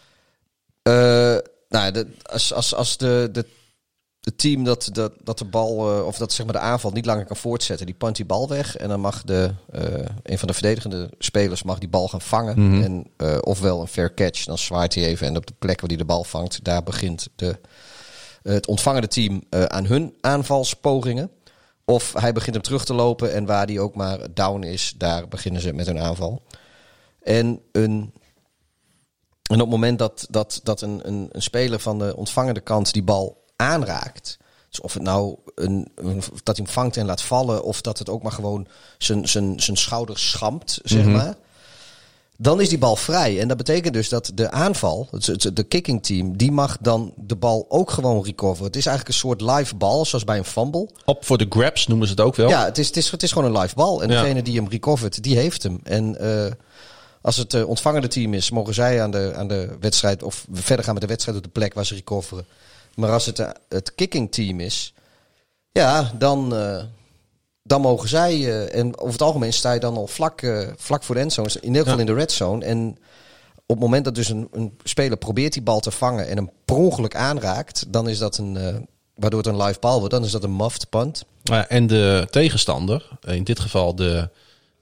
Als de team dat de bal, of dat zeg maar de aanval niet langer kan voortzetten, die punt die bal weg. En dan mag een van de verdedigende spelers mag die bal gaan vangen. Mm-hmm. En ofwel een fair catch, dan zwaait hij even. En op de plek waar hij de bal vangt, daar begint het ontvangende team aan hun aanvalspogingen. Of hij begint hem terug te lopen en waar die ook maar down is, daar beginnen ze met hun aanval. En op het moment dat een speler van de ontvangende kant die bal aanraakt, dus of het nou dat hij hem vangt en laat vallen, of dat het ook maar gewoon zijn schouders schampt, zeg maar. dan is die bal vrij. En dat betekent dus dat de aanval, de kicking team, die mag dan de bal ook gewoon recoveren. Het is eigenlijk een soort live bal, zoals bij een fumble. Op voor de grabs noemen ze het ook wel. Ja, het is gewoon een live bal. En degene die hem recovert, die heeft hem. En als het ontvangende team is, mogen zij aan de wedstrijd, of verder gaan met de wedstrijd op de plek waar ze recoveren. Maar als het kicking team is, ja, dan mogen zij, en over het algemeen sta je dan al vlak voor de endzone, in ieder geval in de red zone. En op het moment dat dus een speler probeert die bal te vangen en hem per ongeluk aanraakt, dan is dat waardoor het een live bal wordt, dan is dat een muffed punt. En de tegenstander, in dit geval de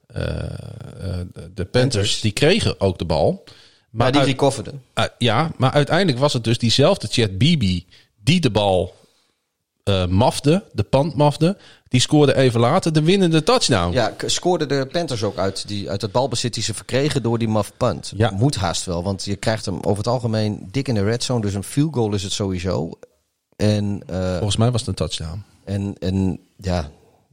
Panthers, die kregen ook de bal. Maar die recoverden. Maar uiteindelijk was het dus diezelfde Chad Beebe die de bal mafde, de punt mafde. Die scoorde even later de winnende touchdown. Ja, scoorden de Panthers ook uit het balbezit die ze verkregen door die muff punt. Ja. Moet haast wel, want je krijgt hem over het algemeen dik in de red zone. Dus een field goal is het sowieso. En, volgens mij was het een touchdown. En ja,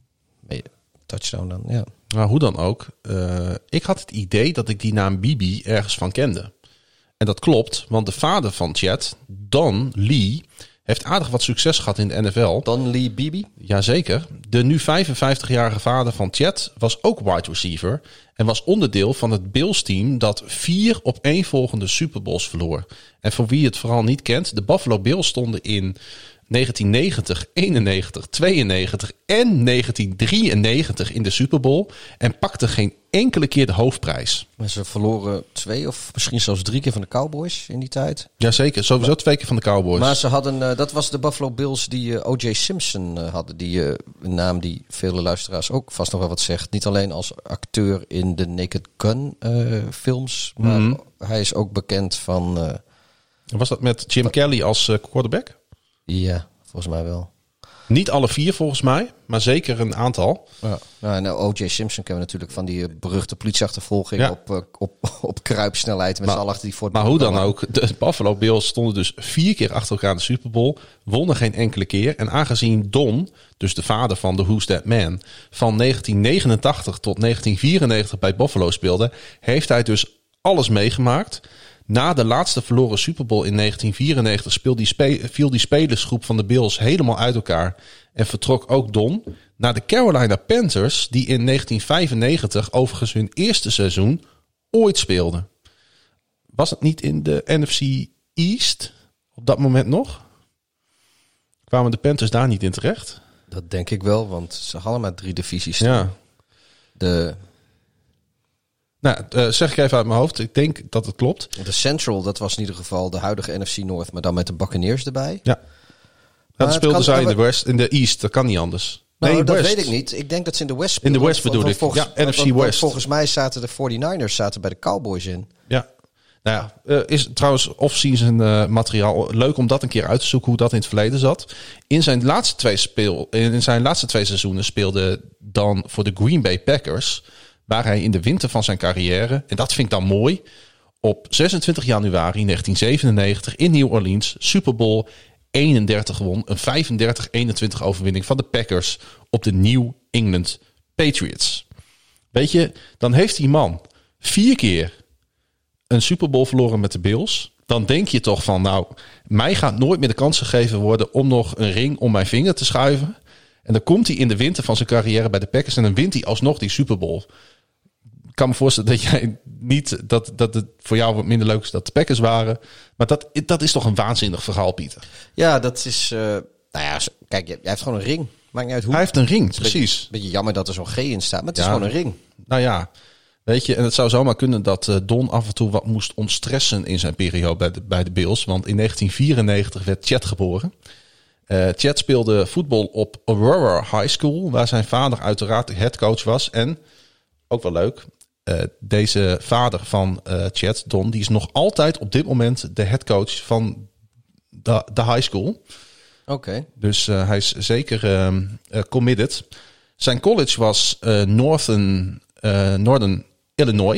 touchdown dan, ja. Maar hoe dan ook, ik had het idee dat ik die naam Bibi ergens van kende. En dat klopt, want de vader van Chad, Don Lee, heeft aardig wat succes gehad in de NFL. Don Lee Bibi? Jazeker. De nu 55-jarige vader van Chad was ook wide receiver en was onderdeel van het Bills-team dat 4 opeenvolgende Super Bowls verloor. En voor wie het vooral niet kent, de Buffalo Bills stonden in 1990, 91, 92 en 1993 in de Super Bowl en pakten geen enkele keer de hoofdprijs. Maar ze verloren 2 of misschien zelfs 3 keer van de Cowboys in die tijd. Jazeker, sowieso 2 keer van de Cowboys. Maar ze hadden, dat was de Buffalo Bills die O.J. Simpson hadden. Een naam die vele luisteraars ook vast nog wel wat zegt. Niet alleen als acteur in de Naked Gun films, maar hij is ook bekend van... was dat met Jim Kelly als quarterback? Ja, volgens mij wel. Niet alle 4 volgens mij, maar zeker een aantal. Ja. Nou, O.J. Simpson kennen we natuurlijk van die beruchte politieachtervolging op kruipsnelheid met z'n allen achter die Ford. Maar hoe dan ook, de Buffalo Bills stonden dus 4 keer achter elkaar in de Super Bowl, wonnen geen enkele keer. En aangezien Don, dus de vader van de Who's That Man, van 1989 tot 1994 bij Buffalo speelde, heeft hij dus alles meegemaakt. Na de laatste verloren Super Bowl in 1994 viel die spelersgroep van de Bills helemaal uit elkaar. En vertrok ook Don naar de Carolina Panthers, die in 1995 overigens hun eerste seizoen ooit speelden. Was het niet in de NFC East op dat moment nog? Kwamen de Panthers daar niet in terecht? Dat denk ik wel, want ze hadden maar 3 divisies. Ja. Nou, zeg ik even uit mijn hoofd. Ik denk dat het klopt. De Central, dat was in ieder geval de huidige NFC North, maar dan met de Buccaneers erbij. Ja. Dat speelden zij in de East. Dat kan niet anders. Nou, dat weet ik niet. Ik denk dat ze in de West speelden. In de West bedoel ik. NFC West. Volgens mij zaten de 49ers bij de Cowboys in. Ja. Nou ja, is trouwens off-season materiaal leuk om dat een keer uit te zoeken hoe dat in het verleden zat. In zijn laatste 2 seizoenen speelde dan voor de Green Bay Packers, waar hij in de winter van zijn carrière, en dat vind ik dan mooi, op 26 januari 1997 in New Orleans Super Bowl 31 won. Een 35-21 overwinning van de Packers op de New England Patriots. Weet je, dan heeft die man 4 keer een Super Bowl verloren met de Bills. Dan denk je toch van, nou, mij gaat nooit meer de kans gegeven worden om nog een ring om mijn vinger te schuiven. En dan komt hij in de winter van zijn carrière bij de Packers en dan wint hij alsnog die Super Bowl. Ik kan me voorstellen dat jij niet dat het voor jou wat minder leuk is dat de Packers waren. Maar dat is toch een waanzinnig verhaal, Pieter. Ja, dat is... kijk, jij heeft gewoon een ring. Maakt niet uit hoe. Hij heeft een ring, precies. Een beetje jammer dat er zo'n G in staat, maar het is gewoon een ring. Nou ja, weet je, en het zou zomaar kunnen dat Don af en toe wat moest ontstressen in zijn periode bij de Bills. Want in 1994 werd Chad geboren. Chad speelde voetbal op Aurora High School, waar zijn vader uiteraard de headcoach was. En, ook wel leuk, deze vader van Chad, Don, die is nog altijd op dit moment de headcoach van de high school. Oké. Dus hij is zeker committed. Zijn college was Northern Illinois,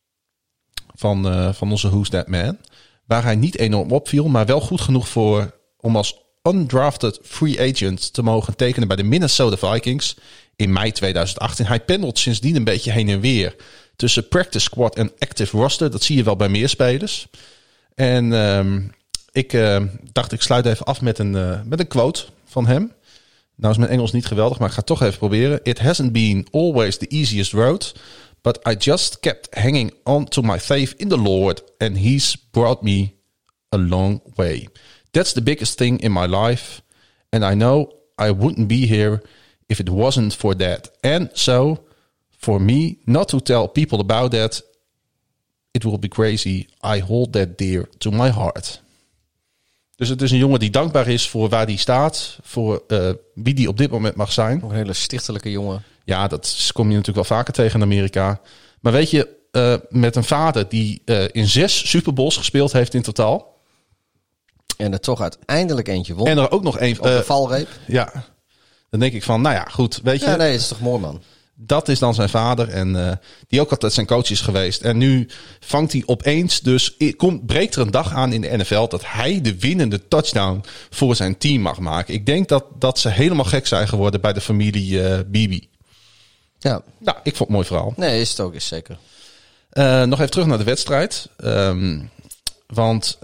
van onze Who's That Man, waar hij niet enorm opviel, maar wel goed genoeg om als undrafted free agent te mogen tekenen bij de Minnesota Vikings in mei 2018. Hij pendelt sindsdien een beetje heen en weer tussen practice squad en active roster. Dat zie je wel bij meer spelers. En ik dacht, ik sluit even af met een quote van hem. Nou is mijn Engels niet geweldig, maar ik ga het toch even proberen. It hasn't been always the easiest road, but I just kept hanging on to my faith in the Lord and he's brought me a long way. That's the biggest thing in my life and I know I wouldn't be here if it wasn't for that. And so, for me not to tell people about that, it will be crazy. I hold that dear to my heart. Dus het is een jongen die dankbaar is voor waar hij staat. Voor wie die op dit moment mag zijn. Een hele stichtelijke jongen. Ja, dat kom je natuurlijk wel vaker tegen in Amerika. Maar weet je, met een vader die in 6 Super Bowls gespeeld heeft in totaal. En er toch uiteindelijk eentje won. En er ook nog een... op de valreep. Ja, dan denk ik van, nou ja, goed. Weet je, Ja, nee, dat is toch mooi, man. dat is dan zijn vader. En die ook altijd zijn coach is geweest. En nu vangt hij opeens dus... breekt er een dag aan in de NFL dat hij de winnende touchdown voor zijn team mag maken. Ik denk dat ze helemaal gek zijn geworden bij de familie Bibi. Ja. Nou, ik vond het een mooi verhaal. Nee, is het ook eens zeker. Nog even terug naar de wedstrijd. Want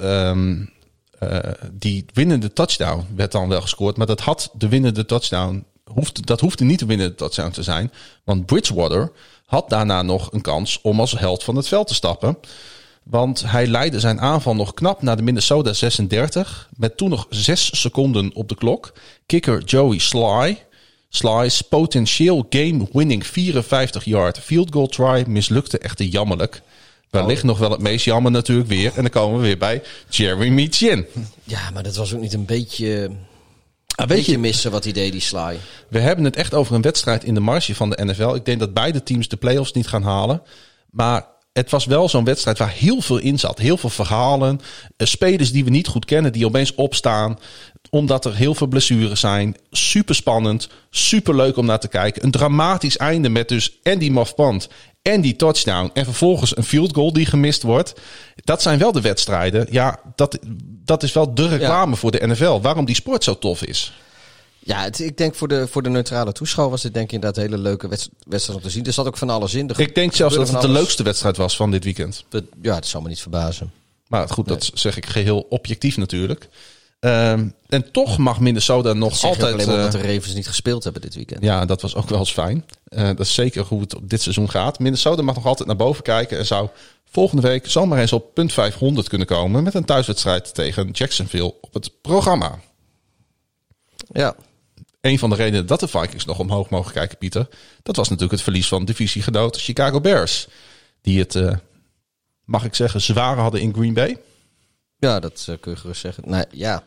die winnende touchdown werd dan wel gescoord. Maar dat had de winnende touchdown... Dat hoefde niet de winnende touchdown te zijn. Want Bridgewater had daarna nog een kans om als held van het veld te stappen. Want hij leidde zijn aanval nog knap naar de Minnesota 36. Met toen nog 6 seconden op de klok. Kicker Joey Sly's potentieel game-winning 54-yard field goal try mislukte echter jammerlijk. Wellicht nog wel het meest jammer natuurlijk weer. En dan komen we weer bij Jeremy Chin. Ja, maar dat was ook niet een beetje... Weet je, missen wat hij deed, die Sly. we hebben het echt over een wedstrijd in de marge van de NFL. Ik denk dat beide teams de playoffs niet gaan halen. Maar het was wel zo'n wedstrijd waar heel veel in zat. Heel veel verhalen. Spelers die we niet goed kennen, die opeens opstaan. Omdat er heel veel blessures zijn. Super spannend. Super leuk om naar te kijken. Een dramatisch einde met dus en die muff punt en die touchdown. En vervolgens een field goal die gemist wordt. Dat zijn wel de wedstrijden. Ja, dat is wel de reclame voor de NFL. Waarom die sport zo tof is. Ja, ik denk voor de neutrale toeschouwer was dit denk ik inderdaad een hele leuke wedstrijd om te zien. Er zat ook van alles in. Ik denk zelfs dat het de leukste wedstrijd was van dit weekend. Ja, dat zou me niet verbazen. Maar goed, dat zeg ik geheel objectief natuurlijk. En toch mag Minnesota nog altijd... alleen maar dat de Ravens niet gespeeld hebben dit weekend. Ja, dat was ook wel eens fijn. Dat is zeker hoe het op dit seizoen gaat. Minnesota mag nog altijd naar boven kijken en zou volgende week zomaar eens op punt 500 kunnen komen met een thuiswedstrijd tegen Jacksonville op het programma. Ja. Een van de redenen dat de Vikings nog omhoog mogen kijken, Pieter, dat was natuurlijk het verlies van divisiegenoot Chicago Bears. Die het, mag ik zeggen, zwaar hadden in Green Bay. Ja, dat kun je gerust zeggen. Nou, ja.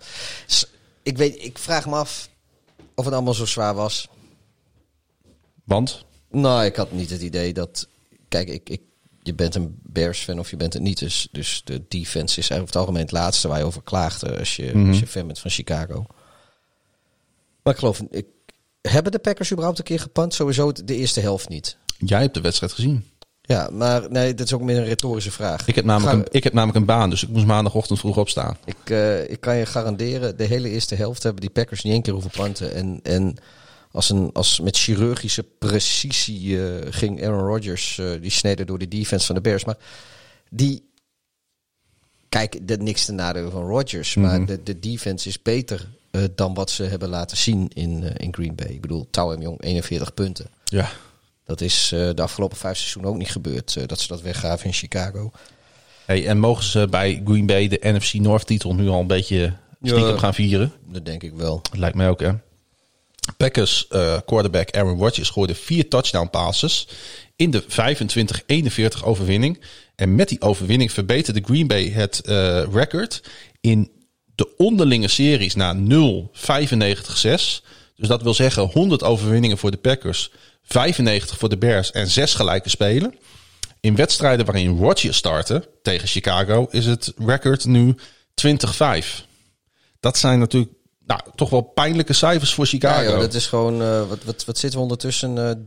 Ik vraag me af of het allemaal zo zwaar was. Want? Nou, ik had niet het idee dat... Kijk, je bent een Bears-fan of je bent het niet. Dus de defense is eigenlijk over het algemeen het laatste waar je over klaagt als je fan bent van Chicago. Maar ik geloof... Hebben de Packers überhaupt een keer gepunt? Sowieso de eerste helft niet. Jij hebt de wedstrijd gezien. Ja, maar nee, dat is ook meer een retorische vraag. Ik heb namelijk een baan, dus ik moest maandagochtend vroeg opstaan. Ik kan je garanderen, de hele eerste helft hebben die Packers niet één keer hoeven punten. En als met chirurgische precisie ging Aaron Rodgers, die sneden door de defense van de Bears. Maar kijk, niks ten nadele van Rodgers, maar de defense is beter dan wat ze hebben laten zien in Green Bay. Ik bedoel, Touw en Jong, 41 punten. Ja. Dat is de afgelopen 5 seizoenen ook niet gebeurd, dat ze dat weggaven in Chicago. Hey, en mogen ze bij Green Bay de NFC North titel nu al een beetje stiekem gaan vieren? Dat denk ik wel. Dat lijkt mij ook, hè. Packers quarterback Aaron Rodgers gooide 4 touchdown passes in de 25-41 overwinning. En met die overwinning verbeterde Green Bay het record in de onderlinge series naar 0-95-6. Dus dat wil zeggen 100 overwinningen voor de Packers, 95 voor de Bears en 6 gelijke spelen. In wedstrijden waarin Rodgers startte tegen Chicago is het record nu 20-5. Dat zijn natuurlijk toch wel pijnlijke cijfers voor Chicago. Ja, dat is gewoon... wat zitten we ondertussen?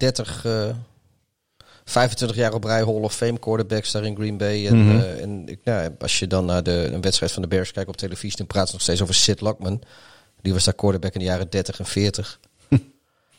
25 jaar op rij Hall of Fame quarterbacks daar in Green Bay. En als je dan naar een wedstrijd van de Bears kijkt op televisie, dan praat ze nog steeds over Sid Luckman. Die was daar quarterback in de jaren 30 en 40.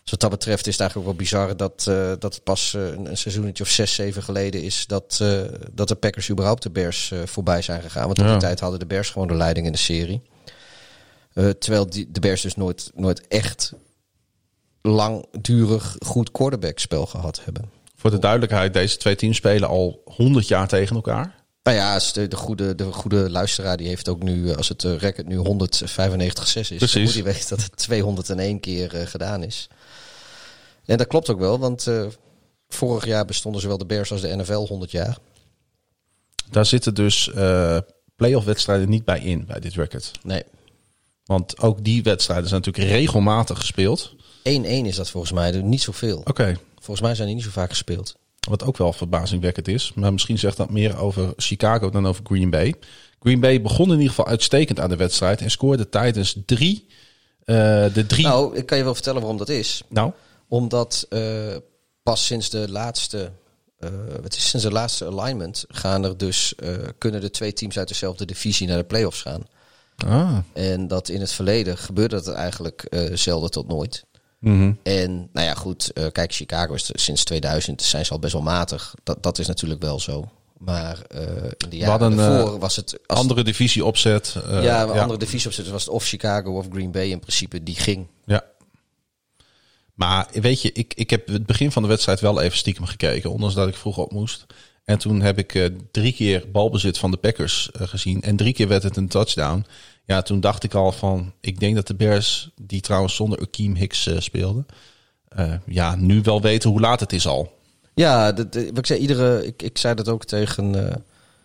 wat dat betreft is het eigenlijk ook wel bizar dat het pas een seizoentje of 6, 7 geleden is dat de Packers überhaupt de Bears voorbij zijn gegaan. Want op die tijd hadden de Bears gewoon de leiding in de serie. Terwijl de Bears dus nooit echt langdurig goed quarterbackspel gehad hebben. Voor de duidelijkheid, deze twee teams spelen al 100 jaar tegen elkaar. Nou ja, de goede luisteraar die heeft ook nu, als het record nu 195-6 is, Precies. dan moet hij weten dat het 201 keer gedaan is. En dat klopt ook wel, want vorig jaar bestonden zowel de Bears als de NFL 100 jaar. Daar zitten dus playoff wedstrijden niet bij in, bij dit record. Nee. 1-1 Want ook die wedstrijden zijn natuurlijk regelmatig gespeeld. is dat volgens mij, niet zoveel. Oké. Volgens mij zijn die niet zo vaak gespeeld. Wat ook wel verbazingwekkend is. Maar misschien zegt dat meer over Chicago dan over Green Bay. Green Bay begon in ieder geval uitstekend aan de wedstrijd. En scoorde tijdens de drie. Nou, ik kan je wel vertellen waarom dat is. Nou? Omdat pas sinds de laatste alignment kunnen de twee teams uit dezelfde divisie naar de playoffs gaan. Ah. En dat in het verleden gebeurde dat eigenlijk zelden tot nooit. Mm-hmm. En nou ja, goed, kijk, Chicago is sinds 2000 zijn ze al best wel matig. Dat is natuurlijk wel zo. Maar in de jaren daarvoor was het... andere divisie opzet. Andere divisie opzet. Was het of Chicago of Green Bay in principe die ging. Ja. Maar weet je, ik heb het begin van de wedstrijd wel even stiekem gekeken. Ondanks dat ik vroeg op moest. En toen heb ik 3 keer balbezit van de Packers gezien. En 3 keer werd het een touchdown. Ja, toen dacht ik al van... Ik denk dat de Bears, die trouwens zonder Akeem Hicks speelden... nu wel weten hoe laat het is al. Ja, ik zei dat ook tegen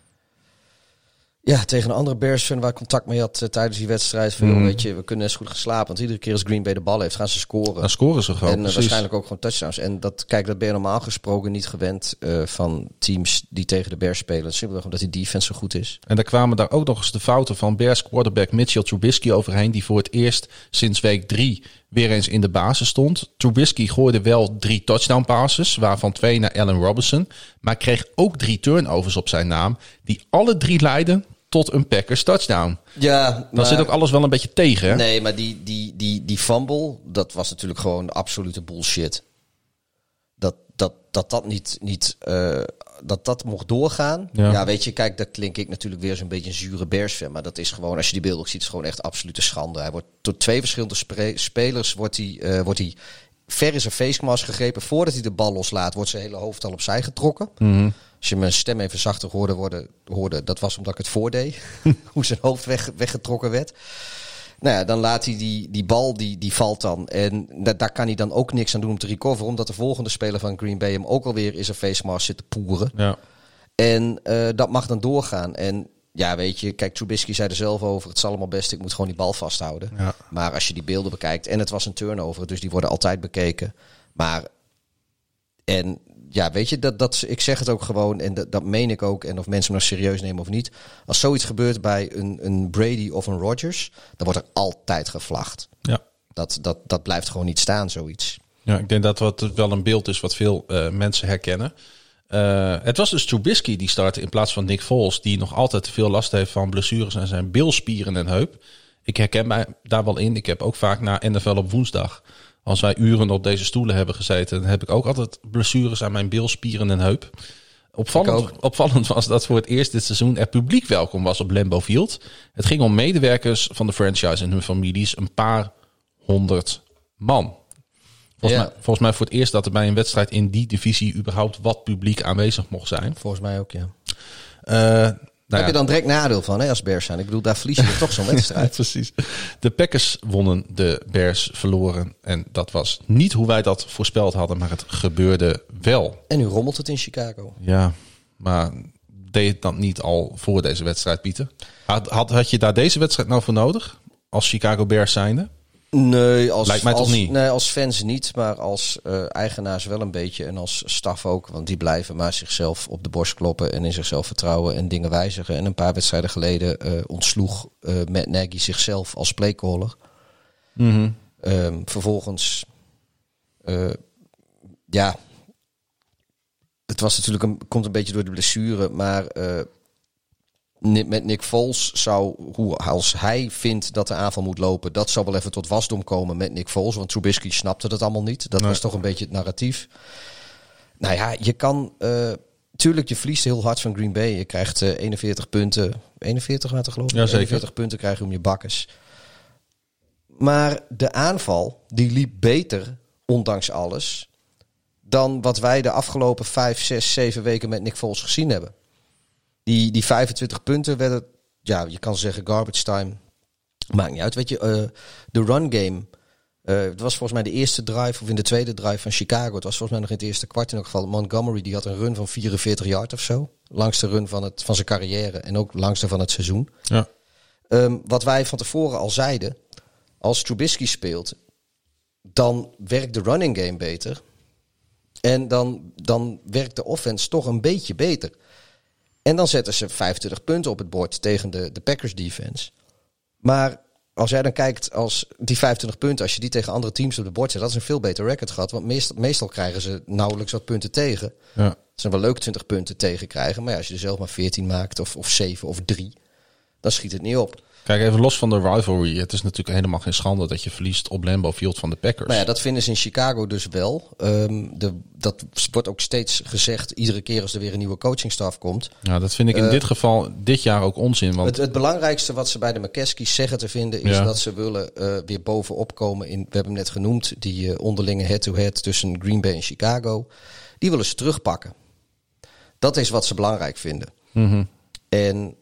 een andere Bears-fan waar ik contact mee had tijdens die wedstrijd. Van, weet je, we kunnen net zo goed gaan slapen. Want iedere keer als Green Bay de bal heeft, gaan ze scoren. Dan scoren ze gewoon, en waarschijnlijk ook gewoon touchdowns. En dat ben je normaal gesproken niet gewend van teams die tegen de Bears spelen. Simpelweg omdat die defense zo goed is. En daar kwamen daar ook nog eens de fouten van Bears quarterback Mitchell Trubisky overheen. Die voor het eerst sinds week 3 weer eens in de basis stond. Trubisky gooide wel 3 touchdown passes, waarvan 2 naar Allen Robinson. Maar kreeg ook 3 turnovers op zijn naam. Die alle 3 leidden tot een Packers touchdown. Ja, dan zit ook alles wel een beetje tegen. Hè? Nee, maar die fumble, dat was natuurlijk gewoon absolute bullshit. Dat mocht doorgaan. Ja, weet je, kijk, dat klink ik natuurlijk weer zo'n beetje een zure Bears-fan. Maar dat is gewoon, als je die beelden ook ziet, is gewoon echt absolute schande. Hij wordt door 2 verschillende spelers wordt hij ver in zijn face mask gegrepen. Voordat hij de bal loslaat, wordt zijn hele hoofd al opzij getrokken. Mm-hmm. Als je mijn stem even zachter hoorde, dat was omdat ik het voordeed. Hoe zijn hoofd weggetrokken werd. Nou ja, dan laat hij die bal, die valt dan. En daar kan hij dan ook niks aan doen om te recoveren. Omdat de volgende speler van Green Bay hem ook alweer in zijn face mask zit te poeren. Ja. En dat mag dan doorgaan. En ja, weet je, kijk, Trubisky zei er zelf over. Het is allemaal best, ik moet gewoon die bal vasthouden. Ja. Maar als je die beelden bekijkt, en het was een turnover, dus die worden altijd bekeken. Maar, en ja, weet je, ik zeg het ook gewoon, en dat meen ik ook. En of mensen me nou serieus nemen of niet. Als zoiets gebeurt bij een Brady of een Rodgers, dan wordt er altijd gevlacht. Ja. Dat blijft gewoon niet staan, zoiets. Ja, ik denk dat het wel een beeld is wat veel mensen herkennen. Het was dus Trubisky die startte in plaats van Nick Foles, die nog altijd te veel last heeft van blessures aan zijn bilspieren en heup. Ik herken mij daar wel in. Ik heb ook vaak na NFL op woensdag, als wij uren op deze stoelen hebben gezeten, dan heb ik ook altijd blessures aan mijn bilspieren en heup. Opvallend was dat voor het eerst dit seizoen er publiek welkom was op Lambeau Field. Het ging om medewerkers van de franchise en hun families, een paar 100 man. Volgens mij voor het eerst dat er bij een wedstrijd in die divisie überhaupt wat publiek aanwezig mocht zijn. Volgens mij ook, ja. Daar heb je dan direct nadeel van, hè, als Bears zijn. Ik bedoel, daar verlies je toch zo'n wedstrijd. Precies. De Packers wonnen, de Bears verloren. En dat was niet hoe wij dat voorspeld hadden, maar het gebeurde wel. En nu rommelt het in Chicago. Ja, maar deed het dan niet al voor deze wedstrijd, Pieter? Had je daar deze wedstrijd nou voor nodig? Als Chicago Bears zijnde? Nee, lijkt mij toch niet. Nee, als fans niet, maar als eigenaars wel een beetje. En als staf ook, want die blijven maar zichzelf op de borst kloppen en in zichzelf vertrouwen en dingen wijzigen. En een paar wedstrijden geleden ontsloeg Matt Nagy zichzelf als playcaller. Mm-hmm. Vervolgens, het was natuurlijk komt een beetje door de blessure, maar met Nick Foles als hij vindt dat de aanval moet lopen, dat zou wel even tot wasdom komen met Nick Foles. Want Trubisky snapte dat allemaal niet. Dat was toch een beetje het narratief. Nou ja, je kan... tuurlijk, je verliest heel hard van Green Bay. Je krijgt 41 punten. 41 laten geloven? Ja, zeker. 41 punten krijg je om je bakkes. Maar de aanval, die liep beter, ondanks alles, dan wat wij de afgelopen 5, 6, 7 weken met Nick Foles gezien hebben. Die 25 punten werden, ja, je kan zeggen garbage time. Maakt niet uit. Weet je, de run game. Het was volgens mij de eerste drive of in de tweede drive van Chicago. Het was volgens mij nog in het eerste kwart in elk geval. Montgomery die had een run van 44 yard of zo. Langste run van zijn carrière en ook langste van het seizoen. Ja. Wat wij van tevoren al zeiden. Als Trubisky speelt, dan werkt de running game beter. En dan werkt de offense toch een beetje beter. En dan zetten ze 25 punten op het bord tegen de Packers defense. Maar als jij dan kijkt, als die 25 punten, als je die tegen andere teams op het bord zet, dat is een veel beter record gehad. Want meestal krijgen ze nauwelijks wat punten tegen. Ja. Het is wel leuk 20 punten tegen krijgen. Maar ja, als je er zelf maar 14 maakt of 7 of 3, dan schiet het niet op. Kijk, even los van de rivalry. Het is natuurlijk helemaal geen schande dat je verliest op Lambeau Field van de Packers. Nou ja, dat vinden ze in Chicago dus wel. Dat wordt ook steeds gezegd, iedere keer als er weer een nieuwe coachingstaf komt. Ja, dat vind ik in dit geval dit jaar ook onzin. Want het belangrijkste wat ze bij de McCaskies zeggen te vinden is dat ze willen weer bovenop komen in, we hebben hem net genoemd, die onderlinge head-to-head tussen Green Bay en Chicago. Die willen ze terugpakken. Dat is wat ze belangrijk vinden. Mm-hmm. En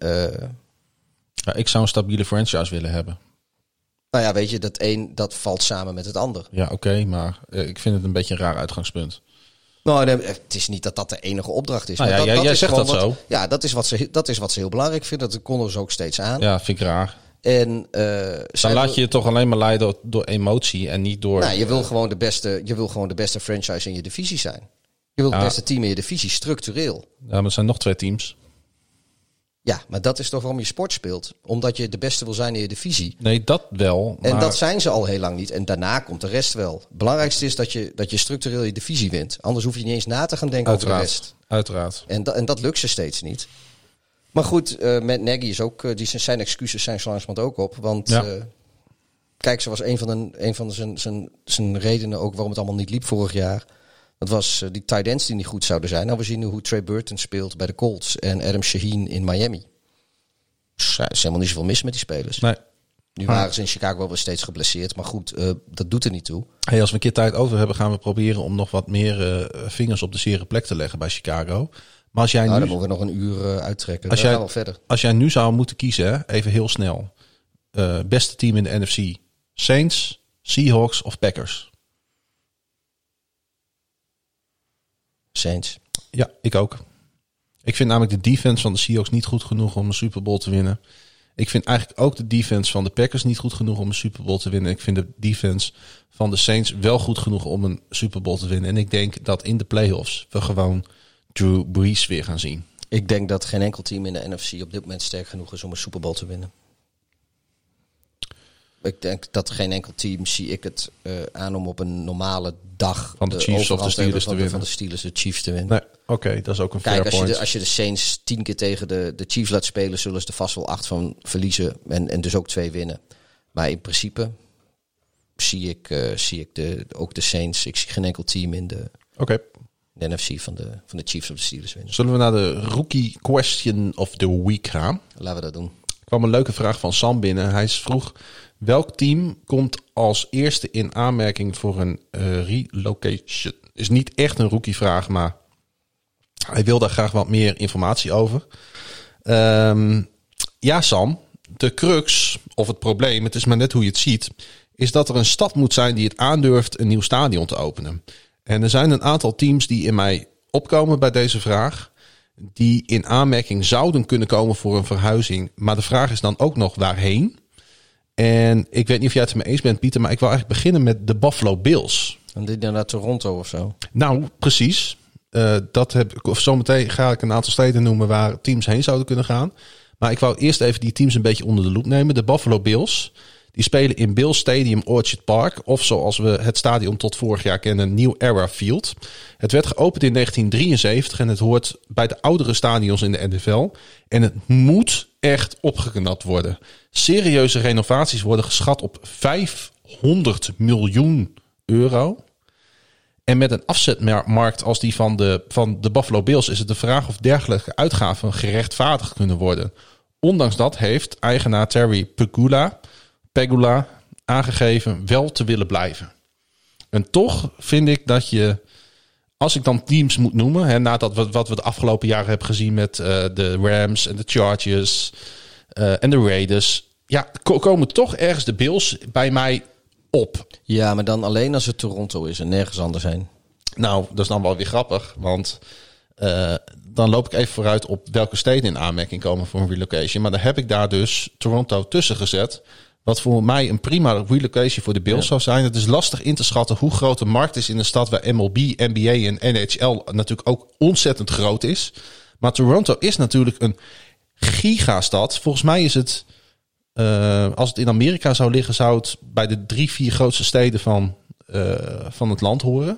ja, ik zou een stabiele franchise willen hebben. Nou ja, weet je, dat valt samen met het ander. Ja, oké, maar ik vind het een beetje een raar uitgangspunt. Nou, het is niet dat de enige opdracht is. Nou ja, jij zegt dat zo. Ja, dat is wat ze heel belangrijk vinden. Dat konden ze ook steeds aan. Ja, vind ik raar. En dan laat je je toch alleen maar leiden door emotie en niet door... Nou, je wil gewoon de beste franchise in je divisie zijn. Je wil het beste team in je divisie, structureel. Ja, maar er zijn nog 2 teams. Ja, maar dat is toch waarom je sport speelt. Omdat je de beste wil zijn in je divisie. Nee, dat wel. En dat zijn ze al heel lang niet. En daarna komt de rest wel. Het belangrijkste is dat je structureel je divisie wint. Anders hoef je niet eens na te gaan denken over de rest. Uiteraard. En dat lukt ze steeds niet. Maar goed, met Nagy is ook... zijn excuses zijn zo langzamerhand ook op. Want kijk, ze was een van zijn redenen ook waarom het allemaal niet liep vorig jaar. Dat was die tight ends die niet goed zouden zijn. Nou, we zien nu hoe Trey Burton speelt bij de Colts en Adam Shaheen in Miami. Er is helemaal niet zoveel mis met die spelers. Nee. Nu waren ze in Chicago wel weer steeds geblesseerd. Maar goed, dat doet er niet toe. Hey, als we een keer tijd over hebben, gaan we proberen om nog wat meer vingers op de zere plek te leggen bij Chicago. Maar als jij dan moeten we nog een uur uittrekken. Dan gaan we verder. Als jij nu zou moeten kiezen, hè, even heel snel. Beste team in de NFC. Saints, Seahawks of Packers? Saints. Ja, ik ook. Ik vind namelijk de defense van de Seahawks niet goed genoeg om een Super Bowl te winnen. Ik vind eigenlijk ook de defense van de Packers niet goed genoeg om een Super Bowl te winnen. Ik vind de defense van de Saints wel goed genoeg om een Super Bowl te winnen. En ik denk dat in de playoffs we gewoon Drew Brees weer gaan zien. Ik denk dat geen enkel team in de NFC op dit moment sterk genoeg is om een Super Bowl te winnen. Ik denk dat geen enkel team, zie ik het aan om op een normale dag van de Chiefs of de Steelers te winnen. Van de Steelers de Chiefs te winnen. Nee, oké, dat is ook een fair point. Kijk, als je de Saints 10 keer tegen de Chiefs laat spelen, zullen ze er vast wel 8 van verliezen en dus ook 2 winnen. Maar in principe zie ik ook de Saints. Ik zie geen enkel team in de NFC van de Chiefs of de Steelers winnen. Zullen we naar de rookie question of the week gaan? Laten we dat doen. Er kwam een leuke vraag van Sam binnen. Hij vroeg: welk team komt als eerste in aanmerking voor een relocation? Is niet echt een rookie-vraag, maar hij wil daar graag wat meer informatie over. Ja, Sam, de crux of het probleem, het is maar net hoe je het ziet, is dat er een stad moet zijn die het aandurft een nieuw stadion te openen. En er zijn een aantal teams die in mij opkomen bij deze vraag, die in aanmerking zouden kunnen komen voor een verhuizing. Maar de vraag is dan ook nog waarheen. En ik weet niet of jij het er mee eens bent, Pieter, maar ik wil eigenlijk beginnen met de Buffalo Bills. En dit naar Toronto of zo? Nou, precies. Zometeen ga ik een aantal steden noemen waar teams heen zouden kunnen gaan. Maar ik wou eerst even die teams een beetje onder de loep nemen. De Buffalo Bills, die spelen in Bills Stadium Orchard Park. Of zoals we het stadion tot vorig jaar kennen, New Era Field. Het werd geopend in 1973 en het hoort bij de oudere stadions in de NFL. En het moet echt opgeknapt worden. Serieuze renovaties worden geschat op €500 miljoen. En met een afzetmarkt als die van de Buffalo Bills is het de vraag of dergelijke uitgaven gerechtvaardigd kunnen worden. Ondanks dat heeft eigenaar Terry Pegula aangegeven wel te willen blijven. En toch vind ik dat je, als ik dan teams moet noemen, nadat wat we de afgelopen jaren hebben gezien met de Rams en de Chargers en de Raiders, komen toch ergens de Bills bij mij op. Ja, maar dan alleen als het Toronto is en nergens anders heen. Nou, dat is dan wel weer grappig, want dan loop ik even vooruit op welke steden in aanmerking komen voor een relocation. Maar dan heb ik daar dus Toronto tussen gezet. Wat voor mij een prima relocation voor de Bills zou zijn. Het is lastig in te schatten hoe groot de markt is in een stad waar MLB, NBA en NHL natuurlijk ook ontzettend groot is. Maar Toronto is natuurlijk een gigastad. Volgens mij is het, als het in Amerika zou liggen, zou het bij de 3-4 grootste steden van het land horen.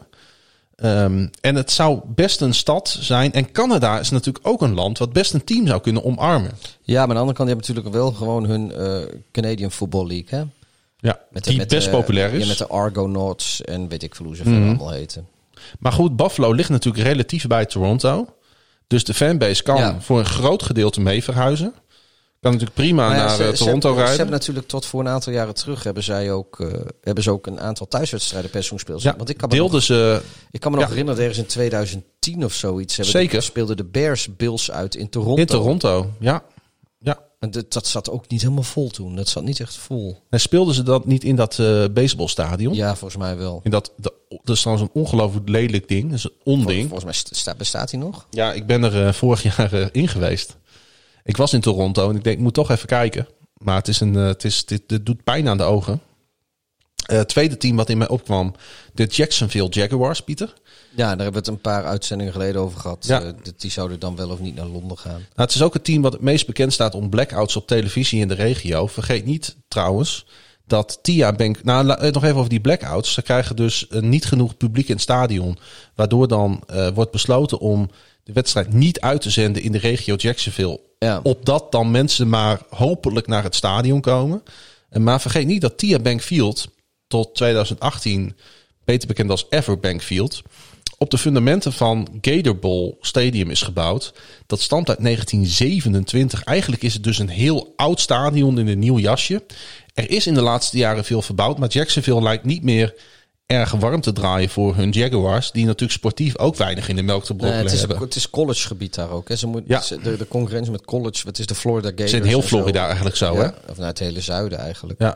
En het zou best een stad zijn. En Canada is natuurlijk ook een land wat best een team zou kunnen omarmen. Ja, maar aan de andere kant, die hebben natuurlijk wel gewoon hun Canadian Football League, hè? Ja, die best populair is. Ja, met de Argonauts en weet ik veel hoe ze allemaal heten. Maar goed, Buffalo ligt natuurlijk relatief bij Toronto. Dus de fanbase kan voor een groot gedeelte mee verhuizen. Kan natuurlijk prima naar Toronto rijden. Ze hebben natuurlijk tot voor een aantal jaren terug hebben ze ook een aantal thuiswedstrijden per seizoen gespeeld. Ja, want ik kan me nog herinneren, ergens in 2010 of zoiets. Speelden de Bears Bills uit in Toronto. In Toronto, ja. En dat zat ook niet helemaal vol toen. Dat zat niet echt vol. En speelden ze dat niet in dat baseballstadion? Ja, volgens mij wel. Dat is trouwens een ongelooflijk lelijk ding. Dat is een onding. Volgens mij bestaat hij nog. Ja, ik ben er vorig jaar in geweest. Ik was in Toronto en ik denk, ik moet toch even kijken. Maar dit doet pijn aan de ogen. Het tweede team wat in mij opkwam, de Jacksonville Jaguars, Pieter. Ja, daar hebben we het een paar uitzendingen geleden over gehad. Ja. Die zouden dan wel of niet naar Londen gaan. Nou, het is ook het team wat het meest bekend staat om blackouts op televisie in de regio. Vergeet niet trouwens dat TIA Bank... Nou, nog even over die blackouts. Ze krijgen dus niet genoeg publiek in het stadion. Waardoor dan wordt besloten om de wedstrijd niet uit te zenden in de regio Jacksonville. Ja. Opdat dan mensen maar hopelijk naar het stadion komen. Maar vergeet niet dat TIA Bank Field tot 2018... beter bekend als Everbank Field, op de fundamenten van Gator Bowl Stadium is gebouwd. Dat stamt uit 1927. Eigenlijk is het dus een heel oud stadion in een nieuw jasje. Er is in de laatste jaren veel verbouwd, maar Jacksonville lijkt niet meer erg warm te draaien voor hun Jaguars, die natuurlijk sportief ook weinig in de melk te brokkelen hebben. Het is collegegebied daar ook. Hè. De concurrentie met college, wat is de Florida Gators? Het is in heel Florida eigenlijk zo, hè? Of naar het hele zuiden eigenlijk. Ja.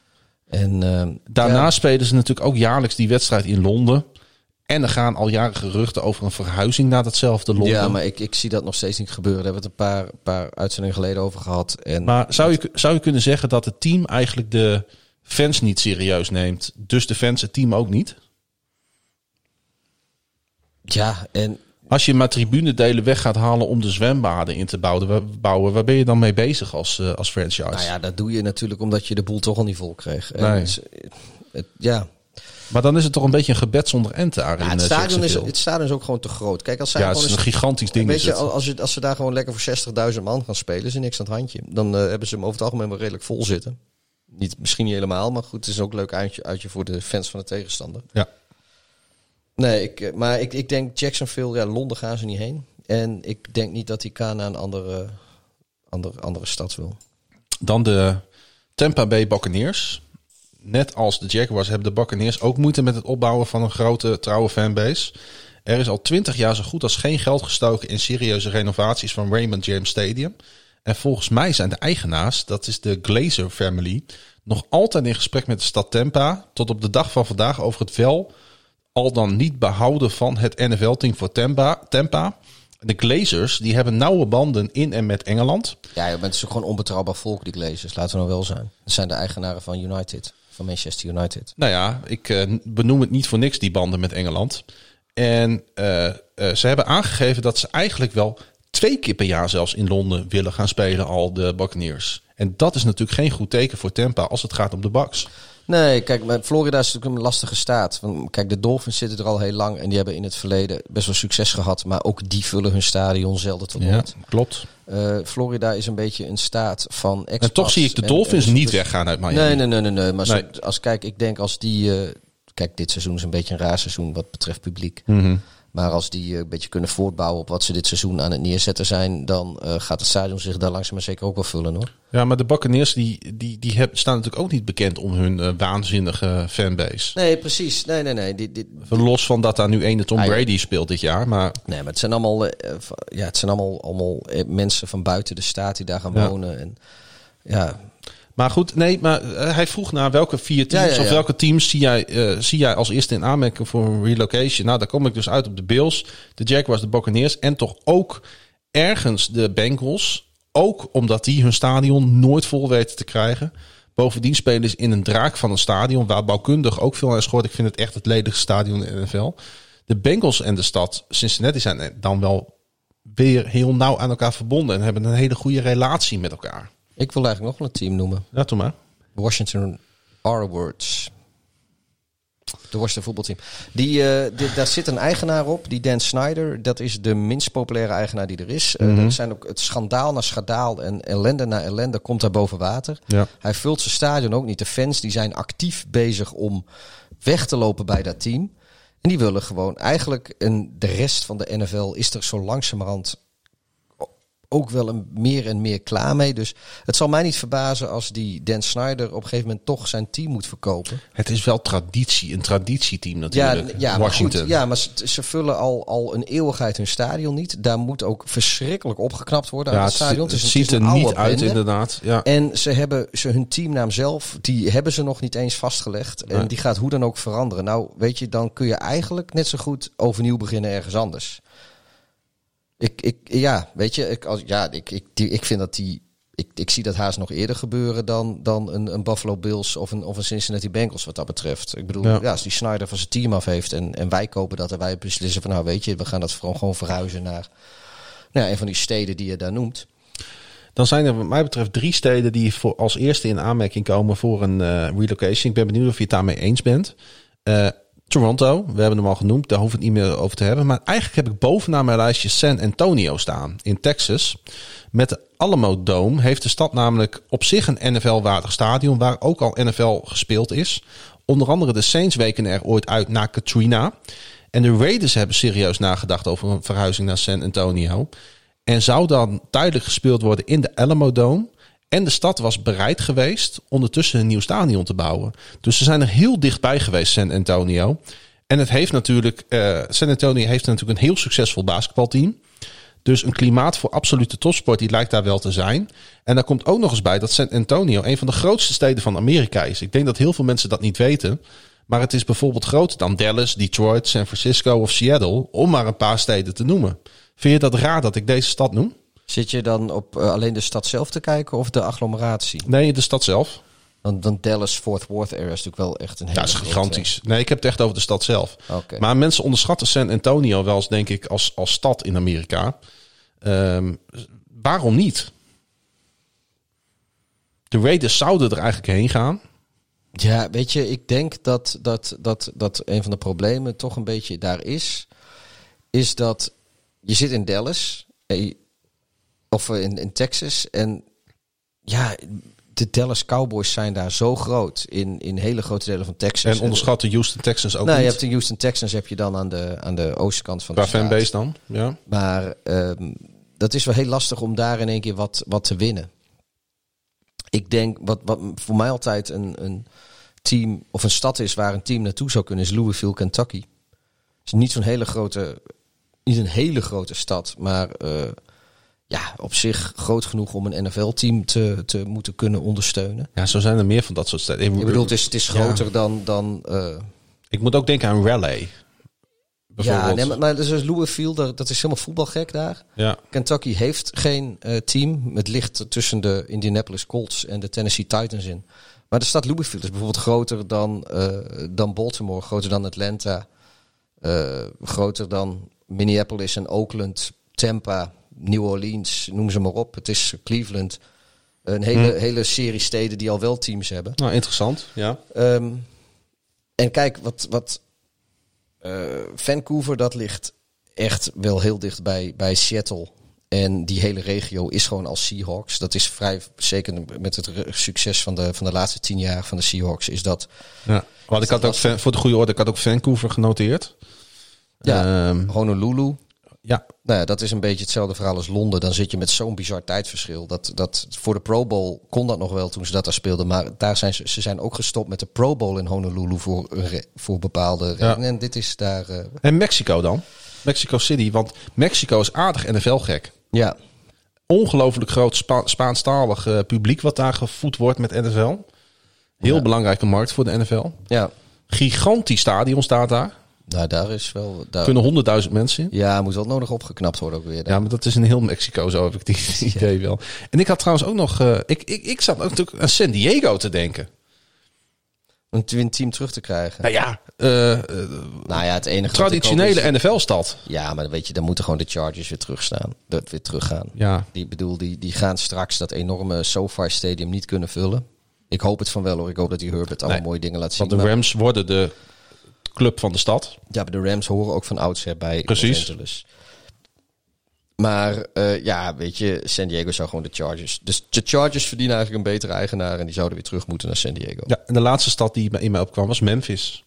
En daarna spelen ze natuurlijk ook jaarlijks die wedstrijd in Londen. En er gaan al jaren geruchten over een verhuizing naar datzelfde Londen. Ja, maar ik zie dat nog steeds niet gebeuren. Daar hebben we het een paar uitzendingen geleden over gehad. Maar zou je kunnen zeggen dat het team eigenlijk de fans niet serieus neemt? Dus de fans het team ook niet? Ja, en... Als je maar tribunedelen weg gaat halen om de zwembaden in te bouwen, waar ben je dan mee bezig als franchise? Nou ja, dat doe je natuurlijk omdat je de boel toch al niet vol kreeg. Nee. Ja. Maar dan is het toch een beetje een gebed zonder end daar in het stadion is ook gewoon te groot. Kijk, als zij het is een gigantisch ding. Weet je, als ze daar gewoon lekker voor 60.000 man gaan spelen, is er niks aan het handje. Dan hebben ze hem over het algemeen wel redelijk vol zitten. Misschien niet helemaal, maar goed, het is ook een leuk uitje voor de fans van de tegenstander. Ja. Nee, ik denk Jacksonville, Londen gaan ze niet heen. En ik denk niet dat hij naar een andere stad wil. Dan de Tampa Bay Buccaneers. Net als de Jaguars hebben de Buccaneers ook moeite met het opbouwen van een grote, trouwe fanbase. Er is al 20 jaar zo goed als geen geld gestoken in serieuze renovaties van Raymond James Stadium. En volgens mij zijn de eigenaars, dat is de Glazer family, nog altijd in gesprek met de stad Tampa. Tot op de dag van vandaag over het wel al dan niet behouden van het NFL-team voor Tampa. De Glazers, die hebben nauwe banden in en met Engeland. Ja, je bent gewoon onbetrouwbaar volk, die Glazers. Laten we nou wel zijn. Dat zijn de eigenaren van United, van Manchester United. Nou ja, ik benoem het niet voor niks, die banden met Engeland. En ze hebben aangegeven dat ze eigenlijk wel 2 keer per jaar zelfs in Londen willen gaan spelen, al de Buccaneers. En dat is natuurlijk geen goed teken voor Tampa als het gaat om de Bucs. Nee, kijk, maar Florida is natuurlijk een lastige staat. Want, kijk, de Dolphins zitten er al heel lang en die hebben in het verleden best wel succes gehad. Maar ook die vullen hun stadion zelden tot nooit. Klopt. Florida is een beetje een staat van expats. En toch zie ik de Dolphins niet weggaan uit Miami. Nee. Maar ik denk als die... kijk, dit seizoen is een beetje een raar seizoen wat betreft publiek. Mm-hmm. Maar als die een beetje kunnen voortbouwen op wat ze dit seizoen aan het neerzetten zijn, dan gaat het stadion zich daar langzaam maar zeker ook wel vullen, hoor. Ja, maar de Buccaneers die staan natuurlijk ook niet bekend om hun waanzinnige fanbase. Nee, precies. Nee. Los van dat daar nu ene Tom Brady speelt dit jaar, maar... Nee, maar het zijn allemaal mensen van buiten de staat die daar gaan wonen. En, ja... Maar goed, hij vroeg naar welke 4 teams of welke teams zie jij als eerste in aanmerking voor een relocation. Nou, daar kom ik dus uit op de Bills, de Jaguars, de Buccaneers en toch ook ergens de Bengals. Ook omdat die hun stadion nooit vol weten te krijgen. Bovendien spelen ze in een draak van een stadion waar bouwkundig ook veel aan schort. Ik vind het echt het ledigste stadion in de NFL. De Bengals en de stad Cincinnati zijn dan wel weer heel nauw aan elkaar verbonden en hebben een hele goede relatie met elkaar. Ik wil eigenlijk nog wel een team noemen. Ja, doe maar. Washington R-Words. De Washington voetbalteam. Daar zit een eigenaar op, die Dan Snyder. Dat is de minst populaire eigenaar die er is. Er zijn ook het schandaal na schandaal en ellende na ellende komt daar boven water. Ja. Hij vult zijn stadion ook niet. De fans die zijn actief bezig om weg te lopen bij dat team. En die willen gewoon eigenlijk... En de rest van de NFL is er zo langzamerhand ook wel meer en meer klaar mee. Dus het zal mij niet verbazen als die Dan Snyder op een gegeven moment toch zijn team moet verkopen. Het is wel een traditieteam natuurlijk. Ja, Washington. Maar ze vullen al een eeuwigheid hun stadion niet. Daar moet ook verschrikkelijk opgeknapt worden aan het stadion. Het ziet er niet uit inderdaad. Ja. En hun teamnaam zelf, die hebben ze nog niet eens vastgelegd. En die gaat hoe dan ook veranderen. Nou, weet je, dan kun je eigenlijk net zo goed overnieuw beginnen ergens anders. Ik vind dat ik zie dat haast nog eerder gebeuren dan een Buffalo Bills of een Cincinnati Bengals wat dat betreft. Ik bedoel, als die Snyder van zijn team af heeft en wij kopen dat en wij beslissen van nou weet je, we gaan dat gewoon verhuizen naar een van die steden die je daar noemt. Dan zijn er wat mij betreft 3 steden die als eerste in aanmerking komen voor een relocation. Ik ben benieuwd of je het daarmee eens bent. Toronto, we hebben hem al genoemd, daar hoef ik het niet meer over te hebben. Maar eigenlijk heb ik bovenaan mijn lijstje San Antonio staan in Texas. Met de Alamo Dome heeft de stad namelijk op zich een NFL-waardig stadion waar ook al NFL gespeeld is. Onder andere de Saints weken er ooit uit na Katrina. En de Raiders hebben serieus nagedacht over een verhuizing naar San Antonio. En zou dan tijdelijk gespeeld worden in de Alamo Dome. En de stad was bereid geweest ondertussen een nieuw stadion te bouwen. Dus ze zijn er heel dichtbij geweest, San Antonio. En het heeft natuurlijk, San Antonio heeft natuurlijk een heel succesvol basketbalteam. Dus een klimaat voor absolute topsport, die lijkt daar wel te zijn. En daar komt ook nog eens bij dat San Antonio een van de grootste steden van Amerika is. Ik denk dat heel veel mensen dat niet weten. Maar het is bijvoorbeeld groter dan Dallas, Detroit, San Francisco of Seattle. Om maar een paar steden te noemen. Vind je dat raar dat ik deze stad noem? Zit je dan op alleen de stad zelf te kijken of de agglomeratie? Nee, de stad zelf. Dan Dallas, Fort Worth area is natuurlijk wel echt een hele grote... Ja, dat is gigantisch. Nee, ik heb het echt over de stad zelf. Okay. Maar mensen onderschatten San Antonio wel eens, denk ik, als stad in Amerika. Waarom niet? De Raiders zouden er eigenlijk heen gaan. Ja, weet je, ik denk dat een van de problemen toch een beetje daar is dat je zit in Dallas of in Texas en ja, de Dallas Cowboys zijn daar zo groot in hele grote delen van Texas. En onderschat de Houston Texans ook niet. Je hebt de Houston Texans heb je dan aan de oostkant van de stad. Qua fanbase dan, ja. Maar dat is wel heel lastig om daar in één keer wat te winnen. Ik denk, wat voor mij altijd een team of een stad is waar een team naartoe zou kunnen, is Louisville, Kentucky. Het is niet een hele grote stad, maar op zich groot genoeg om een NFL-team te moeten kunnen ondersteunen. Ja, zo zijn er meer van dat soort steden. Ik bedoel, het is groter dan ik moet ook denken aan Raleigh. Ja, nee, maar dus Louisville, dat is helemaal voetbalgek daar. Ja. Kentucky heeft geen team. Het ligt tussen de Indianapolis Colts en de Tennessee Titans in. Maar de stad Louisville is bijvoorbeeld groter dan Baltimore, groter dan Atlanta, groter dan Minneapolis en Oakland, Tampa, New Orleans, noem ze maar op. Het is Cleveland. Een hele serie steden die al wel teams hebben. Nou, interessant, ja. En kijk, wat Vancouver, dat ligt echt wel heel dicht bij Seattle. En die hele regio is gewoon als Seahawks. Dat is vrij, zeker met het succes van de laatste 10 jaar van de Seahawks, is dat... Ja. Want ik had ook, voor de goede orde, ik had ook Vancouver genoteerd. Ja, Honolulu. Ja. Nou ja, dat is een beetje hetzelfde verhaal als Londen. Dan zit je met zo'n bizar tijdverschil. Dat voor de Pro Bowl kon dat nog wel toen ze dat daar speelden. Maar daar zijn ze zijn ook gestopt met de Pro Bowl in Honolulu voor bepaalde redenen. En dit is daar... En Mexico dan? Mexico City, want Mexico is aardig NFL-gek. Ja. Ongelooflijk groot Spaanstalig publiek wat daar gevoed wordt met NFL. Heel belangrijke markt voor de NFL. Ja. Gigantisch stadion staat daar. Nou, daar is wel... Kunnen 100.000 mensen in. Ja, moet wel nodig opgeknapt worden ook weer. Ja, maar dat is in heel Mexico, zo heb ik die idee wel. En ik had trouwens ook nog... Ik zat ook natuurlijk aan San Diego te denken. Een team terug te krijgen. Nou ja, het enige traditionele NFL-stad. Ja, maar weet je, dan moeten gewoon de Chargers weer teruggaan. Ja. Die gaan straks dat enorme SoFi Stadium niet kunnen vullen. Ik hoop het van wel hoor. Ik hoop dat die Herbert allemaal mooie dingen laat zien. Want de Rams worden de club van de stad. Ja, maar de Rams horen ook van oudsher bij Precies. Los Angeles. Maar weet je, San Diego zou gewoon de Chargers... Dus de Chargers verdienen eigenlijk een betere eigenaar en die zouden weer terug moeten naar San Diego. Ja, en de laatste stad die in mij opkwam was Memphis.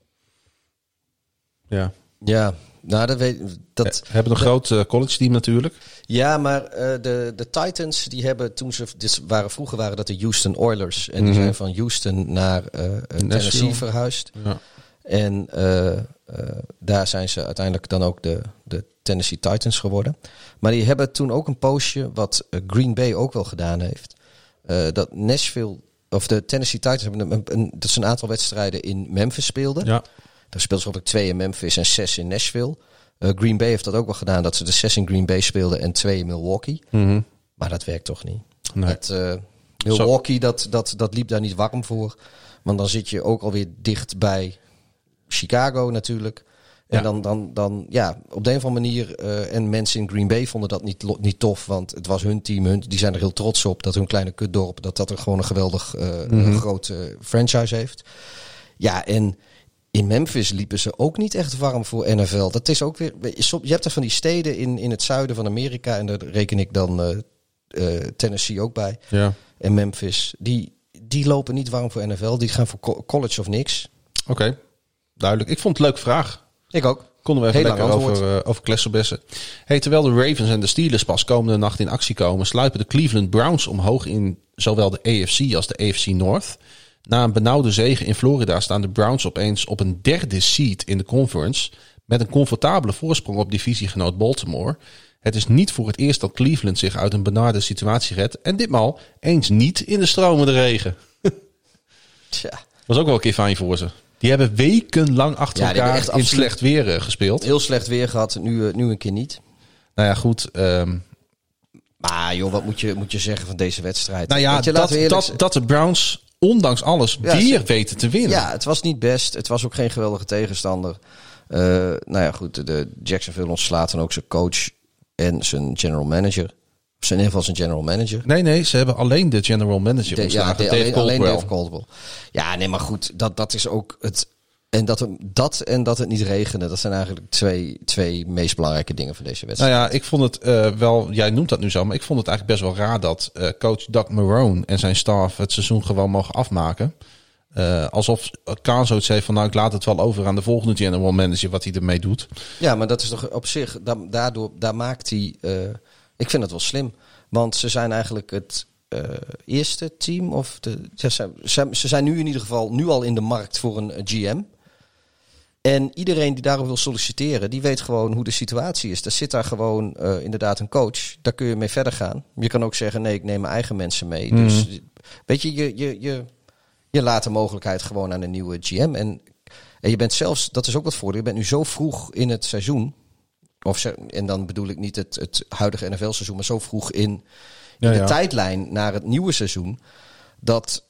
Ja. Ja, nou hebben een groot college team natuurlijk. Ja, maar de Titans die hebben toen ze... Vroeger waren dat de Houston Oilers. En die zijn van Houston naar Tennessee verhuisd. Ja. En daar zijn ze uiteindelijk dan ook de Tennessee Titans geworden. Maar die hebben toen ook een poosje, wat Green Bay ook wel gedaan heeft. Dat Nashville, of de Tennessee Titans hebben dat ze een aantal wedstrijden in Memphis speelden. Ja. Daar speelden ze ook 2 in Memphis en 6 in Nashville. Green Bay heeft dat ook wel gedaan, dat ze de 6 in Green Bay speelden en 2 in Milwaukee. Mm-hmm. Maar dat werkt toch niet. Nee. Milwaukee, dat liep daar niet warm voor. Want dan zit je ook alweer dicht bij Chicago natuurlijk. En dan op de een of andere manier... en mensen in Green Bay vonden dat niet tof. Want het was hun team. Die zijn er heel trots op dat hun kleine kutdorp... dat er gewoon een geweldig grote franchise heeft. Ja, en in Memphis liepen ze ook niet echt warm voor NFL. Dat is ook weer... Je hebt er van die steden in het zuiden van Amerika... en daar reken ik dan Tennessee ook bij. Ja. En Memphis. Die lopen niet warm voor NFL. Die gaan voor college of niks. Oké. Duidelijk. Ik vond het een leuke vraag. Ik ook. Konden we even lekker over klesselbessen. Hey, terwijl de Ravens en de Steelers pas komende nacht in actie komen... sluipen de Cleveland Browns omhoog in zowel de AFC als de AFC North. Na een benauwde zege in Florida staan de Browns opeens op een 3e seed in de conference... met een comfortabele voorsprong op divisiegenoot Baltimore. Het is niet voor het eerst dat Cleveland zich uit een benarde situatie redt... en ditmaal eens niet in de stromende regen. Tja. Was ook wel een keer fijn voor ze. Die hebben wekenlang achter elkaar in slecht weer gespeeld. Heel slecht weer gehad, nu een keer niet. Nou ja, goed. Maar joh, wat moet je zeggen van deze wedstrijd? Nou ja, dat de Browns ondanks alles weer weten te winnen. Ja, het was niet best. Het was ook geen geweldige tegenstander. Nou ja, goed. De Jacksonville ontslaat dan ook zijn coach en zijn general manager. Of in ieder geval zijn general manager. Nee, ze hebben alleen de general manager ontslagen. Alleen Dave Caldwell. Ja, nee, maar goed. Dat is ook het... En dat het niet regende, dat zijn eigenlijk twee meest belangrijke dingen van deze wedstrijd. Nou ja, ik vond het wel, jij noemt dat nu zo, maar ik vond het eigenlijk best wel raar dat coach Doug Marrone en zijn staf het seizoen gewoon mogen afmaken. Alsof Kaan zoiets heeft van, nou, ik laat het wel over aan de volgende general manager wat hij ermee doet. Ja, maar dat is toch op zich, daar maakt hij, ik vind het wel slim. Want ze zijn eigenlijk het eerste team, of ze zijn nu in ieder geval al in de markt voor een GM. En iedereen die daarop wil solliciteren, die weet gewoon hoe de situatie is. Er zit daar gewoon inderdaad een coach. Daar kun je mee verder gaan. Je kan ook zeggen, nee, ik neem mijn eigen mensen mee. Mm-hmm. Dus weet je laat de mogelijkheid gewoon aan een nieuwe GM. En je bent zelfs, dat is ook wat voordeel, je bent nu zo vroeg in het seizoen. En dan bedoel ik niet het huidige NFL-seizoen, maar zo vroeg in de tijdlijn naar het nieuwe seizoen. Dat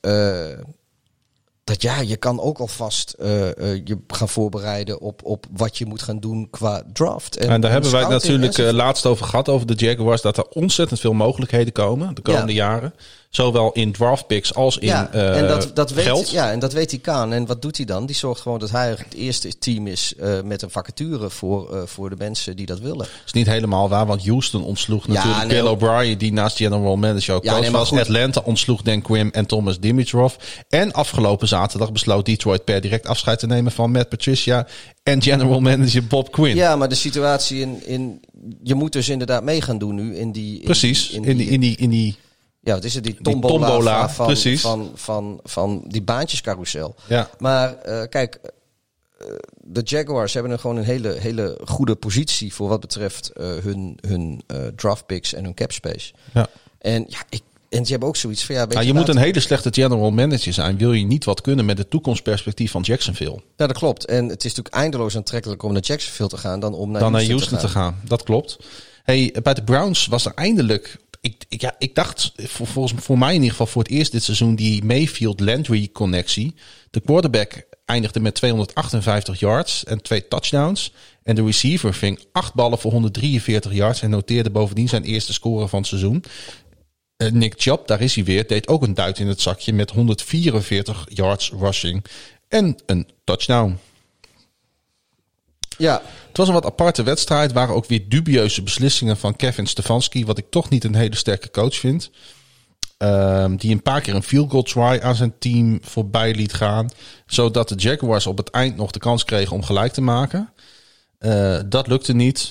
je kan ook alvast je gaan voorbereiden op wat je moet gaan doen qua draft. En daar hebben wij het natuurlijk laatst over gehad, over de Jaguars, dat er ontzettend veel mogelijkheden komen de komende jaren. Zowel in draft picks als in geld. Ja, en dat weet hij Khan. En wat doet hij dan? Die zorgt gewoon dat hij het eerste team is met een vacature voor de mensen die dat willen. Dat is niet helemaal waar, want Houston ontsloeg natuurlijk Bill O'Brien, die naast general manager ook coach was. Atlanta ontsloeg Dan Quinn en Thomas Dimitrov. En afgelopen zaterdag besloot Detroit per direct afscheid te nemen van Matt Patricia en general manager Bob Quinn. Ja, maar de situatie in je moet dus inderdaad mee gaan doen nu in die ja, wat is het? Die tombola van die baantjescarousel. Ja. Maar kijk, de Jaguars hebben gewoon een hele goede positie voor wat betreft hun draft picks en hun cap space. Ja. En ze hebben ook zoiets van je moet een hele slechte general manager zijn. Wil je niet wat kunnen met het toekomstperspectief van Jacksonville? Ja, dat klopt. En het is natuurlijk eindeloos aantrekkelijk om naar Jacksonville te gaan dan om naar Houston te gaan. Dat klopt. Hey, bij de Browns was er eindelijk... Ik dacht, voor mij in ieder geval voor het eerst dit seizoen, die Mayfield-Landry-connectie. De quarterback eindigde met 258 yards en 2 touchdowns. En de receiver ving 8 ballen voor 143 yards en noteerde bovendien zijn eerste score van het seizoen. Nick Chubb, daar is hij weer, deed ook een duit in het zakje met 144 yards rushing en een touchdown. Ja. Het was een wat aparte wedstrijd. Waren ook weer dubieuze beslissingen van Kevin Stefanski. Wat ik toch niet een hele sterke coach vind. Die een paar keer een field goal try aan zijn team voorbij liet gaan. Zodat de Jaguars op het eind nog de kans kregen om gelijk te maken. Dat lukte niet.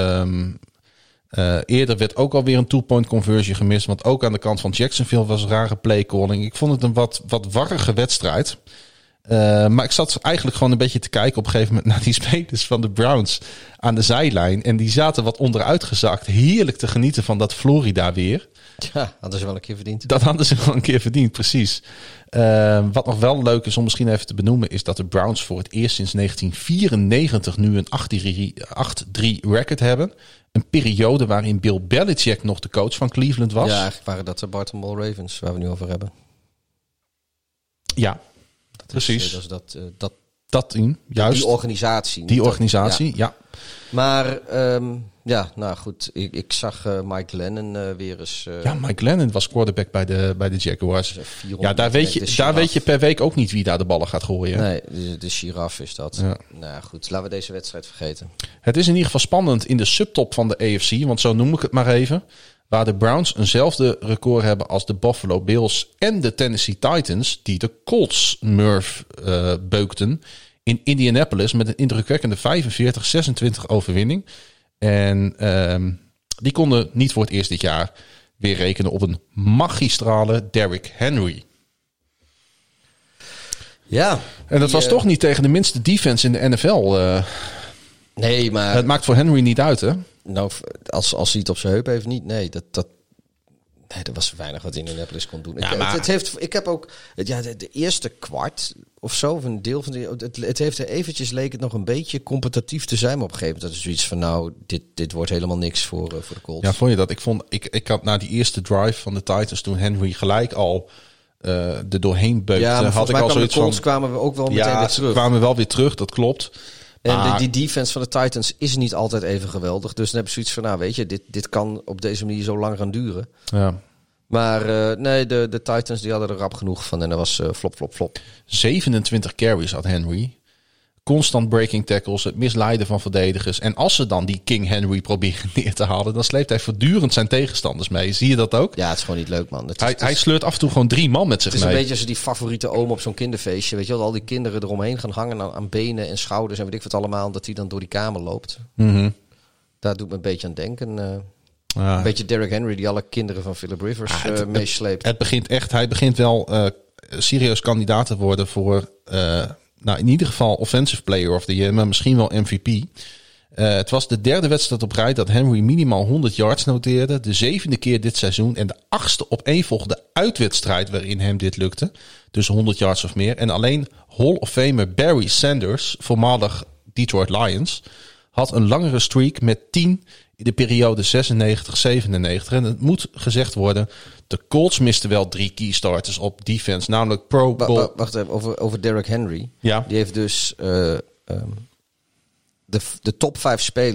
Eerder werd ook alweer een 2-point conversie gemist. Want ook aan de kant van Jacksonville was rare playcalling. Ik vond het een wat warrige wedstrijd. Maar ik zat eigenlijk gewoon een beetje te kijken op een gegeven moment naar die spelers van de Browns aan de zijlijn. En die zaten wat onderuitgezakt. Heerlijk te genieten van dat Florida weer. Ja, hadden ze wel een keer verdiend. Dat hadden ze wel een keer verdiend, precies. Wat nog wel leuk is om misschien even te benoemen, is dat de Browns voor het eerst sinds 1994 nu een 8-3 record hebben. Een periode waarin Bill Belichick nog de coach van Cleveland was. Ja, eigenlijk waren dat de Baltimore Ravens waar we nu over hebben. Ja. Precies. Dat team, juist. Die organisatie. Ja. Maar nou goed. Ik zag Mike Glennon weer eens. Mike Glennon was quarterback bij de Jaguars. Ja, daar weet je per week ook niet wie daar de ballen gaat gooien. Nee, de giraf is dat. Ja. Nou goed, laten we deze wedstrijd vergeten. Het is in ieder geval spannend in de subtop van de AFC, want zo noem ik het maar even. Waar de Browns eenzelfde record hebben als de Buffalo Bills en de Tennessee Titans, die de Colts Murph beukten in Indianapolis met een indrukwekkende 45-26 overwinning. En die konden niet voor het eerst dit jaar weer rekenen op een magistrale Derrick Henry. Ja. En dat was toch niet tegen de minste defense in de NFL. Nee, maar... Het maakt voor Henry niet uit, hè? Nou, als hij het op zijn heup heeft niet. Nee, er was weinig wat Indianapolis kon doen. Ja, ik heb ook de eerste kwart of zo, of een deel van het heeft er eventjes leek het nog een beetje competitief te zijn, maar op een gegeven moment dat is zoiets van nou, dit wordt helemaal niks voor de Colts. Ja, vond je dat? Ik had na die eerste drive van de Titans toen Henry gelijk al er doorheen beukte. Ja, maar had ik al zoiets de Colts kwamen we ook wel meteen weer terug. Ze kwamen wel weer terug, dat klopt. En die defense van de Titans is niet altijd even geweldig. Dus dan heb je zoiets van, nou weet je, dit kan op deze manier zo lang gaan duren. Ja. Maar de Titans die hadden er rap genoeg van en dat was flop. 27 carries had Henry. Constant breaking tackles, het misleiden van verdedigers. En als ze dan die King Henry proberen neer te halen, dan sleept hij voortdurend zijn tegenstanders mee. Zie je dat ook? Ja, het is gewoon niet leuk, man. Hij sleurt af en toe gewoon 3 man met zich mee. Het is een beetje als die favoriete oom op zo'n kinderfeestje. Weet je wel, al die kinderen eromheen gaan hangen aan benen en schouders en weet ik wat allemaal, dat hij dan door die kamer loopt. Mm-hmm. Daar doet me een beetje aan denken. Een beetje Derrick Henry die alle kinderen van Philip Rivers meesleept. Hij begint wel serieus kandidaat te worden voor... in ieder geval Offensive Player of the Year, maar misschien wel MVP. Het was de 3e wedstrijd op rij dat Henry minimaal 100 yards noteerde. De 7e keer dit seizoen en de 8e opeenvolgende uitwedstrijd waarin hem dit lukte. Dus 100 yards of meer. En alleen Hall of Famer Barry Sanders, voormalig Detroit Lions, had een langere streak met 10 in de periode 96-97. En het moet gezegd worden, de Colts misten wel 3 key starters op defense. Namelijk Pro Bowl... Wacht even, over Derrick Henry. Ja. Die heeft dus de top 5 spelers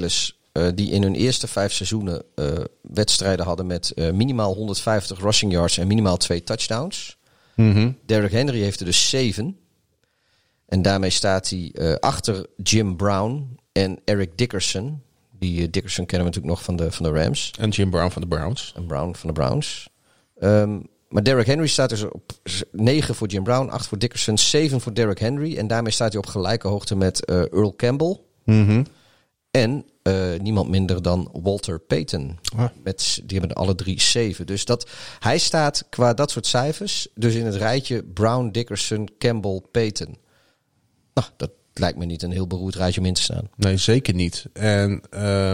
die in hun eerste 5 seizoenen wedstrijden hadden met minimaal 150 rushing yards en minimaal 2 touchdowns. Mm-hmm. Derrick Henry heeft er dus 7. En daarmee staat hij achter Jim Brown en Eric Dickerson. Die Dickerson kennen we natuurlijk nog van de Rams. En Jim Brown van de Browns. En Brown van de Browns. Maar Derrick Henry staat dus op 9 voor Jim Brown, 8 voor Dickerson, 7 voor Derrick Henry. En daarmee staat hij op gelijke hoogte met Earl Campbell. Mm-hmm. En niemand minder dan Walter Payton. Ah. Die hebben alle 3 7. Dus hij staat qua dat soort cijfers dus in het rijtje Brown, Dickerson, Campbell, Payton. Nou, dat lijkt me niet een heel beroerd rijtje om in te staan. Nee, zeker niet. En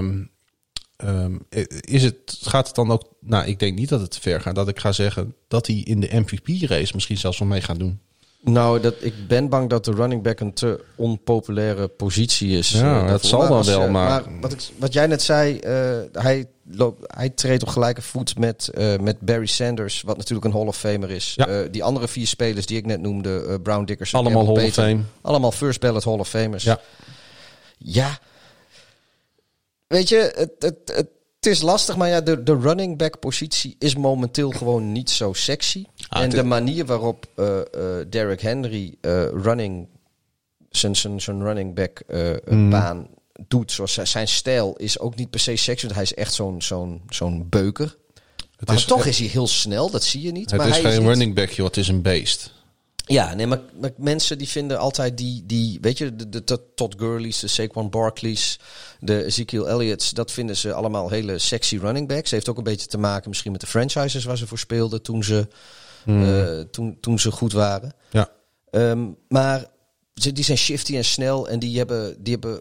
gaat het dan ook... Nou, ik denk niet dat het te ver gaat. Dat ik ga zeggen dat hij in de MVP-race misschien zelfs wel mee gaat doen. Nou, ik ben bang dat de running back een te onpopulaire positie is. Ja, dat zal dan wel. Maar wat jij net zei, hij treedt op gelijke voet met Barry Sanders, wat natuurlijk een Hall of Famer is. Ja. Die andere 4 spelers die ik net noemde, Brown, Dickerson, allemaal Campbell, Hall of Payton, Fame. allemaal first ballot Hall of Famers. Ja. Weet je, het is lastig, maar ja, de running back positie is momenteel gewoon niet zo sexy. En de manier waarop Derrick Henry zijn running back baan doet, zoals zijn stijl, is ook niet per se sexy. Want hij is echt zo'n beuker. Maar toch is hij heel snel, dat zie je niet. Het maar is hij geen niet running back, joh. Het is een beest. Ja, nee, maar mensen die vinden altijd die weet je, de Todd Gurley's, de Saquon Barkley's, de Ezekiel Elliott's, dat vinden ze allemaal hele sexy running backs. Heeft ook een beetje te maken misschien met de franchises waar ze voor speelden toen ze goed waren. Ja. Maar die zijn shifty en snel en die hebben.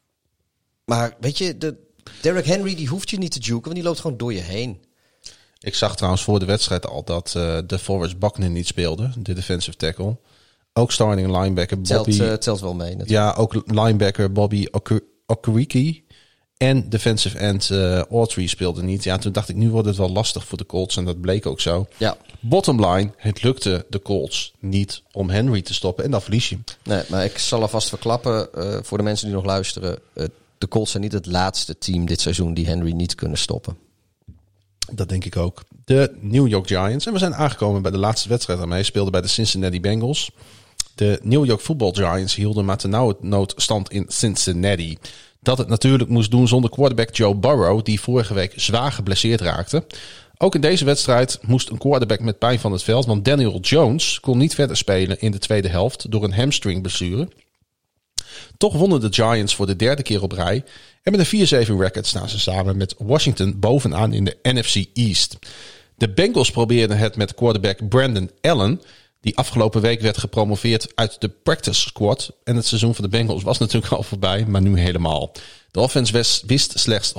Maar weet je, Derrick Henry die hoeft je niet te juken, want die loopt gewoon door je heen. Ik zag trouwens voor de wedstrijd al dat de Forrest Buckner niet speelde, de defensive tackle. Ook starting linebacker Bobby... Telt wel mee natuurlijk. Ja, ook linebacker Bobby Okereke en defensive end Autry speelde niet. Ja, toen dacht ik, nu wordt het wel lastig voor de Colts en dat bleek ook zo. Ja. Bottom line, het lukte de Colts niet om Henry te stoppen en dan verlies je. Nee, maar ik zal alvast verklappen voor de mensen die nog luisteren. De Colts zijn niet het laatste team dit seizoen die Henry niet kunnen stoppen. Dat denk ik ook. De New York Giants. En we zijn aangekomen bij de laatste wedstrijd daarmee. Speelden bij de Cincinnati Bengals. De New York Football Giants hielden maar ternauwernood stand in Cincinnati. Dat het natuurlijk moest doen zonder quarterback Joe Burrow, die vorige week zwaar geblesseerd raakte. Ook in deze wedstrijd moest een quarterback met pijn van het veld, want Daniel Jones kon niet verder spelen in de tweede helft door een hamstringblessure. Toch wonnen de Giants voor de 3e keer op rij. En met een 4-7 record staan ze samen met Washington bovenaan in de NFC East. De Bengals probeerden het met quarterback Brandon Allen, die afgelopen week werd gepromoveerd uit de practice squad. En het seizoen van de Bengals was natuurlijk al voorbij, maar nu helemaal. De offense wist slechts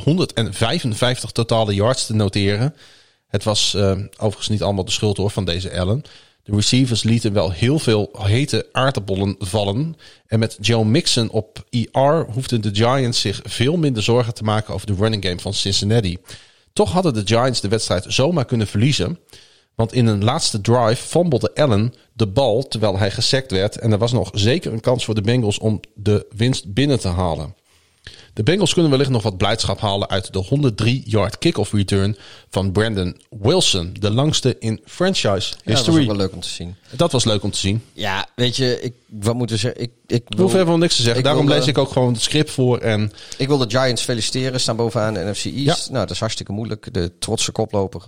155 totale yards te noteren. Het was overigens niet allemaal de schuld van deze Allen. De receivers lieten wel heel veel hete aardappelen vallen. En met Joe Mixon op IR hoefden de Giants zich veel minder zorgen te maken over de running game van Cincinnati. Toch hadden de Giants de wedstrijd zomaar kunnen verliezen. Want in een laatste drive fumblede Allen de bal terwijl hij gesackt werd. En er was nog zeker een kans voor de Bengals om de winst binnen te halen. De Bengals kunnen wellicht nog wat blijdschap halen uit de 103-yard kick-off return van Brandon Wilson. De langste in franchise history. Dat was ook wel leuk om te zien. Dat was leuk om te zien. Ja, weet je, wat moet ik zeggen? Ik hoef even niks te zeggen. Daarom lees ik ook gewoon het script voor. En ik wil de Giants feliciteren. Staan bovenaan de NFC East. Ja. Nou, dat is hartstikke moeilijk. De trotse koploper.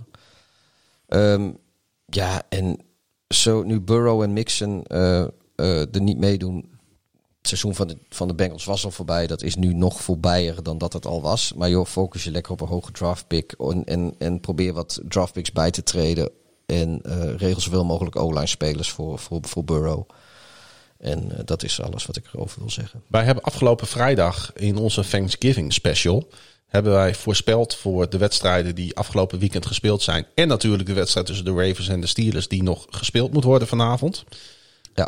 Ja, en zo nu Burrow en Mixon er niet meedoen. Het seizoen van de Bengals was al voorbij. Dat is nu nog voorbijer dan dat het al was. Maar joh, focus je lekker op een hoge draftpick. En probeer wat draftpicks bij te treden. En regel zoveel mogelijk O-line spelers voor Burrow. En dat is alles wat ik erover wil zeggen. Wij hebben afgelopen vrijdag in onze Thanksgiving special hebben wij voorspeld voor de wedstrijden die afgelopen weekend gespeeld zijn. En natuurlijk de wedstrijd tussen de Ravens en de Steelers die nog gespeeld moet worden vanavond. Ja.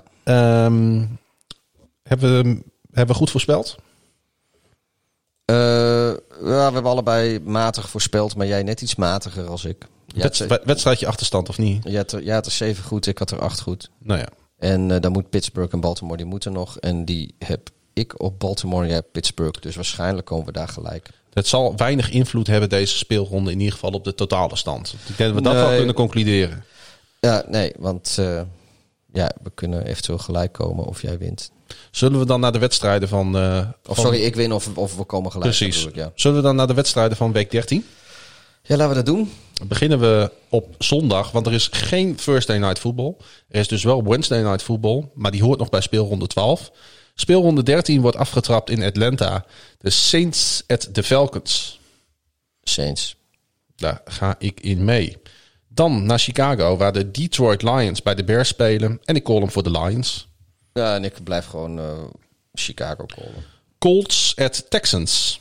Hebben we goed voorspeld? Ja, we hebben allebei matig voorspeld, maar jij net iets matiger als ik. Wedstrijdje achterstand of niet? Jij had er 7 goed, ik had er 8 goed. Nou ja. En dan moet Pittsburgh en Baltimore, die moeten nog. En die heb ik op Baltimore, jij hebt Pittsburgh. Dus waarschijnlijk komen we daar gelijk. Het zal weinig invloed hebben, deze speelronde, in ieder geval op de totale stand. Ik denk dat we dat wel kunnen concluderen. Ja, nee, want we kunnen eventueel gelijk komen of jij wint. Zullen we dan naar de wedstrijden van... ik win of we komen gelijk. Precies. Zullen we dan naar de wedstrijden van week 13? Ja, laten we dat doen. Dan beginnen we op zondag, want er is geen Thursday Night Football. Er is dus wel Wednesday Night Football, maar die hoort nog bij speelronde 12. Speelronde 13 wordt afgetrapt in Atlanta. De Saints at the Falcons. Saints. Daar ga ik in mee. Dan naar Chicago, waar de Detroit Lions bij de Bears spelen. En ik call hem voor de Lions. Ja, en ik blijf gewoon Chicago callen. Colts at Texans.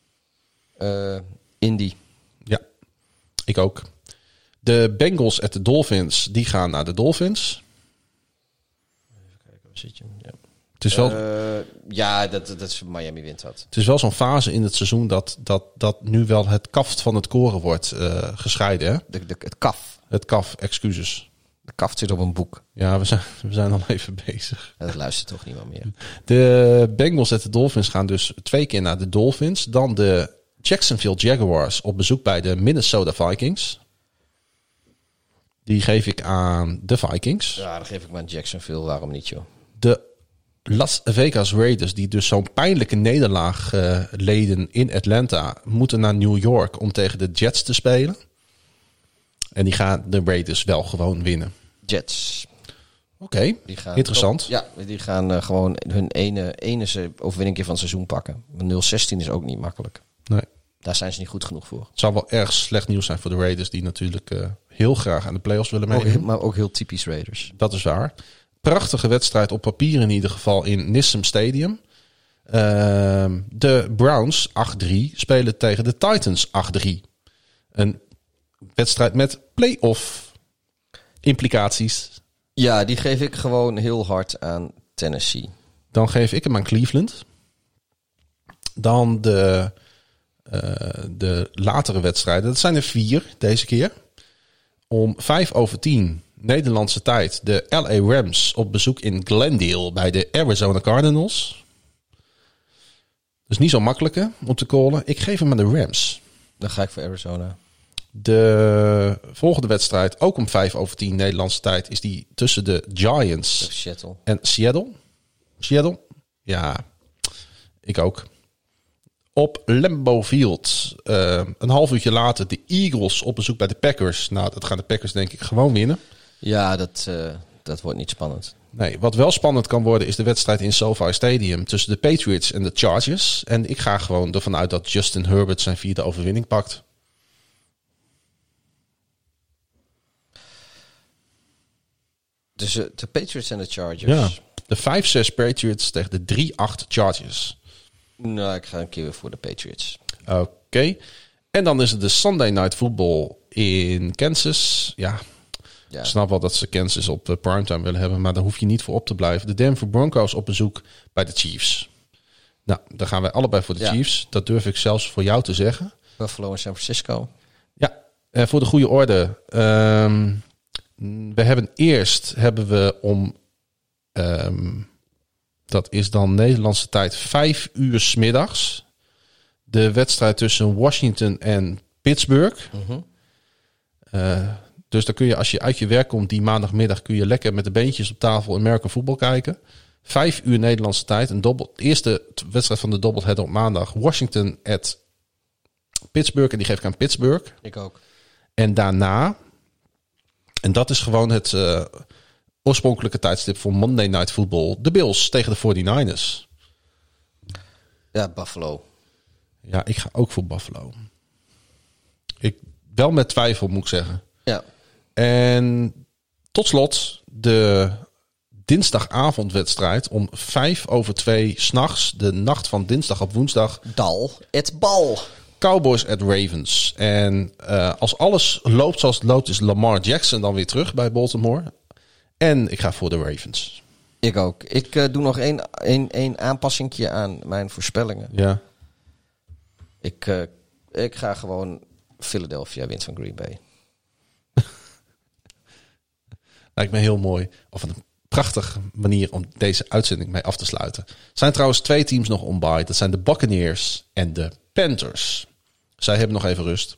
Indy. Ja, ik ook. De Bengals at de Dolphins, die gaan naar de Dolphins. Even kijken, waar zit je? Ja. Het is wel, dat is Miami wint dat. Het is wel zo'n fase in het seizoen dat nu wel het kaft van het koren wordt gescheiden. Hè? Het kaf. Het kaf, excuses. De kaft zit op een boek. Ja, we zijn al even bezig. Dat luistert toch niemand meer. De Bengals en de Dolphins gaan dus 2 keer naar de Dolphins. Dan de Jacksonville Jaguars op bezoek bij de Minnesota Vikings. Die geef ik aan de Vikings. Ja, dan geef ik maar aan Jacksonville. Waarom niet, joh? De Las Vegas Raiders, die dus zo'n pijnlijke nederlaag leden in Atlanta, moeten naar New York om tegen de Jets te spelen. En die gaan de Raiders wel gewoon winnen. Jets. Oké, interessant. Die gaan gewoon hun ene overwinning van het seizoen pakken. 0-16 is ook niet makkelijk. Nee. Daar zijn ze niet goed genoeg voor. Het zou wel erg slecht nieuws zijn voor de Raiders, die natuurlijk heel graag aan de playoffs willen meedoen. Maar ook heel typisch Raiders. Dat is waar. Prachtige wedstrijd op papier in ieder geval in Nissan Stadium. De Browns 8-3 spelen tegen de Titans 8-3. Een wedstrijd met play-off implicaties. Ja, die geef ik gewoon heel hard aan Tennessee. Dan geef ik hem aan Cleveland. Dan de latere wedstrijden. Dat zijn er 4 deze keer. Om 5:10 Nederlandse tijd de LA Rams op bezoek in Glendale bij de Arizona Cardinals. Dus niet zo makkelijke om te callen. Ik geef hem aan de Rams. Dan ga ik voor Arizona. De volgende wedstrijd, ook om 5:10 Nederlandse tijd, is die tussen de Giants en Seattle. Seattle? Ja, ik ook. Op Lambeau Field, een half uurtje later, de Eagles op bezoek bij de Packers. Nou, dat gaan de Packers denk ik gewoon winnen. Ja, dat wordt niet spannend. Nee, wat wel spannend kan worden is de wedstrijd in SoFi Stadium tussen de Patriots en de Chargers. En ik ga gewoon ervan uit dat Justin Herbert zijn 4e overwinning pakt. Dus de Patriots en de Chargers. Ja, de 5-6 Patriots tegen de 3-8 Chargers. Nou, ik ga een keer weer voor de Patriots. Oké. En dan is het de Sunday Night Football in Kansas. Ja, ik snap wel dat ze Kansas op primetime willen hebben, maar daar hoef je niet voor op te blijven. De Denver Broncos op bezoek bij de Chiefs. Nou, dan gaan wij allebei voor de Chiefs. Dat durf ik zelfs voor jou te zeggen. Buffalo en San Francisco. Ja, voor de goede orde. We hebben eerst om... dat is dan Nederlandse tijd 5 uur 's middags. De wedstrijd tussen Washington en Pittsburgh. Dus dan kun je, als je uit je werk komt die maandagmiddag, kun je lekker met de beentjes op tafel American voetbal kijken. 5 uur Nederlandse tijd. De eerste wedstrijd van de doubleheader op maandag. Washington at Pittsburgh. En die geef ik aan Pittsburgh. Ik ook. En daarna, en dat is gewoon het oorspronkelijke tijdstip voor Monday Night Football, de Bills tegen de 49ers. Ja, Buffalo. Ja, ik ga ook voor Buffalo. Wel met twijfel, moet ik zeggen. Ja. En tot slot de dinsdagavondwedstrijd om 1:05 s'nachts, de nacht van dinsdag op woensdag. Bal. Cowboys at Ravens. En als alles loopt zoals het loopt, is Lamar Jackson dan weer terug bij Baltimore. En ik ga voor de Ravens. Ik ook. Ik doe nog één aanpassingje aan mijn voorspellingen. Ja. Ik ga gewoon Philadelphia wint van Green Bay. Lijkt me heel mooi. Of een prachtige manier om deze uitzending mee af te sluiten. Er zijn trouwens 2 teams nog on bye. Dat zijn de Buccaneers en de Panthers. Zij hebben nog even rust.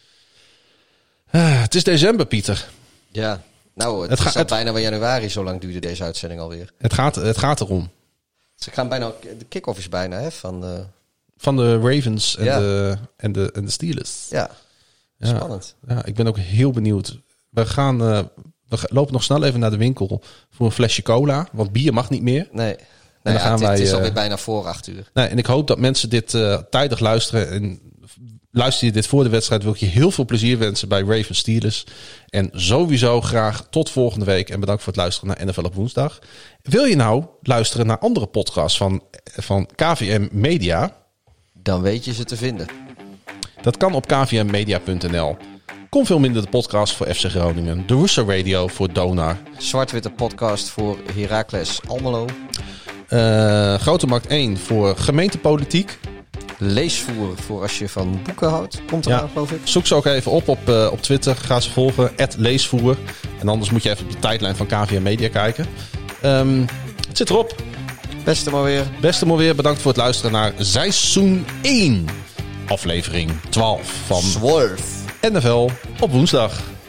Het is december, Pieter. Ja, nou, het is al bijna wel januari. Zo lang duurde deze uitzending alweer. Het gaat erom. Ze gaan bijna, de kick-off is bijna, hè, van de Ravens en de Steelers. Ja, spannend. Ja, ik ben ook heel benieuwd. We lopen nog snel even naar de winkel voor een flesje cola. Want bier mag niet meer. Nee. En dan gaan het is alweer bijna voor 8 uur. Nee, en ik hoop dat mensen dit tijdig luisteren. En luister je dit voor de wedstrijd, wil ik je heel veel plezier wensen bij Ravens Steelers. En sowieso graag tot volgende week. En bedankt voor het luisteren naar NFL op woensdag. Wil je nou luisteren naar andere podcasts van KVM Media? Dan weet je ze te vinden. Dat kan op kvmmedia.nl. Kom veel minder de podcast voor FC Groningen. De Russo Radio voor Donar. Zwart-witte podcast voor Heracles Almelo. Grote Markt 1 voor gemeentepolitiek. Leesvoer voor als je van boeken houdt. Komt eraan, geloof ik. Zoek ze ook even op Twitter. Ga ze volgen. @leesvoer. En anders moet je even op de tijdlijn van KVM Media kijken. Het zit erop. Beste maar weer. Bedankt voor het luisteren naar seizoen 1. Aflevering 12 van Zwerf. NFL op woensdag.